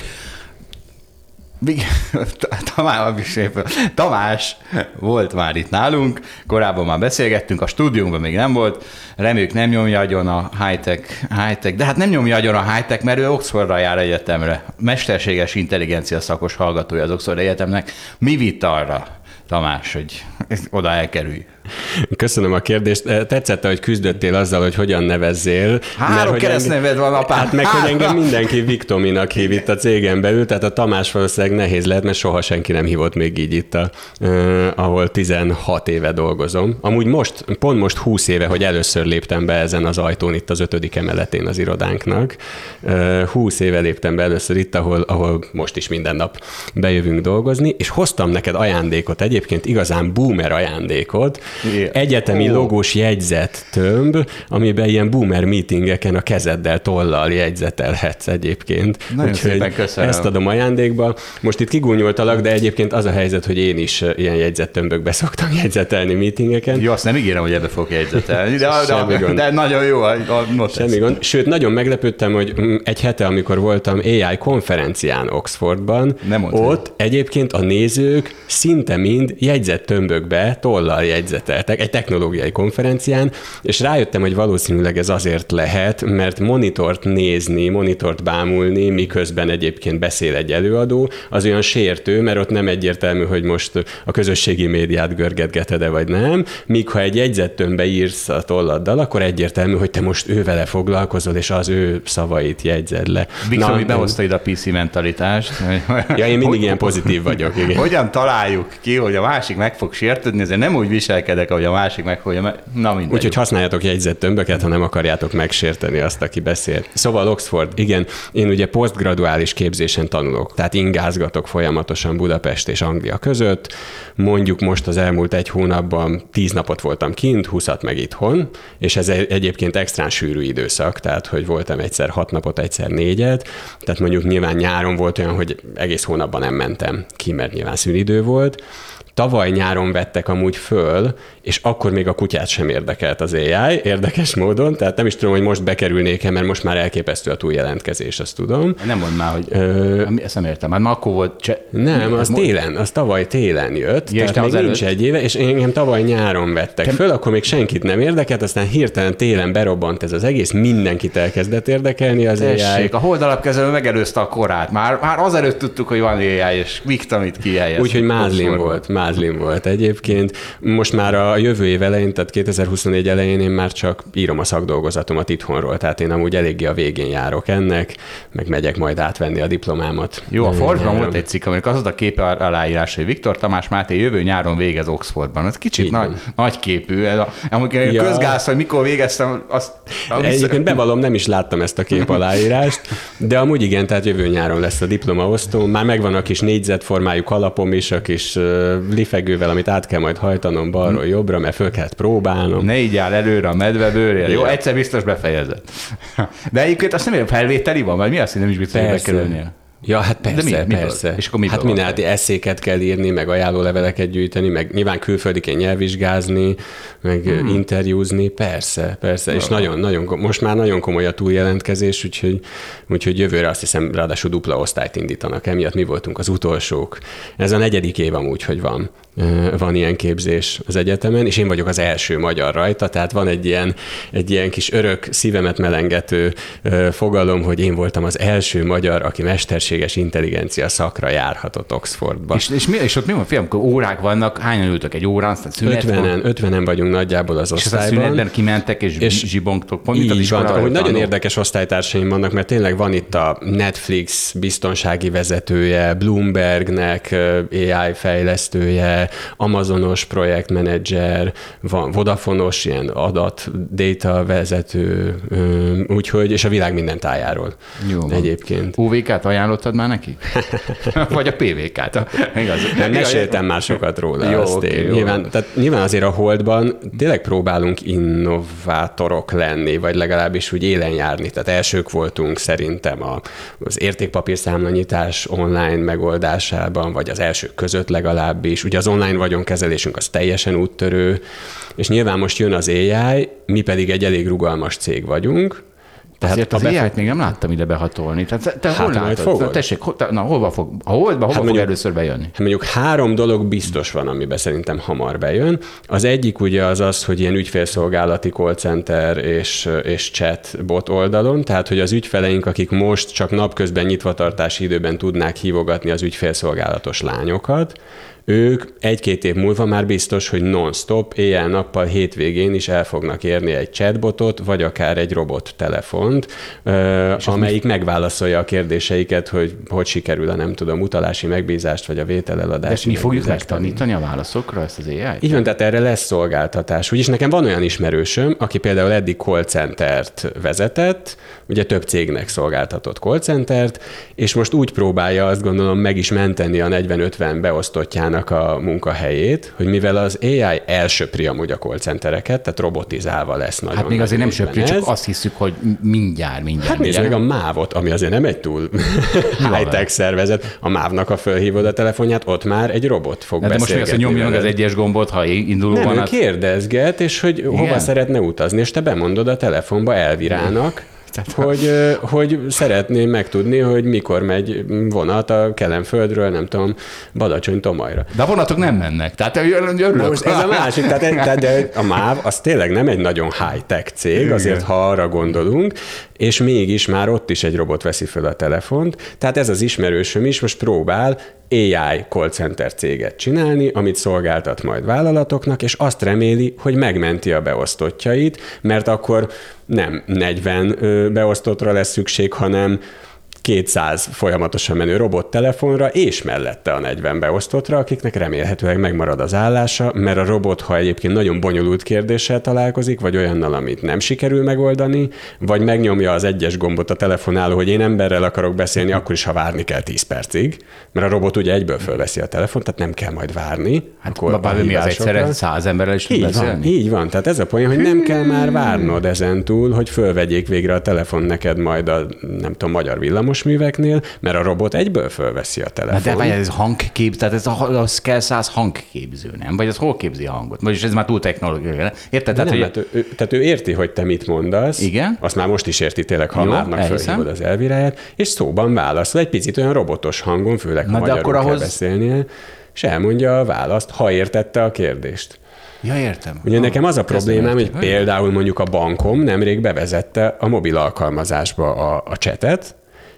Tamás, Tamás volt már itt nálunk, korábban már beszélgettünk, a stúdiónkban még nem volt, reméljük nem nyomja agyon a high-tech, high-tech, de hát nem nyomja agyon a high-tech, mert ő Oxfordra jár egyetemre, mesterséges intelligencia szakos hallgatója az Oxford Egyetemnek. Mi vitt arra, Tamás, hogy oda elkerülj? Köszönöm a kérdést. Tetszett, hogy küzdöttél azzal, hogy hogyan nevezzél. Három keresztneved van, apám. Hát meg, hogy engem mindenki Vic Tominak hív itt a cégen belül, tehát a Tamás valószínűleg nehéz lehet, mert soha senki nem hívott még így itt, a, uh, ahol tizenhat éve dolgozom. Amúgy most, pont most húsz éve, hogy először léptem be ezen az ajtón itt az ötödik emeletén az irodánknak. Uh, húsz éve léptem be először itt, ahol, ahol most is minden nap bejövünk dolgozni, és hoztam neked ajándékot, egyébként igazán boomer ajándékot, yeah. Egyetemi oh. logós jegyzet tömb, amiben ilyen boomer meetingeken a kezeddel, tollal jegyzetelhetsz egyébként. Nagyon Úgyhogy szépen köszönöm. Ezt adom ajándékba. Most itt kigúnyoltalak, de egyébként az a helyzet, hogy én is ilyen jegyzettömbökbe szoktam jegyzetelni meetingeken. Jó, azt nem ígérem, hogy ebbe fogok jegyzetelni, de, de, de nagyon jó a, a Semmi gond. Sőt, nagyon meglepődtem, hogy egy hete, amikor voltam á i konferencián Oxfordban, ott egyébként a nézők szinte mind jegyzettömbökbe tollal jegyzeteltek, egy technológiai konferencián, és rájöttem, hogy valószínűleg ez azért lehet, mert monitort nézni, monitort bámulni, miközben egyébként beszél egy előadó, az olyan sértő, mert ott nem egyértelmű, hogy most a közösségi médiát görgetgeted-e vagy nem, míg ha egy jegyzettömbbe írsz a tolladdal, akkor egyértelmű, hogy te most ő vele foglalkozol, és az ő szavait jegyzed le. Viktor, hogy behozta ide a pé cé mentalitást. Ja, én mindig ilyen pozitív vagyok. Igen. Hogyan találjuk ki, hogy a másik meg fog sértődni, ezért nem úgy viselkedek, ahogy a másik meg fogja meg... Na mindegy. Úgyhogy használjátok jegyzettömböket, ha nem akarjátok megsérteni azt, aki beszél. Szóval Oxford, igen, én ugye posztgraduális képzésen tanulok, tehát ingázgatok folyamatosan Budapest és Anglia között. Mondjuk most az elmúlt egy hónapban tíz napot voltam kint, húszat meg itthon, és ez egyébként extrán sűrű időszak, tehát hogy voltam egyszer hat napot, egyszer négyet, tehát mondjuk nyilván nyáron volt olyan, hogy egész hónapban nem mentem ki, mert nyilván szünidő volt. Tavaly nyáron vettek amúgy föl, és akkor még a kutyát sem érdekelt az á i, érdekes módon, tehát nem is tudom, hogy most bekerülnék-e, mert most már elképesztő a túljelentkezés, azt tudom. Nem mondd már, hogy Ö... ezt nem értem, már akkor volt... Cse... Nem, az télen, az tavaly télen jött, ja, tehát még nincs egy éve, és engem tavaly nyáron vettek te... föl, akkor még senkit nem érdekelt, aztán hirtelen télen berobbant ez az egész, mindenkit elkezdett érdekelni az á i. A holdalapkezelő megelőzte a korát, már, már azelőtt tudtuk, hogy van á i, és Vic Tomit kihelyeztük. Úgyhogy mázlim volt, mázlim volt egyébként. Most már a jövő év elején, tehát kétezer-huszonnégy elején én már csak írom a szakdolgozatomat itthonról, tehát én amúgy eléggé a végén járok ennek, meg megyek majd átvenni a diplomámat. Jó, a Forbes-ban volt egy cikk, amikor az az a kép aláírás, hogy Viktor Tamás Máté jövő nyáron végez Oxfordban. Ez kicsit nagy, nagy képű. Ez a, amikor ja. közgáz, hogy mikor végeztem, azt... Egyébként bevallom, nem is láttam ezt a kép aláírást, de amúgy igen, tehát jövő nyáron lesz a diplomaosztó. Már megvan a kis négyzetformájú kalapom is, a kis lifegővel, amit át kell majd hajtanom balról jobbra, mert föl kellett próbálnom. Ne így áll előre a medvebőrjel. Jó, egyszer biztos befejezed. De egyébként azt nem érem, felvételi van, vagy mi azt, hogy nem is biztos, hogy bekerülnél? Ja, hát persze, De mi, persze. És akkor miből hát minden, hát eszéket kell írni, meg ajánlóleveleket gyűjteni, meg nyilván külföldiként nyelvvizsgázni, meg hmm. interjúzni, persze, persze. És nagyon, nagyon, most már nagyon komoly a túljelentkezés, úgyhogy, úgyhogy jövőre azt hiszem ráadásul dupla osztályt indítanak. Emiatt mi voltunk az utolsók. Ez a negyedik év amúgy, hogy van. Van ilyen képzés az egyetemen, és én vagyok az első magyar rajta, tehát van egy ilyen, egy ilyen kis örök szívemet melengető fogalom, hogy én voltam az első magyar, aki mesterséges intelligencia szakra járhatott Oxfordba. És, és, mi, és ott mi van, fiam, amikor órák vannak, hányan ültök egy órán, aztán szünet ötvenen, ötvenen vagyunk nagyjából az és osztályban. És a szünetben kimentek és, és zsibongtok. Pont, így van, hogy nagyon érdekes osztálytársaim vannak, mert tényleg van itt a Netflix biztonsági vezetője, Bloombergnek á i fejlesztője, Amazonos projektmenedzser, van Vodafonos ilyen adat, data vezető, úgyhogy, és a világ minden tájáról. Jó, egyébként. u vé ká-t ajánlottad már neki? Vagy a pé vé ká-t? Igaz. Nem meséltem már sokat róla. Jó, azt okay, jó. Nyilván, tehát nyilván azért a Holdban tényleg próbálunk innovátorok lenni, vagy legalábbis úgy élen járni. Tehát elsők voltunk szerintem a, az értékpapírszámlanyítás online megoldásában, vagy az elsők között legalábbis. Ugye az online vagyonkezelésünk az teljesen úttörő, és nyilván most jön az á i, mi pedig egy elég rugalmas cég vagyunk. Tehát azért az befog... á i-t még nem láttam ide behatolni. Tehát te hát hol látod? Tessék, na, hova fog, a Holdba, hova hát fog először bejönni? Hát mondjuk három dolog biztos van, amiben szerintem hamar bejön. Az egyik ugye az az, hogy ilyen ügyfélszolgálati call center és, és chatbot oldalon, tehát hogy az ügyfeleink, akik most csak napközben nyitvatartási időben tudnák hívogatni az ügyfélszolgálatos lányokat, ők egy-két év múlva már biztos, hogy non-stop, éjjel-nappal, hétvégén is el fognak érni egy chatbotot, vagy akár egy robottelefont, amelyik mi... megválaszolja a kérdéseiket, hogy hogy sikerül a nem tudom, utalási megbízást, vagy a vételeladási. De mi fogjuk megtanítani a válaszokra ezt az á i-t? Így van, tehát erre lesz szolgáltatás. Úgyis nekem van olyan ismerősöm, aki például eddig call centert vezetett, ugye több cégnek szolgáltatott call centert, és most úgy próbálja azt gondolom meg is menteni a negyven-ötven beosztottján a munkahelyét, hogy mivel az á i elsöpri amúgy a call centereket, tehát robotizálva lesz nagyon. Hát még azért nem söpri, csak azt hiszük, hogy mindjárt, mindjárt. Hát nézd meg a mávot, ami azért nem egy túl high-tech szervezet. A mávnak a fölhívod a telefonját, ott már egy robot fog beszélgetni. De most még azt, hogy nyomjon meg az egyes gombot, ha induló van. Nem, kérdezget, és hogy igen? Hova szeretne utazni, és te bemondod a telefonba Elvirának, hogy, hogy szeretném megtudni, hogy mikor megy vonat a Kelenföldről, nem tudom, Badacsony-Tomajra. De a vonatok nem mennek, tehát örülök. Most ez a másik, tehát, tehát de a MÁV az tényleg nem egy nagyon high-tech cég, azért ha arra gondolunk, és mégis már ott is egy robot veszi föl a telefont, tehát ez az ismerősöm is most próbál á i call center céget csinálni, amit szolgáltat majd vállalatoknak, és azt reméli, hogy megmenti a beosztottjait, mert akkor nem negyven beosztottra lesz szükség, hanem kétszáz folyamatosan menő robottelefonra, és mellette a negyven beosztottra, akiknek remélhetőleg megmarad az állása, mert a robot, ha egyébként nagyon bonyolult kérdéssel találkozik, vagy olyannal, amit nem sikerül megoldani, vagy megnyomja az egyes gombot a telefonáló, hogy én emberrel akarok beszélni, akkor is, ha várni kell tíz percig, mert a robot ugye egyből fölveszi a telefont, tehát nem kell majd várni. Hát akkor mi az egyszerre száz emberrel is tud beszélni? Van, így van, tehát ez a poén, hogy nem kell már várnod ezen túl, hogy fölvegyék végre a telefon neked majd a, nem tudom, magyar villamos műveknél, mert a robot egyből fölveszi a telefont. De várj, ez hangkép, tehát ez a, az kell száz hangképző, nem? Vagy az hol képzi a hangot? Vagyis ez már túl technológia. Érted? Tehát, nem, hogy... ő, ő, tehát ő érti, hogy te mit mondasz. Igen. Azt már most is érti tényleg, ha márnak fölhívod az Elviráját, és szóban válaszol egy picit olyan robotos hangon, főleg ha magyarul kell ahhoz... beszélnie, és elmondja a választ, ha értette a kérdést. Ja, értem. Ugye ah, nekem az a problémám, hogy például mondjuk a bankom nemrég bevezette a mobil alkalmazásba a, a chatet,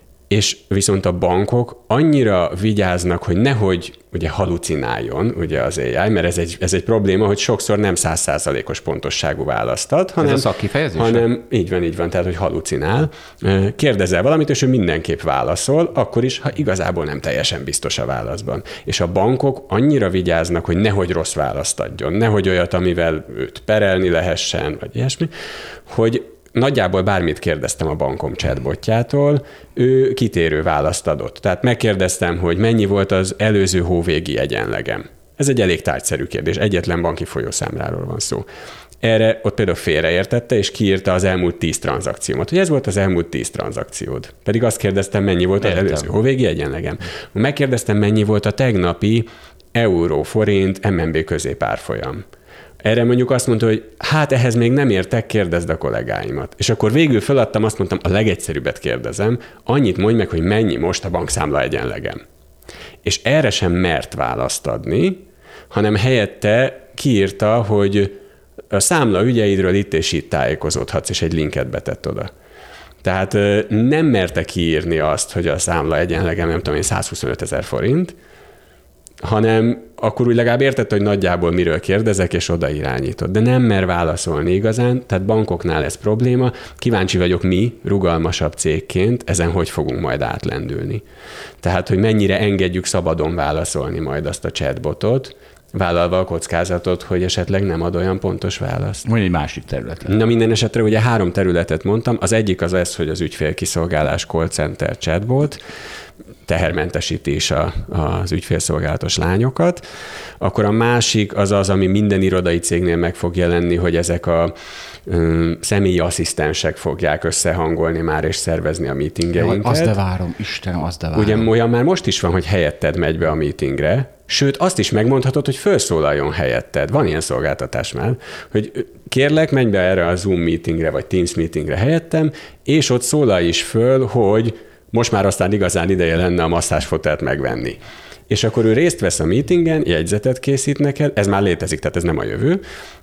és viszont a bankok annyira vigyáznak, hogy nehogy ugye halucináljon ugye az á i, mert ez egy, ez egy probléma, hogy sokszor nem száz százalékos pontosságú választ ad, hanem, ez a szakkifejezés? hanem így van, így van, tehát hogy halucinál. Kérdezel valamit, és ő mindenképp válaszol, akkor is, ha igazából nem teljesen biztos a válaszban. És a bankok annyira vigyáznak, hogy nehogy rossz választ adjon, nehogy olyat, amivel őt perelni lehessen, vagy ilyesmi, hogy nagyjából bármit kérdeztem a bankom chatbotjától, ő kitérő választ adott. Tehát megkérdeztem, hogy mennyi volt az előző hóvégi egyenlegem. Ez egy elég tárgyszerű kérdés, egyetlen banki folyószámláról van szó. Erre ott például félreértette, és kiírta az elmúlt tíz tranzakciómat. Hogy ez volt az elmúlt tíz tranzakciód. Pedig azt kérdeztem, mennyi volt az Értem. előző hóvégi egyenlegem. Megkérdeztem, mennyi volt a tegnapi euró-forint em en bé középárfolyam. Erre mondjuk azt mondta, hogy hát ehhez még nem értek, kérdezd a kollégáimat. És akkor végül feladtam, azt mondtam, a legegyszerűbbet kérdezem, annyit mondj meg, hogy mennyi most a bankszámla egyenlegem. És erre sem mert választ adni, hanem helyette kiírta, hogy a számla ügyeidről itt és itt tájékozódhatsz, és egy linket betett oda. Tehát nem merte kiírni azt, hogy a számla egyenlegem, nem tudom én, száz huszonöt ezer forint, hanem akkor úgy legalább értette, hogy nagyjából miről kérdezek, és oda irányított. De nem mer válaszolni igazán, tehát bankoknál ez probléma. Kíváncsi vagyok mi, rugalmasabb cégként, ezen hogy fogunk majd átlendülni. Tehát, hogy mennyire engedjük szabadon válaszolni majd azt a chatbotot, vállalva a kockázatot, hogy esetleg nem ad olyan pontos választ. Mondj egy másik területet. Na minden esetre ugye három területet mondtam. Az egyik az ez, hogy az ügyfélkiszolgálás call center chatbot, tehermentesítés a, az ügyfélszolgálatos lányokat. Akkor a másik az az, ami minden irodai cégnél meg fog jelenni, hogy ezek a ö, személyi asszisztensek fogják összehangolni már és szervezni a meetingeinket. Azt de várom, Istenem, azt de várom. Ugye olyan már most is van, hogy helyetted megy be a meetingre, sőt azt is megmondhatod, hogy felszólaljon helyetted. Van ilyen szolgáltatás már, hogy kérlek, menj be erre a Zoom meetingre vagy Teams meetingre helyettem, és ott szólalj is föl, hogy most már aztán igazán ideje lenne a masszázsfotelt megvenni. És akkor ő részt vesz a meetingen, jegyzetet készít neked, ez már létezik, tehát ez nem a jövő,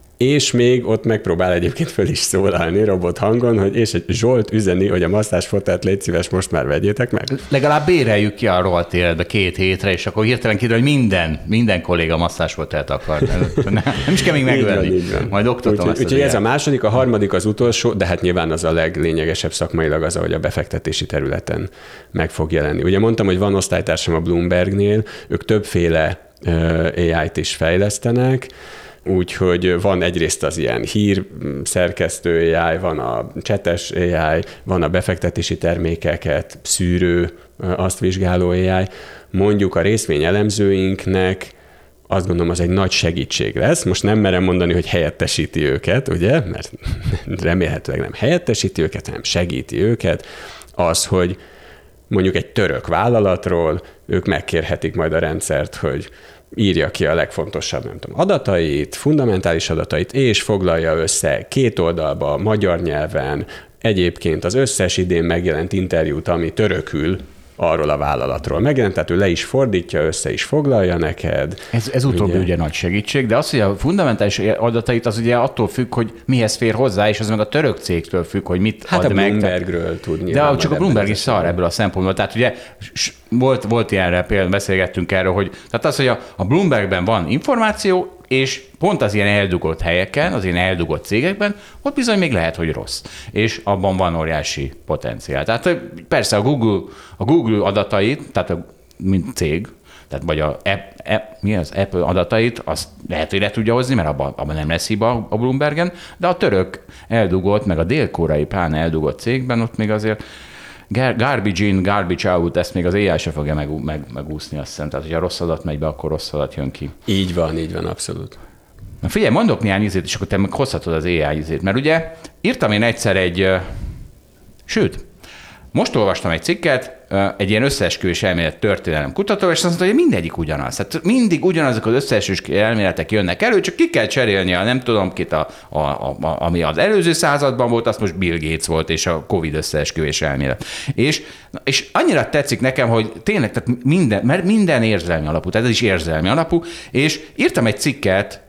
és még ott megpróbál egyébként föl is szólalni robot hangon, hogy és egy Zsolt üzeni, hogy a masszázsfotelt légy szíves, most már vegyétek meg. Legalább béreljük ki a rohadt életbe két hétre, és akkor hirtelen kiderül, hogy minden, minden kolléga masszázsfotelt akar. Nem, nem is kell még megvenni. Majd oktatom ezt. Úgyhogy ez a második, a harmadik az utolsó, de hát nyilván az a leglényegesebb szakmailag az, hogy a befektetési területen meg fog jelenni. Ugye mondtam, hogy van osztálytársam a Bloombergnél, ők többféle á í-t is fejlesztenek, úgyhogy van egyrészt az ilyen hír szerkesztő á í, van a csetes á í, van a befektetési termékeket szűrő, azt vizsgáló á í. Mondjuk a részvény elemzőinknek azt gondolom, az egy nagy segítség lesz. Most nem merem mondani, hogy helyettesíti őket, ugye, mert remélhetőleg nem helyettesíti őket, hanem segíti őket. Az, hogy mondjuk egy török vállalatról ők megkérhetik majd a rendszert, hogy írja ki a legfontosabb, nem tudom, adatait, fundamentális adatait, és foglalja össze két oldalba, magyar nyelven, egyébként az összes idén megjelent interjút, ami törökül arról a vállalatról megjelent, tehát ő le is fordítja, össze is foglalja neked. Ez, ez utóbbi ugye? ugye nagy segítség, de az, hogy a fundamentális adatait, az ugye attól függ, hogy mihez fér hozzá, és az meg a török cégtől függ, hogy mit hát ad a meg. Bloombergről tud De csak a Bloomberg is szar ebből a szempontból. Tehát ugye volt, volt ilyenre, például beszélgettünk erről, hogy tehát az, hogy a, a Bloombergben van információ, és pont az ilyen eldugott helyeken, az ilyen eldugott cégekben, ott bizony még lehet, hogy rossz. És abban van óriási potenciál. Tehát persze a Google, a Google adatait, tehát a, mint cég, tehát vagy a app, app, mi az, Apple adatait, azt lehet, hogy le tudja hozni, mert abban, abban nem lesz hiba a Bloombergen, de a török eldugott, meg a dél-koreai pláne eldugott cégben, ott még azért garbage in, garbage out, ezt még az á í se fogja meg, meg, megúszni, azt hiszem. Tehát, hogyha rossz adat megy be, akkor rossz adat jön ki. Így van, így van, abszolút. Na figyelj, mondok néhány izét, és akkor te meg hozhatod az á í izét. Mert ugye írtam én egyszer egy, sőt, most olvastam egy cikket, egy ilyen összeesküvés elmélet történelem kutató, és azt mondta, hogy mindegyik ugyanaz. Tehát mindig ugyanazok az összeesküvés elméletek jönnek elő, csak ki kell cserélni a nem tudom kit, a, a, a, a, ami az előző században volt, az most Bill Gates volt, és a Covid összeesküvés elmélet. És, és annyira tetszik nekem, hogy tényleg, tehát minden, mert minden érzelmi alapú, tehát ez is érzelmi alapú, és írtam egy cikket,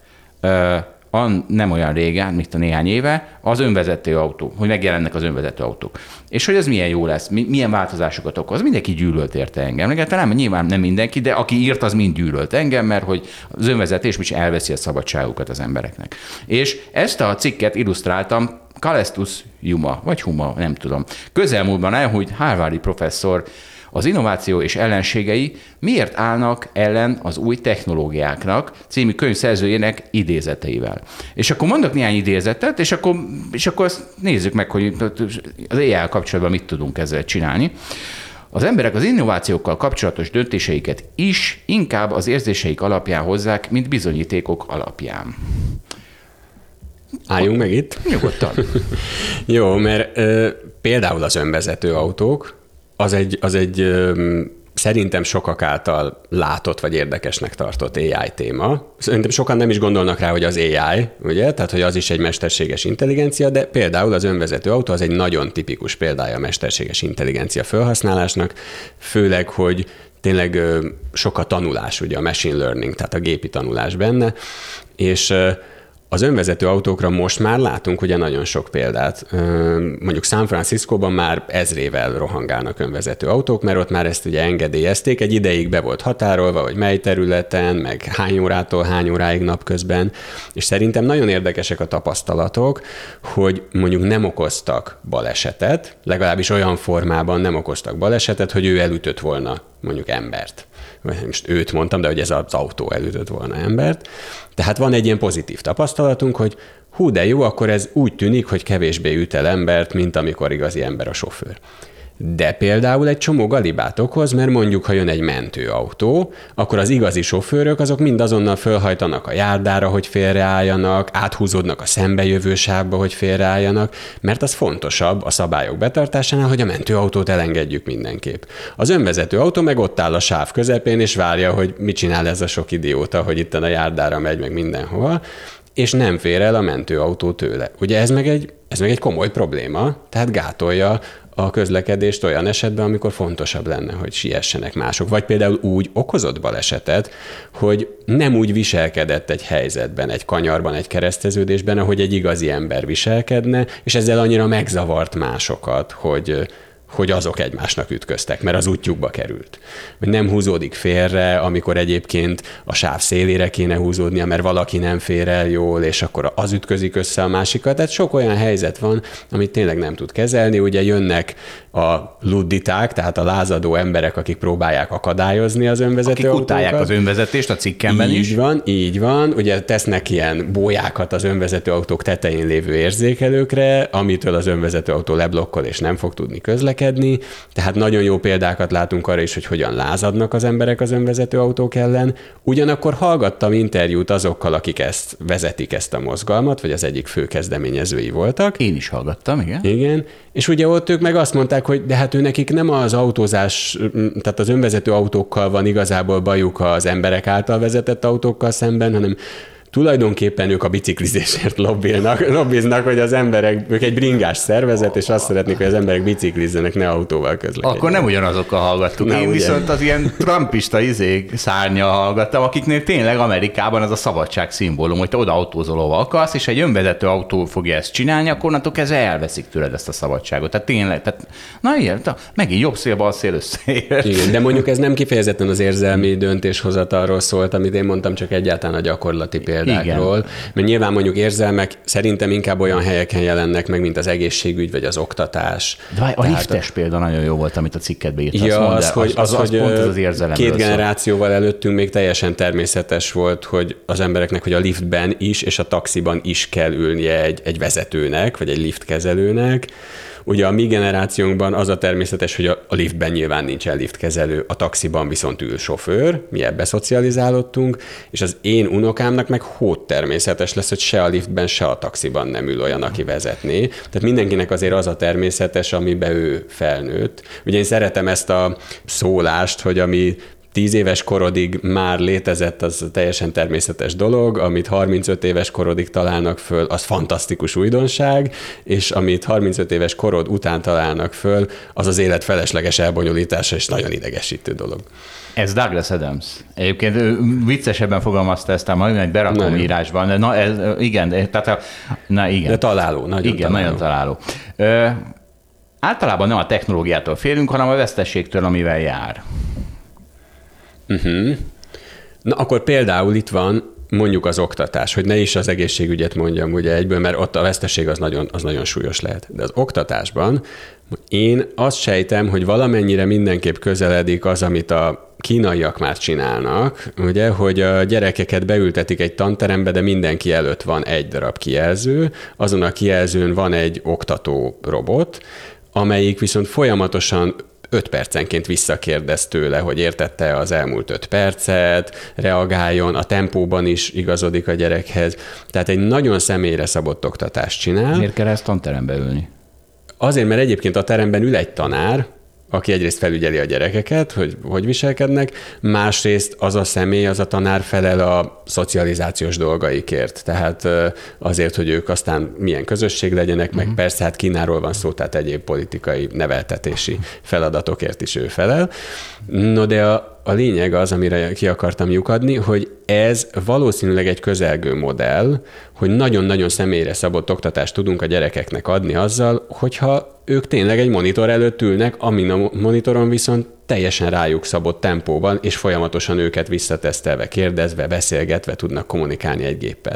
nem olyan régen, mint a néhány éve, az önvezető autó, hogy megjelennek az önvezető autók. És hogy ez milyen jó lesz, milyen változásokat okoz. Mindenki gyűlölt érte engem. Nem, nyilván nem mindenki, de aki írt, az mind gyűlölt engem, mert hogy az önvezetés is elveszi a szabadságukat az embereknek. És ezt a cikket illusztráltam Kalestus Juma, vagy Huma, nem tudom. Közelmúltban elhújt Harvardi professzor az innováció és ellenségei miért állnak ellen az új technológiáknak című könyv szerzőjének idézeteivel. És akkor mondok néhány idézetet, és akkor, és akkor azt nézzük meg, hogy az á í-vel kapcsolatban mit tudunk ezzel csinálni. Az emberek az innovációkkal kapcsolatos döntéseiket is inkább az érzéseik alapján hozzák, mint bizonyítékok alapján. Álljunk meg itt. Nyugodtan. Jó, mert ö, például az önvezető autók, az egy, az egy ö, szerintem sokak által látott vagy érdekesnek tartott á i téma. Szerintem sokan nem is gondolnak rá, hogy az á i, ugye? Tehát, hogy az is egy mesterséges intelligencia, de például az önvezető autó az egy nagyon tipikus példája a mesterséges intelligencia felhasználásnak, főleg, hogy tényleg ö, sok a tanulás, ugye a machine learning, tehát a gépi tanulás benne, és ö, az önvezető autókra most már látunk ugye nagyon sok példát. Mondjuk San Franciscóban már ezrével rohangálnak önvezető autók, mert ott már ezt ugye engedélyezték, egy ideig be volt határolva, hogy mely területen, meg hány órától hány óráig napközben, és szerintem nagyon érdekesek a tapasztalatok, hogy mondjuk nem okoztak balesetet, legalábbis olyan formában nem okoztak balesetet, hogy ő elütött volna mondjuk embert. Most őt mondtam, de hogy ez az autó elütött volna embert. Tehát van egy ilyen pozitív tapasztalatunk, hogy hú, de jó, akkor ez úgy tűnik, hogy kevésbé üt el embert, mint amikor igazi ember a sofőr. De például egy csomó galibát okoz, mert mondjuk, ha jön egy mentőautó, akkor az igazi sofőrök azok mind azonnal fölhajtanak a járdára, hogy félreálljanak, áthúzódnak a szembejövő sávba, hogy félreálljanak, mert az fontosabb a szabályok betartásánál, hogy a mentőautót elengedjük mindenképp. Az önvezető autó meg ott áll a sáv közepén, és várja, hogy mit csinál ez a sok idióta, hogy itt a járdára megy meg mindenhova, és nem fér el a mentőautó tőle. Ugye ez meg egy, ez meg egy komoly probléma, tehát gátolja a közlekedést olyan esetben, amikor fontosabb lenne, hogy siessenek mások. Vagy például úgy okozott balesetet, hogy nem úgy viselkedett egy helyzetben, egy kanyarban, egy kereszteződésben, ahogy egy igazi ember viselkedne, és ezzel annyira megzavart másokat, hogy hogy azok egymásnak ütköztek, mert az útjukba került. Nem húzódik félre, amikor egyébként a sáv szélére kéne húzódnia, mert valaki nem fér el jól, és akkor az ütközik össze a másikat. Tehát sok olyan helyzet van, amit tényleg nem tud kezelni. Ugye jönnek a ludditák, tehát a lázadó emberek, akik próbálják akadályozni az önvezető akik autókat. utálják az önvezetést a cikkemben így is. Így van, így van. Ugye tesznek ilyen bójákat az önvezető autók tetején lévő érzékelőkre, amitől az önvezető autó leblokkol, és nem fog tudni közlekedni. Tehát nagyon jó példákat látunk arra is, hogy hogyan lázadnak az emberek az önvezető autók ellen. Ugyanakkor hallgattam interjút azokkal, akik ezt vezetik, ezt a mozgalmat, vagy az egyik fő kezdeményezői voltak. Én is hallgattam, igen. Igen, és ugye ott ők meg azt mondták, hogy de hát ő nekik nem az autózás, tehát az önvezető autókkal van igazából bajuk az emberek által vezetett autókkal szemben, hanem tulajdonképpen ők a biciklizésért lobbiznak, lobbiznak, hogy az emberek, ők egy bringás szervezet, és azt szeretnék, hogy az emberek biciklizzenek, ne autóval közlekedjenek. Akkor nem ugyanazokkal hallgattuk. Na, Én ugye? viszont az ilyen trumpista izék szárnya hallgattam, akiknél tényleg Amerikában az a szabadság szimbólum, hogy te oda autózol, ahova akarsz, és egy önvezető autó fogja ezt csinálni, akkor onnantól kezdve elveszik tőled ezt a szabadságot. Tehát tényleg, tehát, na ilyen, megint jobb szél, bal szél összeér. Igen, de mondjuk ez nem kifejezetten az érzelmi döntéshozatalról szólt, amit én mondtam, csak egyáltalán a gyakorlati példákról. Igen. Mert nyilván mondjuk érzelmek szerintem inkább olyan helyeken jelennek meg, mint az egészségügy vagy az oktatás. De a liftes a... példa nagyon jó volt, amit a cikketbe írtál. Ja, mondd, az, az, hogy, az, az, az, az pont az, az érzelemről két generációval előttünk még teljesen természetes volt, hogy az embereknek, hogy a liftben is és a taxiban is kell ülnie egy, egy vezetőnek, vagy egy liftkezelőnek. Ugye a mi generációnkban az a természetes, hogy a liftben nyilván nincsen liftkezelő, a taxiban viszont ül sofőr, mi ebbe szocializálódtunk, és az én unokámnak meg hót természetes lesz, hogy se a liftben, se a taxiban nem ül olyan, aki vezetné. Tehát mindenkinek azért az a természetes, amiben ő felnőtt. Ugye én szeretem ezt a szólást, hogy ami tíz éves korodig már létezett, az teljesen természetes dolog, amit harmincöt éves korodig találnak föl, az fantasztikus újdonság, és amit harmincöt éves korod után találnak föl, az az élet felesleges elbonyolítása, és nagyon idegesítő dolog. Ez Douglas Adams. Egyébként viccesebben fogalmazta ezt, majd egy berakom írásban. De na, ez, igen, tehát a, na igen. De találó, nagyon igen, találó. nagyon találó. Ö, általában nem a technológiától félünk, hanem a veszteségtől, amivel jár. Uh-huh. Na akkor például itt van mondjuk az oktatás, hogy ne is az egészségügyet mondjam ugye egyből, mert ott a veszteség az nagyon, az nagyon súlyos lehet. De az oktatásban én azt sejtem, hogy valamennyire mindenképp közeledik az, amit a kínaiak már csinálnak, ugye, hogy a gyerekeket beültetik egy tanterembe, de mindenki előtt van egy darab kijelző, azon a kijelzőn van egy oktató robot, amelyik viszont folyamatosan öt percenként visszakérdez tőle, hogy értette az elmúlt öt percet, reagáljon, a tempóban is igazodik a gyerekhez. Tehát egy nagyon személyre szabott oktatást csinál. Miért kell ezt tanterembe ülni? Azért, mert egyébként a teremben ül egy tanár, aki egyrészt felügyeli a gyerekeket, hogy hogy viselkednek, másrészt az a személy, az a tanár felel a szocializációs dolgaikért. Tehát azért, hogy ők aztán milyen közösség legyenek, uh-huh. meg persze hát Kínáról van szó, tehát egyéb politikai neveltetési feladatokért is ő felel. No, de a, a lényeg az, amire ki akartam lyukadni, hogy ez valószínűleg egy közelgő modell, hogy nagyon-nagyon személyre szabott oktatást tudunk a gyerekeknek adni azzal, hogyha ők tényleg egy monitor előtt ülnek, amin a monitoron viszont teljesen rájuk szabott tempóban, és folyamatosan őket visszatesztelve, kérdezve, beszélgetve tudnak kommunikálni egy géppel.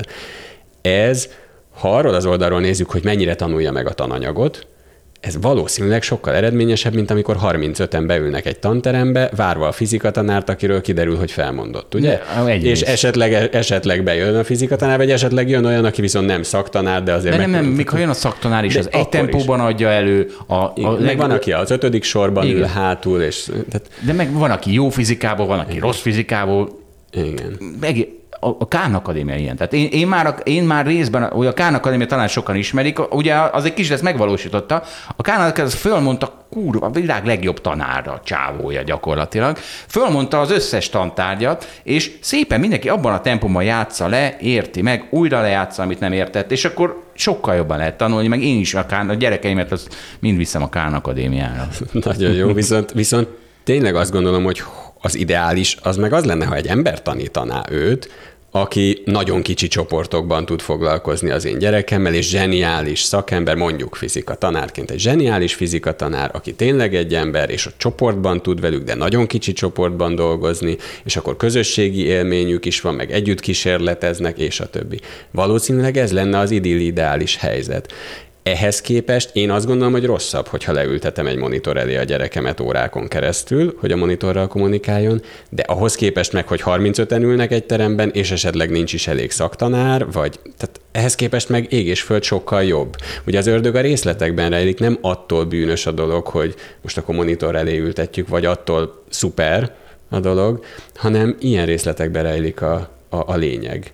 Ez, ha arról az oldalról nézzük, hogy mennyire tanulja meg a tananyagot, ez valószínűleg sokkal eredményesebb, mint amikor harmincöten beülnek egy tanterembe, várva a fizikatanárt, akiről kiderül, hogy felmondott, ugye? Ne, és esetleg, esetleg bejön a fizikatanár, vagy esetleg jön olyan, aki viszont nem szaktanár, de azért... De nem, nem, mikor jön a szaktanár is, de az egy tempóban is adja elő. A, a meg leg... van, aki az ötödik sorban igen. ül hátul, és... Tehát... De meg van, aki jó fizikából, van, aki igen. rossz fizikából. Igen. Meg... A Kán Akadémia ilyen. Tehát én, én, már, én már részben, hogy a Kán Akadémia talán sokan ismerik, ugye az egy kicsit ezt megvalósította. A Kán Akadémia fölmondta, kurva, a világ legjobb tanára, csávója gyakorlatilag. Fölmondta az összes tantárgyat, és szépen mindenki abban a tempóban játsza le, érti meg, újra lejátsza, amit nem értett, és akkor sokkal jobban lehet tanulni, meg én is a, Kán, a gyerekeimet azt mind viszem a Kán Akadémiára. Nagyon jó, viszont, viszont tényleg azt gondolom, hogy az ideális, az meg az lenne, ha egy ember tanítaná őt, aki nagyon kicsi csoportokban tud foglalkozni az én gyerekemmel, és zseniális szakember, mondjuk fizika tanárként egy zseniális fizika tanár, aki tényleg egy ember, és a csoportban tud velük, de nagyon kicsi csoportban dolgozni, és akkor közösségi élményük is van, meg együtt kísérleteznek, és a többi. Valószínűleg ez lenne az idilli ideális helyzet. Ehhez képest én azt gondolom, hogy rosszabb, hogyha leültetem egy monitor elé a gyerekemet órákon keresztül, hogy a monitorral kommunikáljon, de ahhoz képest meg, hogy harmincöten ülnek egy teremben, és esetleg nincs is elég szaktanár, vagy tehát ehhez képest meg ég és föld sokkal jobb. Ugye az ördög a részletekben rejlik, nem attól bűnös a dolog, hogy most akkor monitor elé ültetjük, vagy attól szuper a dolog, hanem ilyen részletekben rejlik a, a, a lényeg.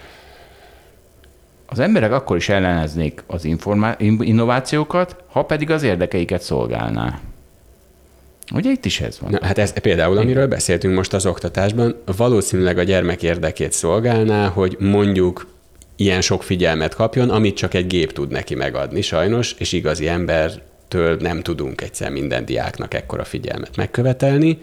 Az emberek akkor is elleneznék az informá- innovációkat, ha pedig az érdekeiket szolgálná. Ugye itt is ez van. Na, hát ez például, amiről beszéltünk most az oktatásban, valószínűleg a gyermek érdekét szolgálná, hogy mondjuk ilyen sok figyelmet kapjon, amit csak egy gép tud neki megadni sajnos, és igazi embertől nem tudunk egyszer minden diáknak ekkora figyelmet megkövetelni.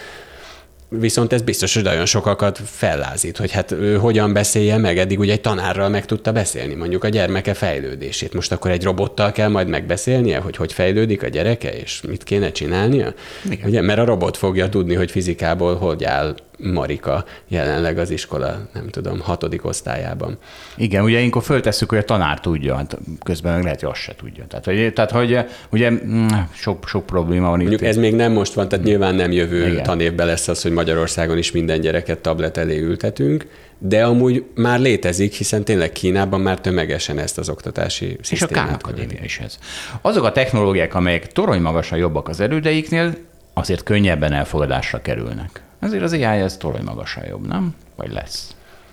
Viszont ez biztos, hogy nagyon sokakat fellázít, hogy hát ő hogyan beszélje meg, eddig ugye egy tanárral meg tudta beszélni, mondjuk a gyermeke fejlődését. Most akkor egy robottal kell majd megbeszélnie, hogy hogy fejlődik a gyereke, és mit kéne csinálnia? Ugye, mert a robot fogja tudni, hogy fizikából hogy áll Marika jelenleg az iskola, nem tudom, hatodik osztályában. Igen, ugye ilyenkor föltesszük, hogy a tanár tudja, hát közben meg lehet, hogy azt se tudja. Tehát, hogy, tehát, hogy ugye sok, sok probléma van itt. Mondjuk ez még nem most van, tehát nyilván nem jövő igen. tanévben lesz az, hogy Magyarországon is minden gyereket tablet elé ültetünk, de amúgy már létezik, hiszen tényleg Kínában már tömegesen ezt az oktatási és a Kán Akadémia is ez. Azok a technológiák, amelyek toronymagasan jobbak az elődeiknél, azért könnyebben elfogadásra kerülnek. Azért az á i ez toronymagasan jobb, nem? Vagy lesz?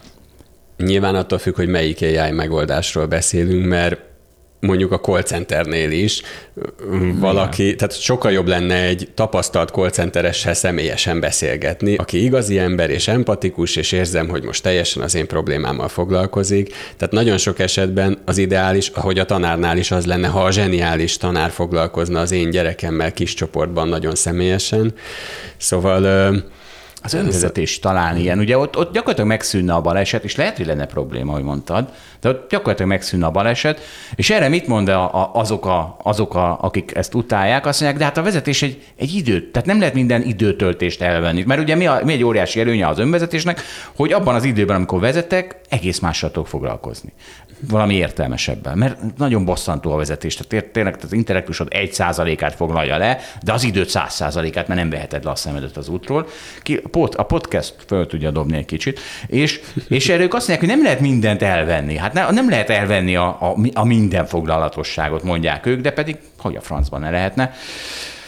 Nyilván attól függ, hogy melyik á i megoldásról beszélünk, mert mondjuk a call centernél is valaki, igen. tehát sokkal jobb lenne egy tapasztalt call centeressel személyesen beszélgetni, aki igazi ember és empatikus, és érzem, hogy most teljesen az én problémámmal foglalkozik. Tehát nagyon sok esetben az ideális, ahogy a tanárnál is az lenne, ha a zseniális tanár foglalkozna az én gyerekemmel kis csoportban nagyon személyesen. Szóval... Az önvezetés talán ilyen. Ugye ott, ott gyakorlatilag megszűnne a baleset, és lehet, hogy lenne probléma, ahogy mondtad, de ott gyakorlatilag megszűnne a baleset, és erre mit mond a, a, azok, a, azok a, akik ezt utálják, azt mondják, de hát a vezetés egy, egy idő, tehát nem lehet minden időtöltést elvenni. Mert ugye mi, a, mi egy óriási előnye az önvezetésnek, hogy abban az időben, amikor vezetek, egész mással tudok foglalkozni. Valami értelmesebben, mert nagyon bosszantó a vezetés. Tehát tényleg az intellektusod egy százalékát foglalja le, de az időt száz százalékát, mert nem veheted le a szemedet az útról. Ki, a podcast föl tudja dobni egy kicsit, és, és erről azt mondják, hogy nem lehet mindent elvenni. Hát ne, nem lehet elvenni a, a, a minden foglalatosságot, mondják ők, de pedig hogy a francban ne lehetne.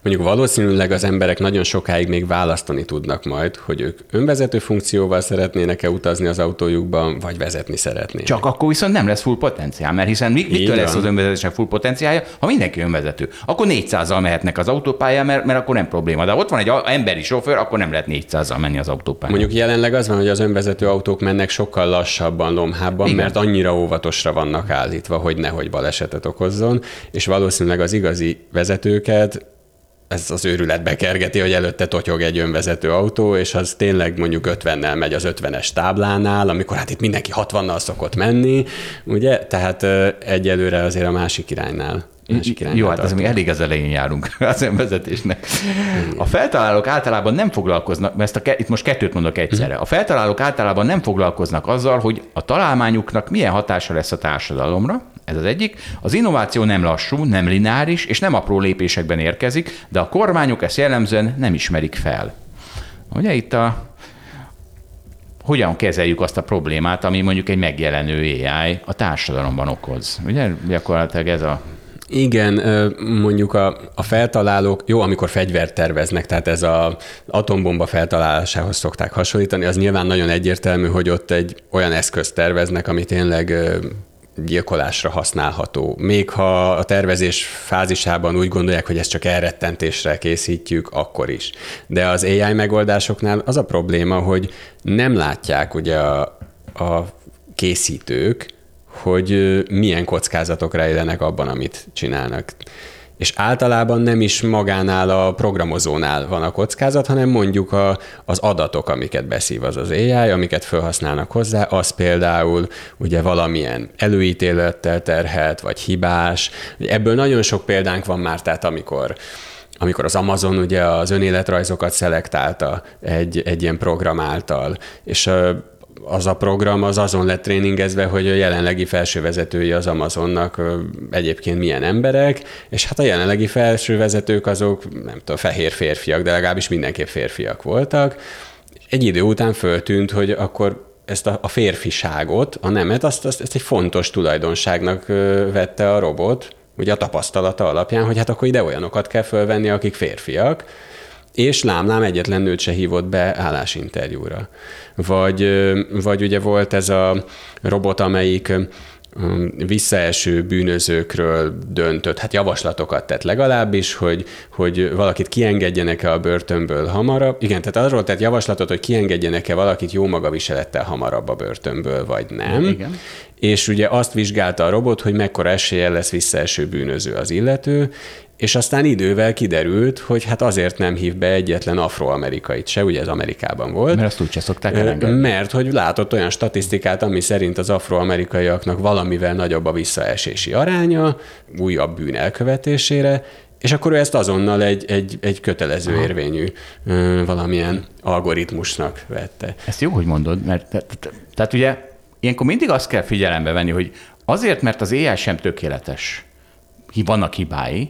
Mondjuk valószínűleg az emberek nagyon sokáig még választani tudnak majd, hogy ők önvezető funkcióval szeretnének-e utazni az autójukban, vagy vezetni szeretnének. Csak akkor viszont nem lesz full potenciál, mert hiszen mitől lesz az önvezetésnek full potenciálja, ha mindenki önvezető. Akkor négyszázzal mehetnek az autópályán, mert, mert akkor nem probléma. De ott van egy emberi sofőr, akkor nem lehet négyszázzal menni az autópályán. Mondjuk jelenleg az van, hogy az önvezető autók mennek sokkal lassabban, lomhábban, igen, mert annyira óvatosra vannak állítva, hogy nehogy balesetet okozzon, és valószínűleg az igazi vezetőket ez az őrületbe kergeti, hogy előtte totyog egy önvezető autó, és az tényleg mondjuk ötvennel megy az ötvenes táblánál, amikor hát itt mindenki hatvannal szokott menni, ugye? Tehát egyelőre azért a másik iránynál. Másik iránynál Jó, hát az még elég az elején járunk az önvezetésnek. A feltalálók általában nem foglalkoznak, mert ezt a, itt most kettőt mondok egyszerre. A feltalálók általában nem foglalkoznak azzal, hogy a találmányuknak milyen hatása lesz a társadalomra, ez az egyik. Az innováció nem lassú, nem lineáris, és nem apró lépésekben érkezik, de a kormányok ezt jellemzően nem ismerik fel. Ugye itt a hogyan kezeljük azt a problémát, ami mondjuk egy megjelenő á i a társadalomban okoz. Ugye gyakorlatilag ez a... Igen, mondjuk a, a feltalálók, jó, amikor fegyvert terveznek, tehát ez az atombomba feltalálásához szokták hasonlítani, az nyilván nagyon egyértelmű, hogy ott egy olyan eszközt terveznek, ami tényleg gyilkolásra használható. Még ha a tervezés fázisában úgy gondolják, hogy ezt csak elrettentésre készítjük, akkor is. De az á i megoldásoknál az a probléma, hogy nem látják ugye a, a készítők, hogy milyen kockázatok rejlenek abban, amit csinálnak. És általában nem is magánál a programozónál van a kockázat, hanem mondjuk a, az adatok, amiket beszív az az á i, amiket felhasználnak hozzá, az például ugye valamilyen előítélettel terhelt, vagy hibás. Ebből nagyon sok példánk van már, tehát amikor amikor az Amazon ugye az önéletrajzokat szelektálta egy, egy ilyen program által, és az a program az azon lett tréningezve, hogy a jelenlegi felsővezetői az Amazonnak egyébként milyen emberek, és hát a jelenlegi felsővezetők azok, nem tudom, fehér férfiak, de legalábbis mindenképp férfiak voltak. Egy idő után föltűnt, hogy akkor ezt a, a férfiságot, a nemet, azt, azt, ezt egy fontos tulajdonságnak vette a robot, ugye a tapasztalata alapján, hogy hát akkor ide olyanokat kell fölvenni, akik férfiak, és lám-lám egyetlen nőt se hívott be állásinterjúra. Vagy, vagy ugye volt ez a robot, amelyik visszaeső bűnözőkről döntött, hát javaslatokat tett legalábbis, hogy, hogy valakit kiengedjenek-e a börtönből hamarabb. Igen, tehát arról tett javaslatot, hogy kiengedjenek-e valakit jó magaviselettel hamarabb a börtönből, vagy nem. Igen. És ugye azt vizsgálta a robot, hogy mekkora eséllyel lesz visszaeső bűnöző az illető, és aztán idővel kiderült, hogy hát azért nem hív be egyetlen afroamerikait se, ugye ez Amerikában volt. Mert azt úgyse szokták elengedni. Mert hogy látott olyan statisztikát, ami szerint az afroamerikaiaknak valamivel nagyobb a visszaesési aránya, újabb bűn elkövetésére, és akkor ő ezt azonnal egy, egy, egy kötelező Aha. érvényű valamilyen algoritmusnak vette. Ezt jó, hogy mondod, mert tehát, tehát ugye ilyenkor mindig azt kell figyelembe venni, hogy azért, mert az á i sem tökéletes, vannak hibái,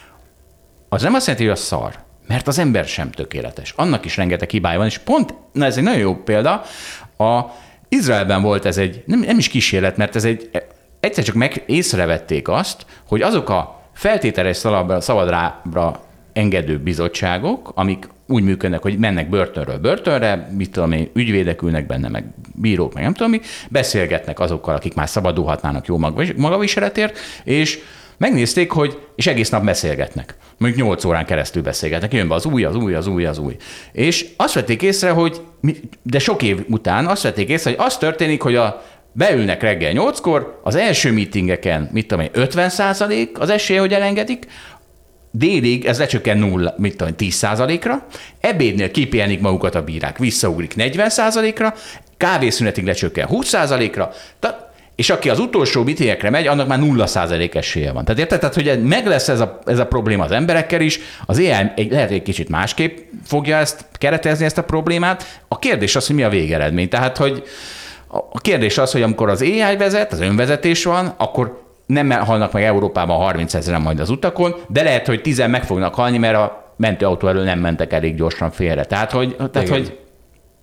az nem azt jelenti, hogy a szar, mert az ember sem tökéletes. Annak is rengeteg hibája van, és pont, na ez egy nagyon jó példa, a Izraelben volt ez egy, nem, nem is kísérlet, mert ez egy, egyszer csak meg észrevették azt, hogy azok a feltételes szabadlábra engedő bizottságok, amik úgy működnek, hogy mennek börtönről börtönre, mit tudom én, ügyvédek ülnek benne, meg bírók, meg nem tudom mi, beszélgetnek azokkal, akik már szabadulhatnának jó magaviseletért, és megnézték, hogy, és egész nap beszélgetnek. Mondjuk nyolc órán keresztül beszélgetnek, jön be az új, az új, az új, az új. És azt vették észre, hogy, de sok év után azt vették észre, hogy az történik, hogy a beülnek reggel nyolckor, az első meetingeken, mit tudom én, ötven százalék az esély, hogy elengedik, délig ez lecsökken nulla, mit tudom, tíz százalékra, ebédnél kipihenik magukat a bírák, visszaugrik negyven százalékra, kávészünetig lecsökken húsz százalékra, és aki az utolsó meetingekre megy, annak már nulla százalék esélye van. Tehát érted? Tehát, hogy meg lesz ez a, ez a probléma az emberekkel is, az á i egy, lehet egy kicsit másképp fogja ezt keretezni, ezt a problémát. A kérdés az, hogy mi a végeredmény. Tehát, hogy a kérdés az, hogy amikor az á i vezet, az önvezetés van, akkor nem halnak meg Európában harminc ezeren majd az utakon, de lehet, hogy tízen meg fognak halni, mert a mentőautó elől nem mentek elég gyorsan félre. Tehát, hogy, tehát, hogy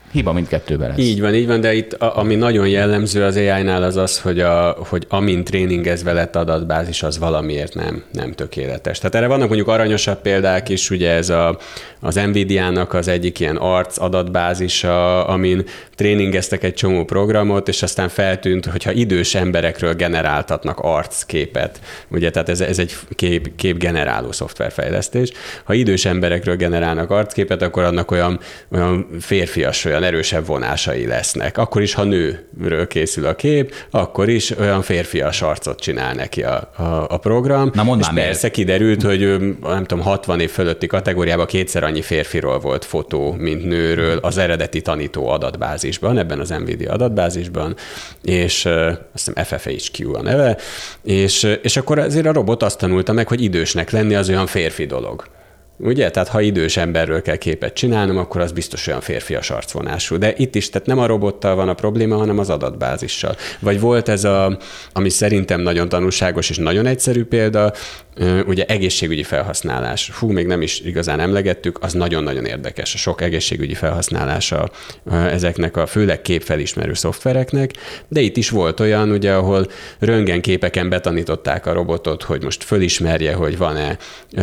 Hiba mindkettőben lesz. Így van, így van, de itt a, ami nagyon jellemző az á í-nál az az, hogy, a, hogy amint tréningezve lett adatbázis, az valamiért nem, nem tökéletes. Tehát erre vannak mondjuk aranyosabb példák is, ugye ez a, az Nvidia-nak az egyik ilyen arc adatbázisa, amin tréningeztek egy csomó programot, és aztán feltűnt, hogyha idős emberekről generáltatnak arcképet, ugye, tehát ez, ez egy kép, képgeneráló szoftverfejlesztés. Ha idős emberekről generálnak arcképet, akkor annak olyan, olyan férfias, olyan erősebb vonásai lesznek. Akkor is, ha nőről készül a kép, akkor is olyan férfias arcot csinál neki a, a, a program. Na mondd és már persze miért. kiderült, hogy nem tudom, hatvan év fölötti kategóriában kétszer annyi férfiról volt fotó, mint nőről az eredeti tanító adatbázisban, ebben az Nvidia adatbázisban, és azt hiszem ef ef há kú a neve, és, és akkor azért a robot azt tanulta meg, hogy idősnek lenni az olyan férfi dolog. Ugye? Tehát ha idős emberről kell képet csinálnom, akkor az biztos olyan férfias arcvonású. De itt is, tehát nem a robottal van a probléma, hanem az adatbázissal. Vagy volt ez a, ami szerintem nagyon tanulságos és nagyon egyszerű példa, ugye egészségügyi felhasználás. Hú, még nem is igazán emlegettük, az nagyon-nagyon érdekes. A sok egészségügyi felhasználása ezeknek a főleg képfelismerő szoftvereknek, de itt is volt olyan, ugye, ahol röntgenképeken betanították a robotot, hogy most fölismerje, hogy van-e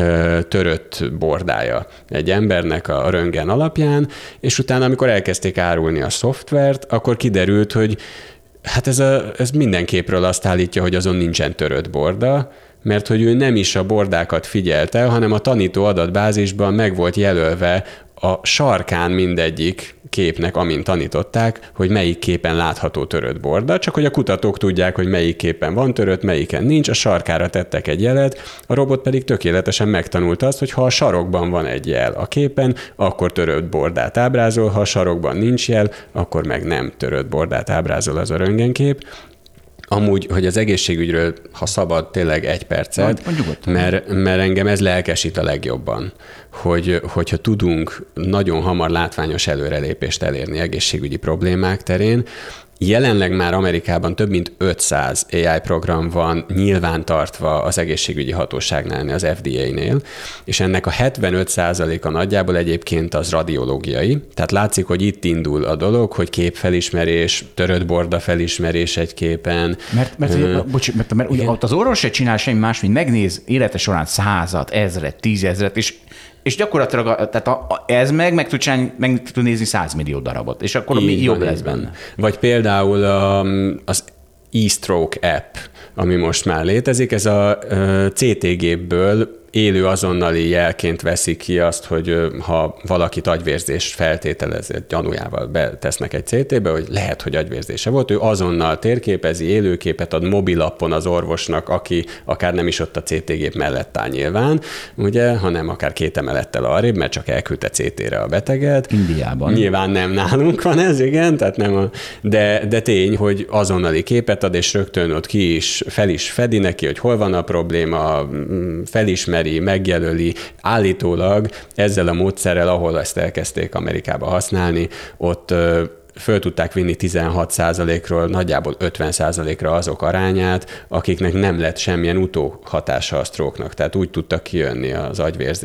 törött bordája egy embernek a röntgen alapján, és utána, amikor elkezdték árulni a szoftvert, akkor kiderült, hogy hát ez, a, ez minden képről azt állítja, hogy azon nincsen törött borda, mert hogy ő nem is a bordákat figyelte, hanem a tanító adatbázisban meg volt jelölve a sarkán mindegyik képnek, amint tanították, hogy melyik képen látható törött borda, csak hogy a kutatók tudják, hogy melyik képen van törött, melyiken nincs, a sarkára tettek egy jelet, a robot pedig tökéletesen megtanulta azt, hogy ha a sarokban van egy jel a képen, akkor törött bordát ábrázol, ha a sarokban nincs jel, akkor meg nem törött bordát ábrázol az a röntgenkép. Amúgy, hogy az egészségügyről, ha szabad, tényleg egy percet, mert, mert engem ez lelkesít a legjobban, hogy, hogyha tudunk nagyon hamar látványos előrelépést elérni egészségügyi problémák terén. Jelenleg már Amerikában több mint ötszáz á i program van nyilvántartva az egészségügyi hatóságnál, az ef dé á-nél, és ennek a hetvenöt százaléka nagyjából egyébként az radiológiai. Tehát látszik, hogy itt indul a dolog, hogy képfelismerés, törött borda felismerés egy képen. Mert, mert, uh, bocs, mert, mert ugye ott az orvos se csinál semmi más, mint megnéz élete során százat, ezret, tízezret, és És gyakorlatilag tehát a, a, ez meg, meg tud, csinálni, meg tud nézni százmillió darabot, és akkor így még jobb lesz benne. Vagy például a, az e-stroke app, ami most már létezik, ez a cé té gépből élő azonnali jelként veszi ki azt, hogy ha valakit agyvérzés feltételezett gyanújával betesznek egy cé tébe, hogy lehet, hogy agyvérzése volt, ő azonnal térképezi, élőképet ad mobilappon az orvosnak, aki akár nem is ott a cé té gép mellett áll nyilván, ugye, hanem akár két emelettel arrébb, mert csak elküldte cé tére a beteget. Indiában. Nyilván nem nálunk van ez, igen, tehát nem a, de, de tény, hogy azonnali képet ad, és rögtön ott ki is, fel is fedi neki, hogy hol van a probléma, felismeri, megjelöli, állítólag ezzel a módszerrel, ahol ezt elkezdték Amerikába használni, ott föl tudták vinni tizenhat százalékról nagyjából ötven százalékra azok arányát, akiknek nem lett semmilyen utóhatása a sztróknak. Tehát úgy tudtak kijönni az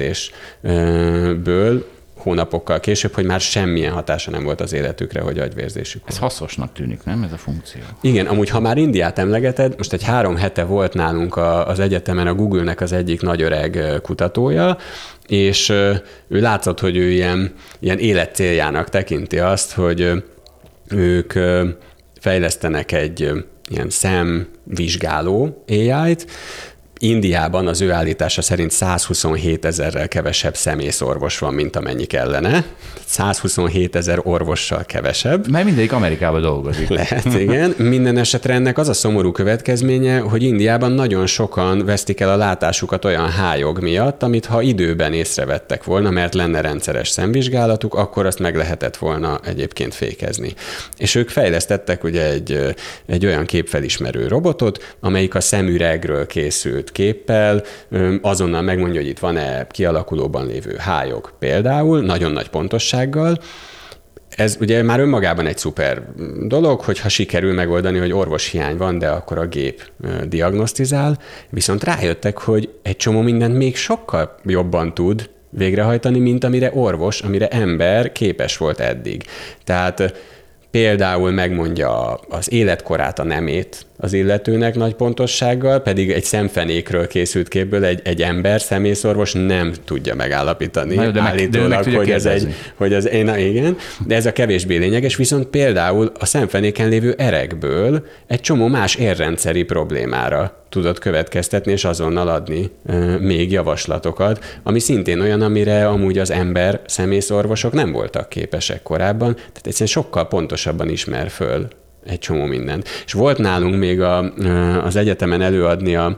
agyvérzésből hónapokkal később, hogy már semmilyen hatása nem volt az életükre, hogy agyvérzésük volt. Ez hasznosnak tűnik, nem ez a funkció? Igen, amúgy ha már Indiát emlegeted, most egy három hete volt nálunk a, az egyetemen a Google-nek az egyik nagy öreg kutatója, és ő látszott, hogy ő ilyen, ilyen életcéljának tekinti azt, hogy ők fejlesztenek egy ilyen szemvizsgáló á í-t. Indiában az ő állítása szerint százhuszonhét ezerrel kevesebb szemészorvos van, mint amennyi kellene. százhuszonhét ezer orvossal kevesebb. Mert mindegyik Amerikában dolgozik. Lehet, igen. Minden esetre ennek az a szomorú következménye, hogy Indiában nagyon sokan vesztik el a látásukat olyan hályog miatt, amit ha időben észrevettek volna, mert lenne rendszeres szemvizsgálatuk, akkor azt meg lehetett volna egyébként fékezni. És ők fejlesztettek ugye egy, egy olyan képfelismerő robotot, amelyik a szemüregről készült képpel, azonnal megmondja, hogy itt van-e kialakulóban lévő hályog például, nagyon nagy pontossággal. Ez ugye már önmagában egy szuper dolog, hogyha sikerül megoldani, hogy orvoshiány van, de akkor a gép diagnosztizál, viszont rájöttek, hogy egy csomó mindent még sokkal jobban tud, végrehajtani, mint amire orvos, amire ember képes volt eddig. Tehát például megmondja az életkorát, a nemét az illetőnek nagy pontossággal, pedig egy szemfenékről készült képből egy, egy ember, szemészorvos nem tudja megállapítani Na, de állítólag, meg, de hogy, ez egy, hogy az én, igen, de ez a kevésbé lényeges, viszont például a szemfenéken lévő erekből egy csomó más érrendszeri problémára tudott következtetni, és azonnal adni e, még javaslatokat, ami szintén olyan, amire amúgy az ember szemészorvosok nem voltak képesek korábban, tehát egyszerűen sokkal pontosabban ismer föl egy csomó mindent. És volt nálunk még a, az egyetemen előadni a, a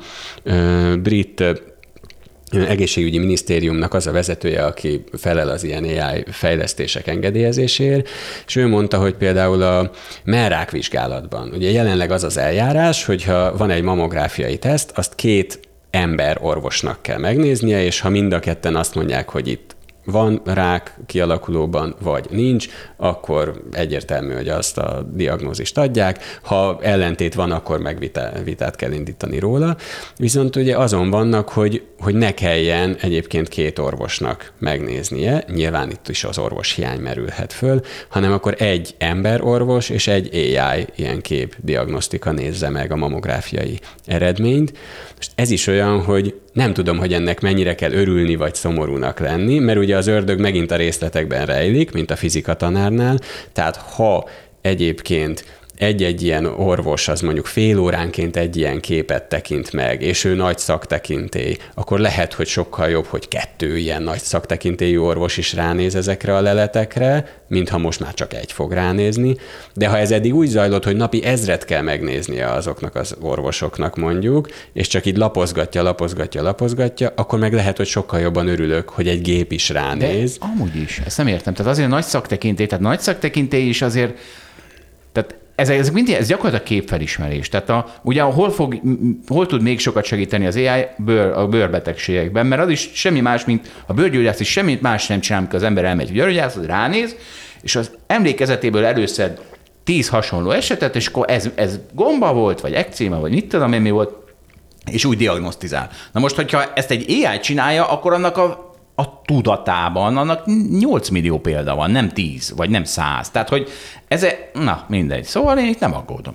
brit egészségügyi minisztériumnak az a vezetője, aki felel az ilyen á i fejlesztések engedélyezéséért, és ő mondta, hogy például a mellrák vizsgálatban, ugye jelenleg az az eljárás, hogyha van egy mammográfiai teszt, azt két ember orvosnak kell megnéznie, és ha mind a ketten azt mondják, hogy itt van rák kialakulóban, vagy nincs, akkor egyértelmű, hogy azt a diagnózist adják. Ha ellentét van, akkor meg vitát, vitát kell indítani róla. Viszont ugye azon vannak, hogy, hogy ne kelljen egyébként két orvosnak megnéznie, nyilván itt is az orvos hiány merülhet föl, hanem akkor egy emberorvos és egy á i ilyen képdiagnosztika nézze meg a mammográfiai eredményt. Most ez is olyan, hogy nem tudom, hogy ennek mennyire kell örülni vagy szomorúnak lenni, mert ugye az ördög megint a részletekben rejlik, mint a fizika tanárnál, tehát ha egyébként egy-egy ilyen orvos az mondjuk fél óránként egy ilyen képet tekint meg, és ő nagy szaktekintély, akkor lehet, hogy sokkal jobb, hogy kettő ilyen nagy szaktekintélyű orvos is ránéz ezekre a leletekre, mintha most már csak egy fog ránézni. De ha ez eddig úgy zajlott, hogy napi ezret kell megnéznie azoknak az orvosoknak mondjuk, és csak így lapozgatja, lapozgatja, lapozgatja, akkor meg lehet, hogy sokkal jobban örülök, hogy egy gép is ránéz. De amúgy is, ezt nem értem. Tehát azért nagy szaktekintély, tehát nagy szaktekintély is azért, tehát Ez, ez, mind, ez gyakorlatilag képfelismerés. Tehát a, ugye hol, fog, hol tud még sokat segíteni az á i bőr, a bőrbetegségekben, mert az is semmi más, mint a bőrgyógyász is semmit más nem csinál, amikor az ember elmegy bőrgyógyászhoz, ránéz, és az emlékezetéből előszed tíz hasonló esetet, és akkor ez, ez gomba volt, vagy ekcéma, vagy mit tudom én mi volt, és úgy diagnosztizál. Na most, hogyha ezt egy á i csinálja, akkor annak a a tudatában, annak nyolc millió példa van, nem tíz, vagy nem száz. Tehát, hogy ez, na mindegy. Szóval én itt nem aggódom.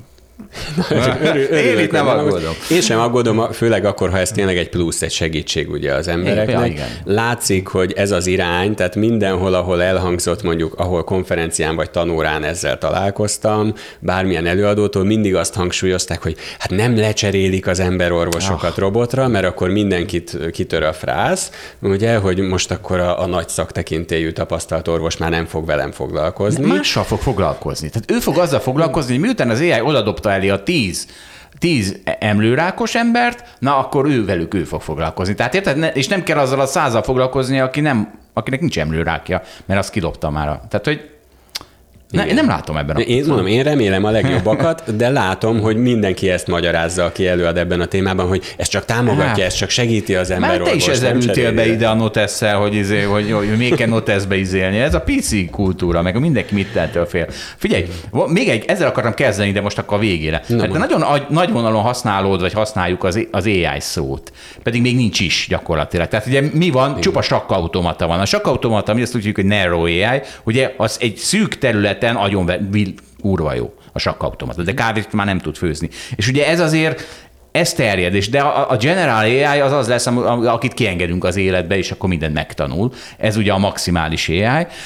Örül, én itt nem aggódom. Én sem aggódom, főleg akkor, ha ez tényleg egy plusz, egy segítség ugye az embereknek. Ja, Látszik, hogy ez az irány, tehát mindenhol, ahol elhangzott, mondjuk, ahol konferencián vagy tanórán ezzel találkoztam, bármilyen előadótól mindig azt hangsúlyozták, hogy hát nem lecserélik az emberorvosokat ah. robotra, mert akkor mindenkit kitör a frász, ugye, hogy most akkor a, a nagy szaktekintélyű tapasztalt orvos már nem fog velem foglalkozni. Mással fog foglalkozni. Tehát ő fog azzal foglalkozni, hogy miután az á i odadobta elé a tíz, tíz emlőrákos embert, na akkor ő velük ő fog foglalkozni. Tehát érted? És nem kell azzal a százzal foglalkozni, aki nem, akinek nincs emlőrákja, mert azt kidobta már. Tehát, hogy ne, én nem látom ebben a... Én mondom, én remélem a legjobbakat, de látom, hogy mindenki ezt magyarázza, aki előad ebben a témában, hogy ez csak támogatja, hát, ez csak segíti az ember. Már te is ezzel ültél be ide a Notesszel, hogy, izé, hogy, hogy még kell Notessbe izélni. Ez a pé cé kultúra, meg mindenki mit ettől fél. Figyelj, még egy, ezzel akartam kezdeni, de most akkor a végére. Na, hát nagyon nagy vonalon használod, vagy használjuk az, az á i szót, pedig még nincs is gyakorlatilag. Tehát ugye mi van? Igen. Csupa sakkautomata van. A sakkautomata, mi azt úgy hívjuk, hogy narrow á i, ugye az egy szűk terület agyon kurva jó a sakkautomata, de kávét már nem tud főzni. És ugye ez azért, ez terjed, és de a, a General á i az az lesz, akit kiengedünk az életbe, és akkor mindent megtanul. Ez ugye a maximális á i,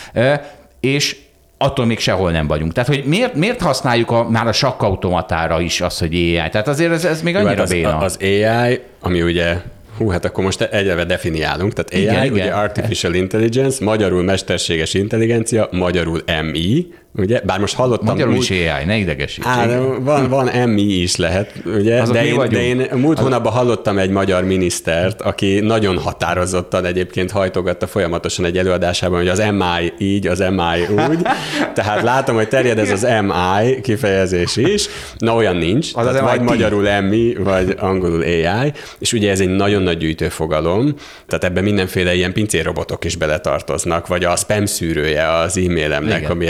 és attól még sehol nem vagyunk. Tehát, hogy miért, miért használjuk a, már a sakkautomatára is azt, hogy á i? Tehát azért ez, ez még annyira jó, az, béna. Az á i, ami ugye hú, hát akkor most egyre definiálunk. Tehát á i, igen, ugye igen. Artificial Intelligence, magyarul mesterséges intelligencia, magyarul em i, ugye? Bár most hallottam... Magyarul múlt... is á i, ne idegesíts. Á, van, van em i is lehet, ugye? De én, de én múlt az... hónapban hallottam egy magyar minisztert, aki nagyon határozottan egyébként hajtogatta folyamatosan egy előadásában, hogy az em i így, az em i úgy. Tehát látom, hogy terjed ez az em i kifejezés is. Na, olyan nincs. Az tehát az vagy magyarul em i, vagy angolul á i. És ugye ez egy nagyon nagy gyűjtőfogalom, tehát ebben mindenféle ilyen pincérrobotok is beletartoznak, vagy a spam szűrője az e-mailemnek, igen, ami eldönti,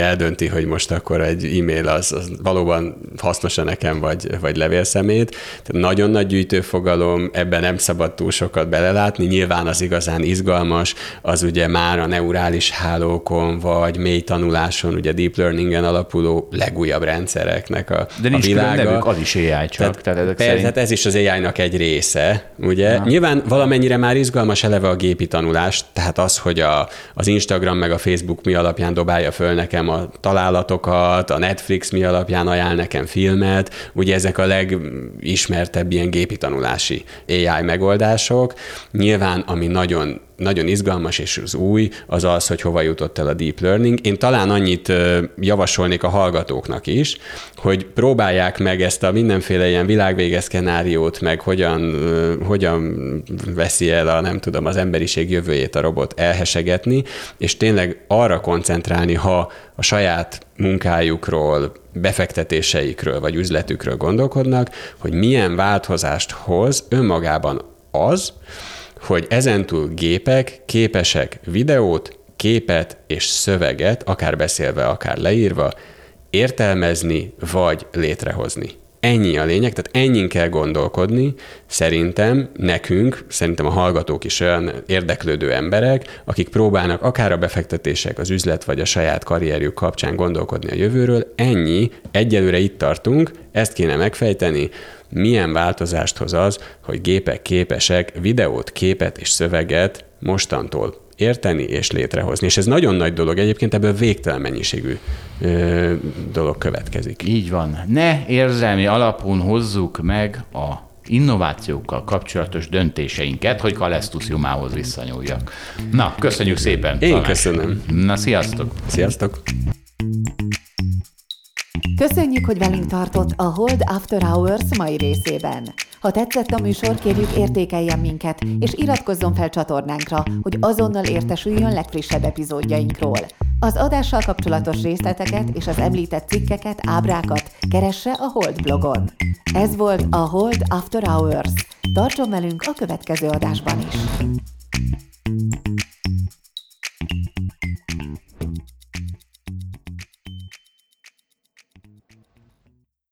hogy most akkor egy e-mail az, az valóban hasznos-e nekem, vagy, vagy levélszemét. Tehát nagyon nagy gyűjtőfogalom, ebben nem szabad túl sokat belelátni. Nyilván az igazán izgalmas, az ugye már a neurális hálókon, vagy mély tanuláson, ugye deep learningen alapuló legújabb rendszereknek a, De nincs a világa. külön nevük, az is á i csak. Tehát, tehát, ezek persze, szerint... tehát ez is az á i-nak egy része, ugye? Na. Nyilván valamennyire már izgalmas eleve a gépi tanulás, tehát az, hogy a, az Instagram meg a Facebook mi alapján dobálja föl nekem a találatokat, a Netflix mi alapján ajánl nekem filmet, ugye ezek a legismertebb ilyen gépi tanulási á i megoldások. Nyilván, ami nagyon nagyon izgalmas és az új, az az, hogy hova jutott el a deep learning. Én talán annyit javasolnék a hallgatóknak is, hogy próbálják meg ezt a mindenféle ilyen világvége szkenáriót, meg hogyan, hogyan veszi el a, nem tudom, az emberiség jövőjét a robot elhesegetni, és tényleg arra koncentrálni, ha a saját munkájukról, befektetéseikről vagy üzletükről gondolkodnak, hogy milyen változást hoz önmagában az, hogy ezentúl gépek képesek videót, képet és szöveget, akár beszélve, akár leírva, értelmezni vagy létrehozni. Ennyi a lényeg, tehát ennyin kell gondolkodni, szerintem nekünk, szerintem a hallgatók is olyan érdeklődő emberek, akik próbálnak akár a befektetések, az üzlet vagy a saját karrierjük kapcsán gondolkodni a jövőről, ennyi, egyelőre itt tartunk, ezt kéne megfejteni, milyen változást hoz az, hogy gépek képesek videót, képet és szöveget mostantól érteni és létrehozni. És ez nagyon nagy dolog, egyébként ebből végtelen mennyiségű ö, dolog következik. Így van. Ne érzelmi alapon hozzuk meg a innovációkkal kapcsolatos döntéseinket, hogy Kalesztusziumához visszanyúljak. Na, köszönjük szépen! Én Tamás. köszönöm. Na, sziasztok! Sziasztok! Köszönjük, hogy velünk tartott a Hold After Hours mai részében. Ha tetszett a műsor, kérjük értékeljen minket, és iratkozzon fel csatornánkra, hogy azonnal értesüljön legfrissebb epizódjainkról. Az adással kapcsolatos részleteket és az említett cikkeket, ábrákat keresse a Hold blogon. Ez volt a Hold After Hours. Tartson velünk a következő adásban is!